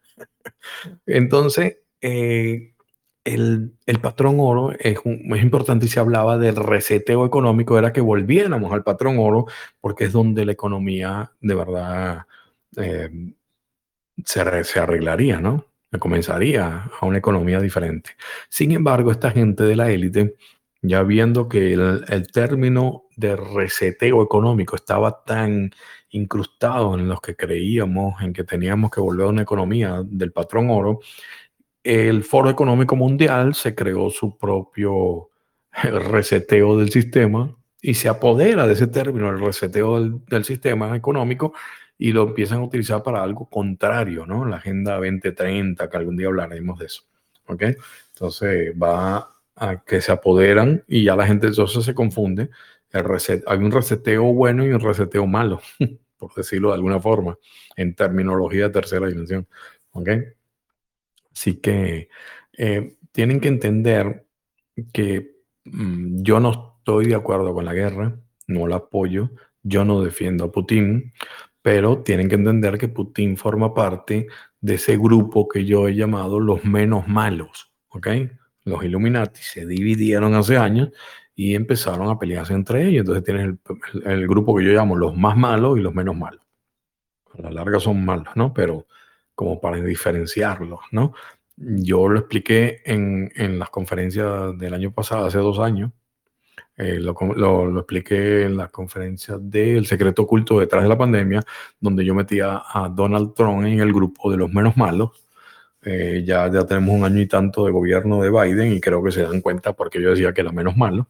Entonces, eh, el, el patrón oro es, un- es importante y se hablaba del reseteo económico, era que volviéramos al patrón oro porque es donde la economía de verdad eh, se, re- se arreglaría, ¿no? Comenzaría a una economía diferente. Sin embargo, esta gente de la élite, ya viendo que el, el término de reseteo económico estaba tan incrustado en los que creíamos, en que teníamos que volver a una economía del patrón oro, el Foro Económico Mundial se creó su propio reseteo del sistema y se apodera de ese término, el reseteo del, del sistema económico, y lo empiezan a utilizar para algo contrario, ¿no? La Agenda veinte treinta, que algún día hablaremos de eso, ¿ok? Entonces va a que se apoderan y ya la gente entonces se confunde. El reset, hay un reseteo bueno y un reseteo malo, por decirlo de alguna forma, en terminología de tercera dimensión, ¿ok? Así que eh, tienen que entender que mm, yo no estoy de acuerdo con la guerra, no la apoyo, yo no defiendo a Putin, pero tienen que entender que Putin forma parte de ese grupo que yo he llamado los menos malos, ¿ok? Los Illuminati se dividieron hace años y empezaron a pelearse entre ellos. Entonces tienes el, el- el grupo que yo llamo los más malos y los menos malos. A la larga son malos, ¿no? Pero como para diferenciarlos, ¿no? Yo lo expliqué en, en las conferencias del año pasado, hace dos años. Eh, lo, lo, lo expliqué en las conferencias del secreto oculto detrás de la pandemia, donde yo metía a Donald Trump en el grupo de los menos malos. Eh, ya, ya tenemos un año y tanto de gobierno de Biden y creo que se dan cuenta porque yo decía que era menos malo.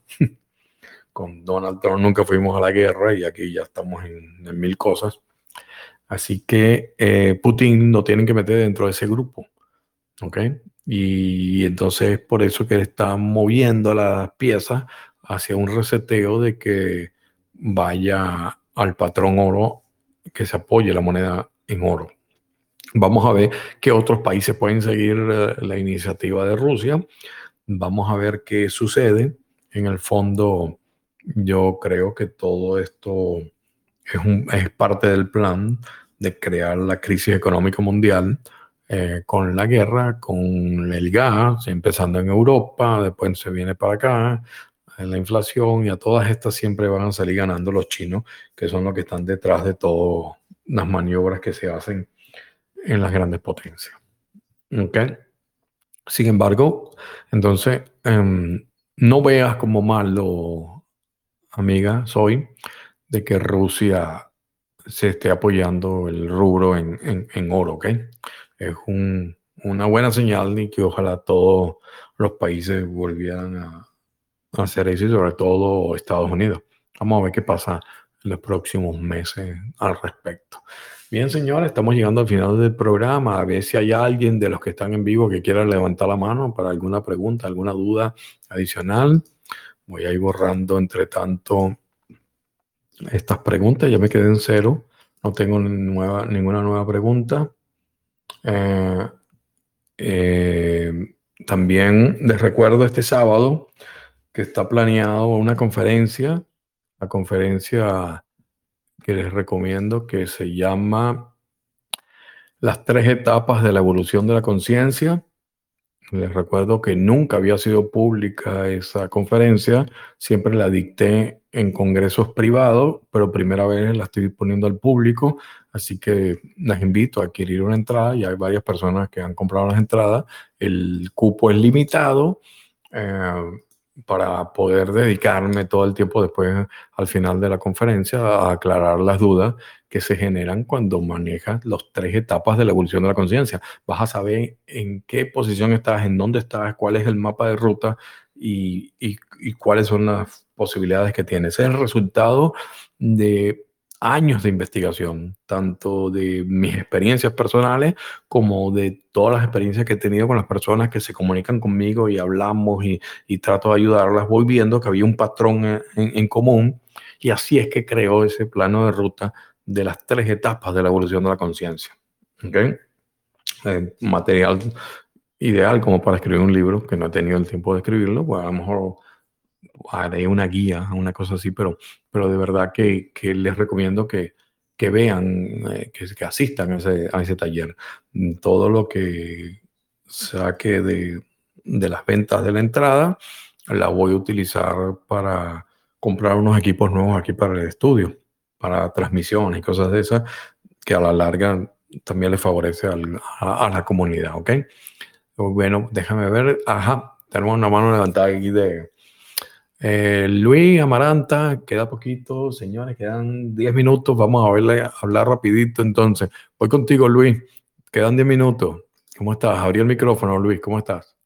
Con Donald Trump nunca fuimos a la guerra y aquí ya estamos en, en mil cosas. Así que eh, Putin lo tienen que meter dentro de ese grupo, ¿ok? Y entonces es por eso que está moviendo las piezas hacia un reseteo de que vaya al patrón oro, que se apoye la moneda en oro. Vamos a ver qué otros países pueden seguir eh, la iniciativa de Rusia. Vamos a ver qué sucede. En el fondo, yo creo que todo esto es, un, es parte del plan de crear la crisis económica mundial eh, con la guerra, con el gas, empezando en Europa, después se viene para acá, eh, la inflación, y a todas estas siempre van a salir ganando los chinos, que son los que están detrás de todas las maniobras que se hacen en las grandes potencias. ¿Ok? Sin embargo, entonces, um, no veas como malo, amiga, soy, de que Rusia se esté apoyando el rubro en, en, en oro, ¿ok? Es un, una buena señal y que ojalá todos los países volvieran a, a hacer eso y sobre todo Estados Unidos. Vamos a ver qué pasa en los próximos meses al respecto. Bien, señores, estamos llegando al final del programa. A ver si hay alguien de los que están en vivo que quiera levantar la mano para alguna pregunta, alguna duda adicional. Voy a ir borrando entre tanto estas preguntas. Ya me quedé en cero. No tengo nueva, ninguna nueva pregunta. Eh, eh, también les recuerdo este sábado que está planeado una conferencia, la conferencia que les recomiendo que se llama Las tres etapas de la evolución de la conciencia. Les recuerdo que nunca había sido pública esa conferencia, siempre la dicté en congresos privados, pero primera vez la estoy poniendo al público, así que las invito a adquirir una entrada. Ya hay varias personas que han comprado las entradas, el cupo es limitado, eh, para poder dedicarme todo el tiempo después, al final de la conferencia, a aclarar las dudas que se generan cuando manejas las tres etapas de la evolución de la conciencia. Vas a saber en qué posición estás, en dónde estás, cuál es el mapa de ruta y, y, y cuáles son las posibilidades que tienes. Es el resultado de años de investigación, tanto de mis experiencias personales como de todas las experiencias que he tenido con las personas que se comunican conmigo y hablamos y, y trato de ayudarlas. Voy viendo que había un patrón en, en, en común y así es que creo ese plano de ruta de las tres etapas de la evolución de la conciencia. ¿Okay? Eh, material ideal como para escribir un libro, que no he tenido el tiempo de escribirlo, pues a lo mejor haré una guía, una cosa así, pero, pero de verdad que, que les recomiendo que, que vean, eh, que, que asistan a ese, a ese taller. Todo lo que saque de, de las ventas de la entrada, la voy a utilizar para comprar unos equipos nuevos aquí para el estudio, para transmisiones y cosas de esas, que a la larga también le favorece al, a, a la comunidad, ¿ok? Bueno, déjame ver. Ajá, tenemos una mano levantada aquí de eh, Luis Amaranta. Queda poquito, señores, quedan diez minutos. Vamos a verle, a hablar rapidito entonces. Voy contigo, Luis. Quedan diez minutos. ¿Cómo estás? Abrí el micrófono, Luis. ¿Cómo estás?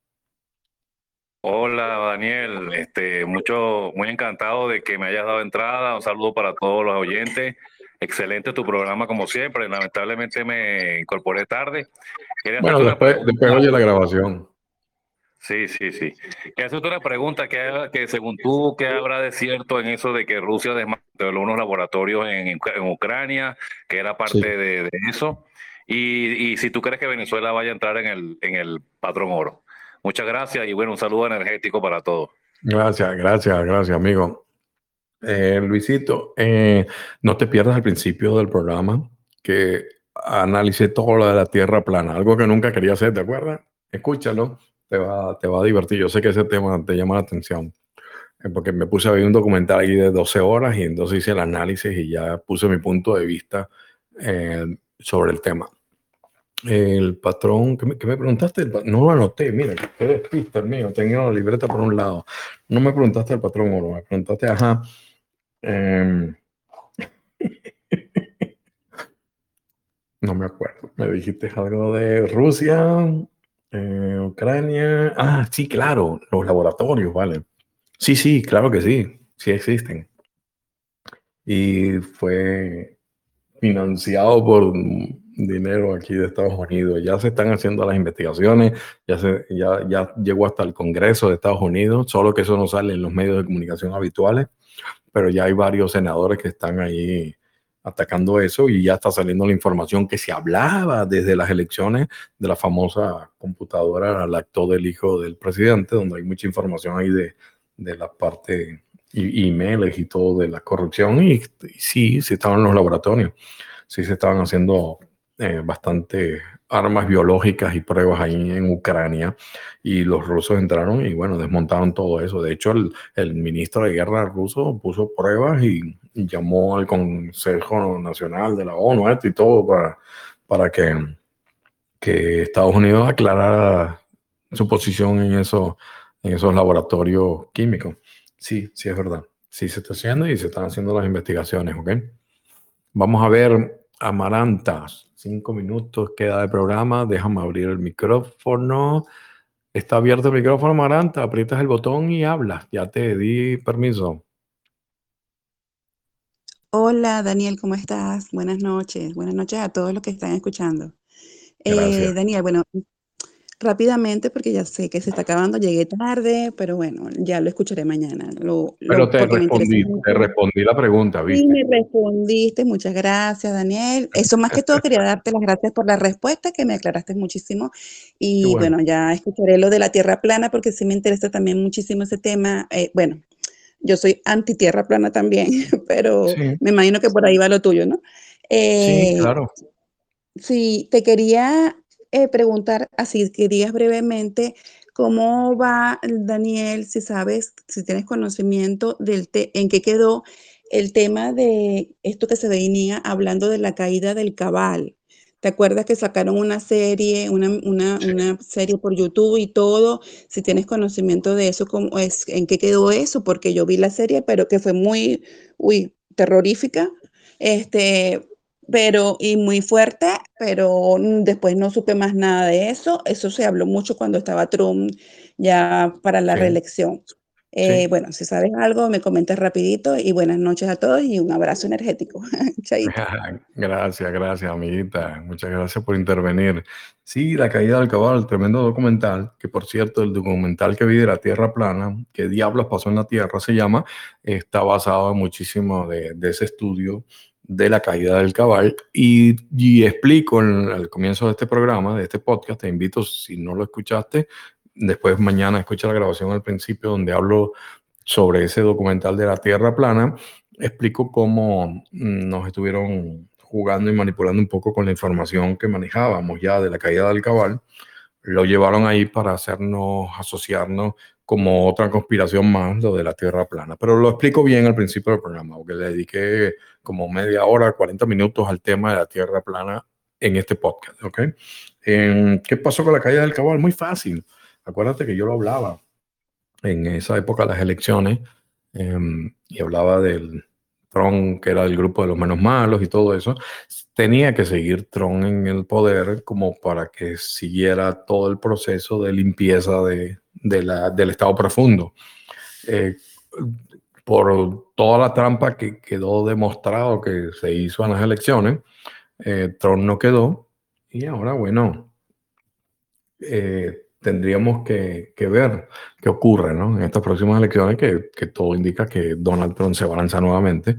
Hola Daniel, este, mucho, muy encantado de que me hayas dado entrada. Un saludo para todos los oyentes. Excelente tu programa como siempre. Lamentablemente me incorporé tarde. Quería Bueno, hacerte una después, después pregunta. oye la grabación. Sí, sí, sí. Quería hacerte una pregunta que, que según tú, ¿qué habrá de cierto en eso de que Rusia desmanteló unos laboratorios en, en Ucrania, que era Sí. parte de, de eso? Y, y si tú crees que Venezuela vaya a entrar en el, en el patrón oro. Muchas gracias y bueno, un saludo energético para todos. Gracias, gracias, gracias, amigo. Eh, Luisito, eh, no te pierdas al principio del programa que analicé todo lo de la Tierra plana, algo que nunca quería hacer, ¿te acuerdas? Escúchalo, te va, te va a divertir. Yo sé que ese tema te llama la atención, eh, porque me puse a ver un documental ahí de doce horas y entonces hice el análisis y ya puse mi punto de vista, eh, sobre el tema. El patrón, ¿qué me, qué me preguntaste? El pa- no lo anoté, mira, qué despista el mío, tenía la libreta por un lado. No me preguntaste el patrón oro, me preguntaste, ajá. em, No me acuerdo. Me dijiste algo de Rusia, eh, Ucrania. Ah, sí, claro, los laboratorios, vale. Sí, sí, claro que sí, sí existen. Y fue financiado por dinero aquí de Estados Unidos. Ya se están haciendo las investigaciones, ya, se, ya, ya llegó hasta el Congreso de Estados Unidos, solo que eso no sale en los medios de comunicación habituales, pero ya hay varios senadores que están ahí atacando eso y ya está saliendo la información que se hablaba desde las elecciones de la famosa computadora lactó del hijo del presidente, donde hay mucha información ahí de, de la parte y emails y todo de la corrupción y, y sí, sí estaban en los laboratorios, sí se estaban haciendo eh, bastante armas biológicas y pruebas ahí en Ucrania y los rusos entraron y bueno, desmontaron todo eso. De hecho, el, el ministro de Guerra ruso puso pruebas y, y llamó al Consejo Nacional de la ONU esto y todo para, para que, que Estados Unidos aclarara su posición en, eso, en esos laboratorios químicos. Sí, sí es verdad. Sí se está haciendo y se están haciendo las investigaciones, ¿ok? Vamos a ver, Amarantas. Cinco minutos queda de programa. Déjame abrir el micrófono. Está abierto el micrófono, Amaranta. Aprietas el botón y hablas. Ya te di permiso. Hola Daniel, ¿cómo estás? Buenas noches. Buenas noches a todos los que están escuchando. Gracias. Eh, Daniel, bueno, rápidamente porque ya sé que se está acabando, llegué tarde, pero bueno, ya lo escucharé mañana, lo, Pero lo, te porque me interesa respondí, te mucho. respondí la pregunta, Sí, ¿viste? me respondiste, muchas gracias, Daniel. Eso más que todo quería darte las gracias por la respuesta, que me aclaraste muchísimo. Qué Y bueno. bueno, ya escucharé lo de la tierra plana porque sí me interesa también muchísimo ese tema. Eh, bueno, yo soy anti tierra plana también, pero Sí, me imagino que por ahí va lo tuyo, ¿no? sí, Eh, claro. Sí, te quería eh, preguntar, así querías brevemente, ¿cómo va, Daniel, si sabes, si tienes conocimiento del te en qué quedó el tema de esto que se venía hablando de la caída del cabal? ¿Te acuerdas que sacaron una serie, una, una, Sí. una serie por YouTube y todo? Si tienes conocimiento de eso, ¿cómo es, en qué quedó eso? Porque yo vi la serie, pero que fue muy, uy, terrorífica. Este, pero y muy fuerte, pero, mm, después no supe más nada de eso. Eso se habló mucho cuando estaba Trump ya para la Sí, reelección. Eh, sí. bueno, si sabes algo, me comentas rapidito y buenas noches a todos y un abrazo energético. Chaito. Gracias, gracias, amiguita. Muchas gracias por intervenir. Sí, La caída del cabal, tremendo documental, que por cierto, el documental que vi de la Tierra plana, ¿Qué diablos pasó en la Tierra? Se llama, está basado en muchísimo de, de ese estudio de la caída del cabal y, y explico en, al comienzo de este programa, de este podcast, te invito, si no lo escuchaste, después mañana escucha la grabación al principio donde hablo sobre ese documental de la Tierra plana. Explico cómo nos estuvieron jugando y manipulando un poco con la información que manejábamos ya de la caída del cabal. Lo llevaron ahí para hacernos asociarnos como otra conspiración más, lo de la Tierra plana. Pero lo explico bien al principio del programa, porque le dediqué como media hora, cuarenta minutos al tema de la Tierra plana en este podcast, ¿ok? En, ¿qué pasó con la caída del cabal? Muy fácil. Acuérdate que yo lo hablaba en esa época de las elecciones, eh, y hablaba del Trump, que era el grupo de los menos malos y todo eso. Tenía que seguir Trump en el poder como para que siguiera todo el proceso de limpieza de, de la, del Estado profundo. Eh, por toda la trampa que quedó demostrado que se hizo en las elecciones, eh, Trump no quedó y ahora, bueno, eh, tendríamos que, que ver qué ocurre, ¿no? En estas próximas elecciones, que, que todo indica que Donald Trump se va a lanzar nuevamente,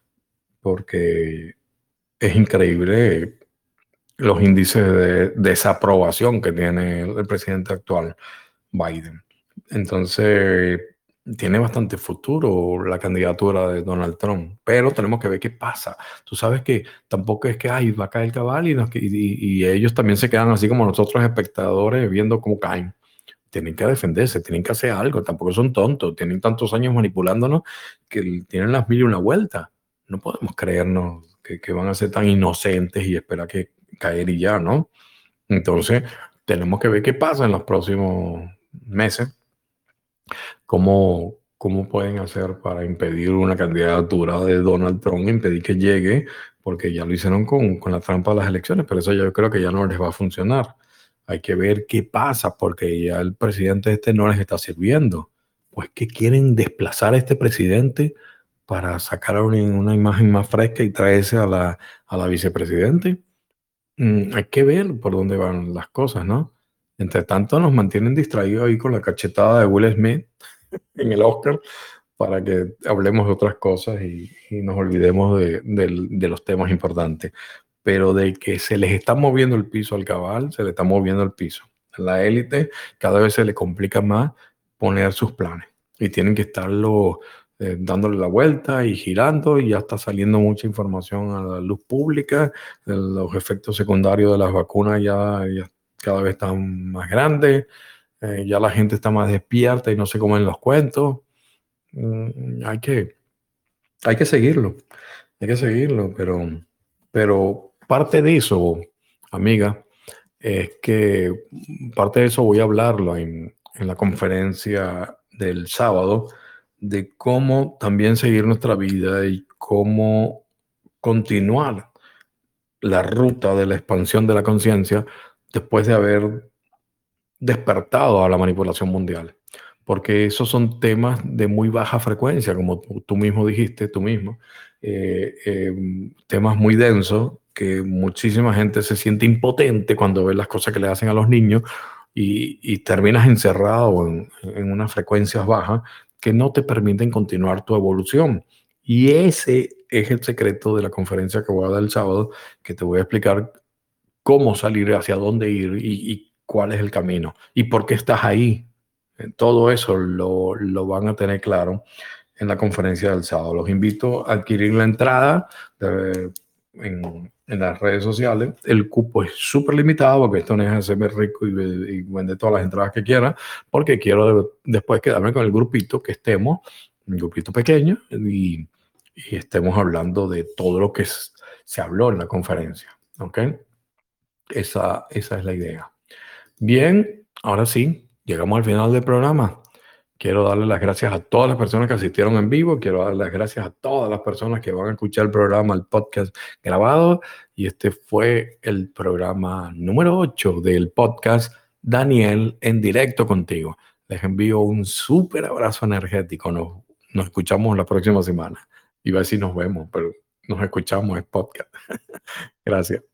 porque es increíble los índices de desaprobación que tiene el, el presidente actual, Biden. Entonces, tiene bastante futuro la candidatura de Donald Trump, pero tenemos que ver qué pasa. Tú sabes que tampoco es que ay, va a caer el cabal y, nos- y, y ellos también se quedan así como nosotros espectadores viendo cómo caen. Tienen que defenderse, tienen que hacer algo, tampoco son tontos, tienen tantos años manipulándonos que tienen las mil y una vueltas. No podemos creernos que, que van a ser tan inocentes y esperar que caer y ya, ¿no? Entonces, tenemos que ver qué pasa en los próximos meses, cómo, cómo pueden hacer para impedir una candidatura de Donald Trump, impedir que llegue, porque ya lo hicieron con, con la trampa de las elecciones, pero eso yo creo que ya no les va a funcionar. Hay que ver qué pasa, porque ya el presidente este no les está sirviendo. Pues que quieren desplazar a este presidente para sacar una, una imagen más fresca y traerse a la, a la vicepresidente. Mm, hay que ver por dónde van las cosas, ¿no? Entre tanto, nos mantienen distraídos ahí con la cachetada de Will Smith en el Oscar para que hablemos de otras cosas y, y nos olvidemos de, del- de los temas importantes. Pero de que se les está moviendo el piso al cabal, se le está moviendo el piso. A la élite cada vez se le complica más poner sus planes y tienen que estarlo eh, dándole la vuelta y girando, y ya está saliendo mucha información a la luz pública. Eh, Los efectos secundarios de las vacunas ya, ya cada vez están más grandes. Eh, ya la gente está más despierta y no se comen los cuentos. Mm, hay que, hay que seguirlo, hay que seguirlo, pero, pero parte de eso, amiga, es que parte de eso voy a hablarlo en, en la conferencia del sábado, de cómo también seguir nuestra vida y cómo continuar la ruta de la expansión de la conciencia después de haber despertado a la manipulación mundial. porque esos son temas de muy baja frecuencia, como tú, tú mismo dijiste, tú mismo, eh, eh, temas muy densos que muchísima gente se siente impotente cuando ve las cosas que le hacen a los niños y, y terminas encerrado en, en unas frecuencias bajas que no te permiten continuar tu evolución. Y ese es el secreto de la conferencia que voy a dar el sábado, que te voy a explicar cómo salir, hacia dónde ir y, y cuál es el camino y por qué estás ahí. Todo eso lo, lo van a tener claro en la conferencia del sábado. Los invito a adquirir la entrada de, en, en las redes sociales. El cupo es súper limitado porque esto no es hacerme rico y, y vender todas las entradas que quiera, porque quiero de, después quedarme con el grupito, que estemos, un grupito pequeño, y, y estemos hablando de todo lo que es, se habló en la conferencia. ¿Ok? Esa, esa es la idea. Bien, ahora sí, llegamos al final del programa. Quiero darle las gracias a todas las personas que asistieron en vivo. Quiero darle las gracias a todas las personas que van a escuchar el programa, el podcast grabado. Y este fue el programa número ocho del podcast Daniel en directo contigo. Les envío un súper abrazo energético. Nos, nos escuchamos la próxima semana. Iba a decir nos vemos, pero nos escuchamos en podcast. Gracias.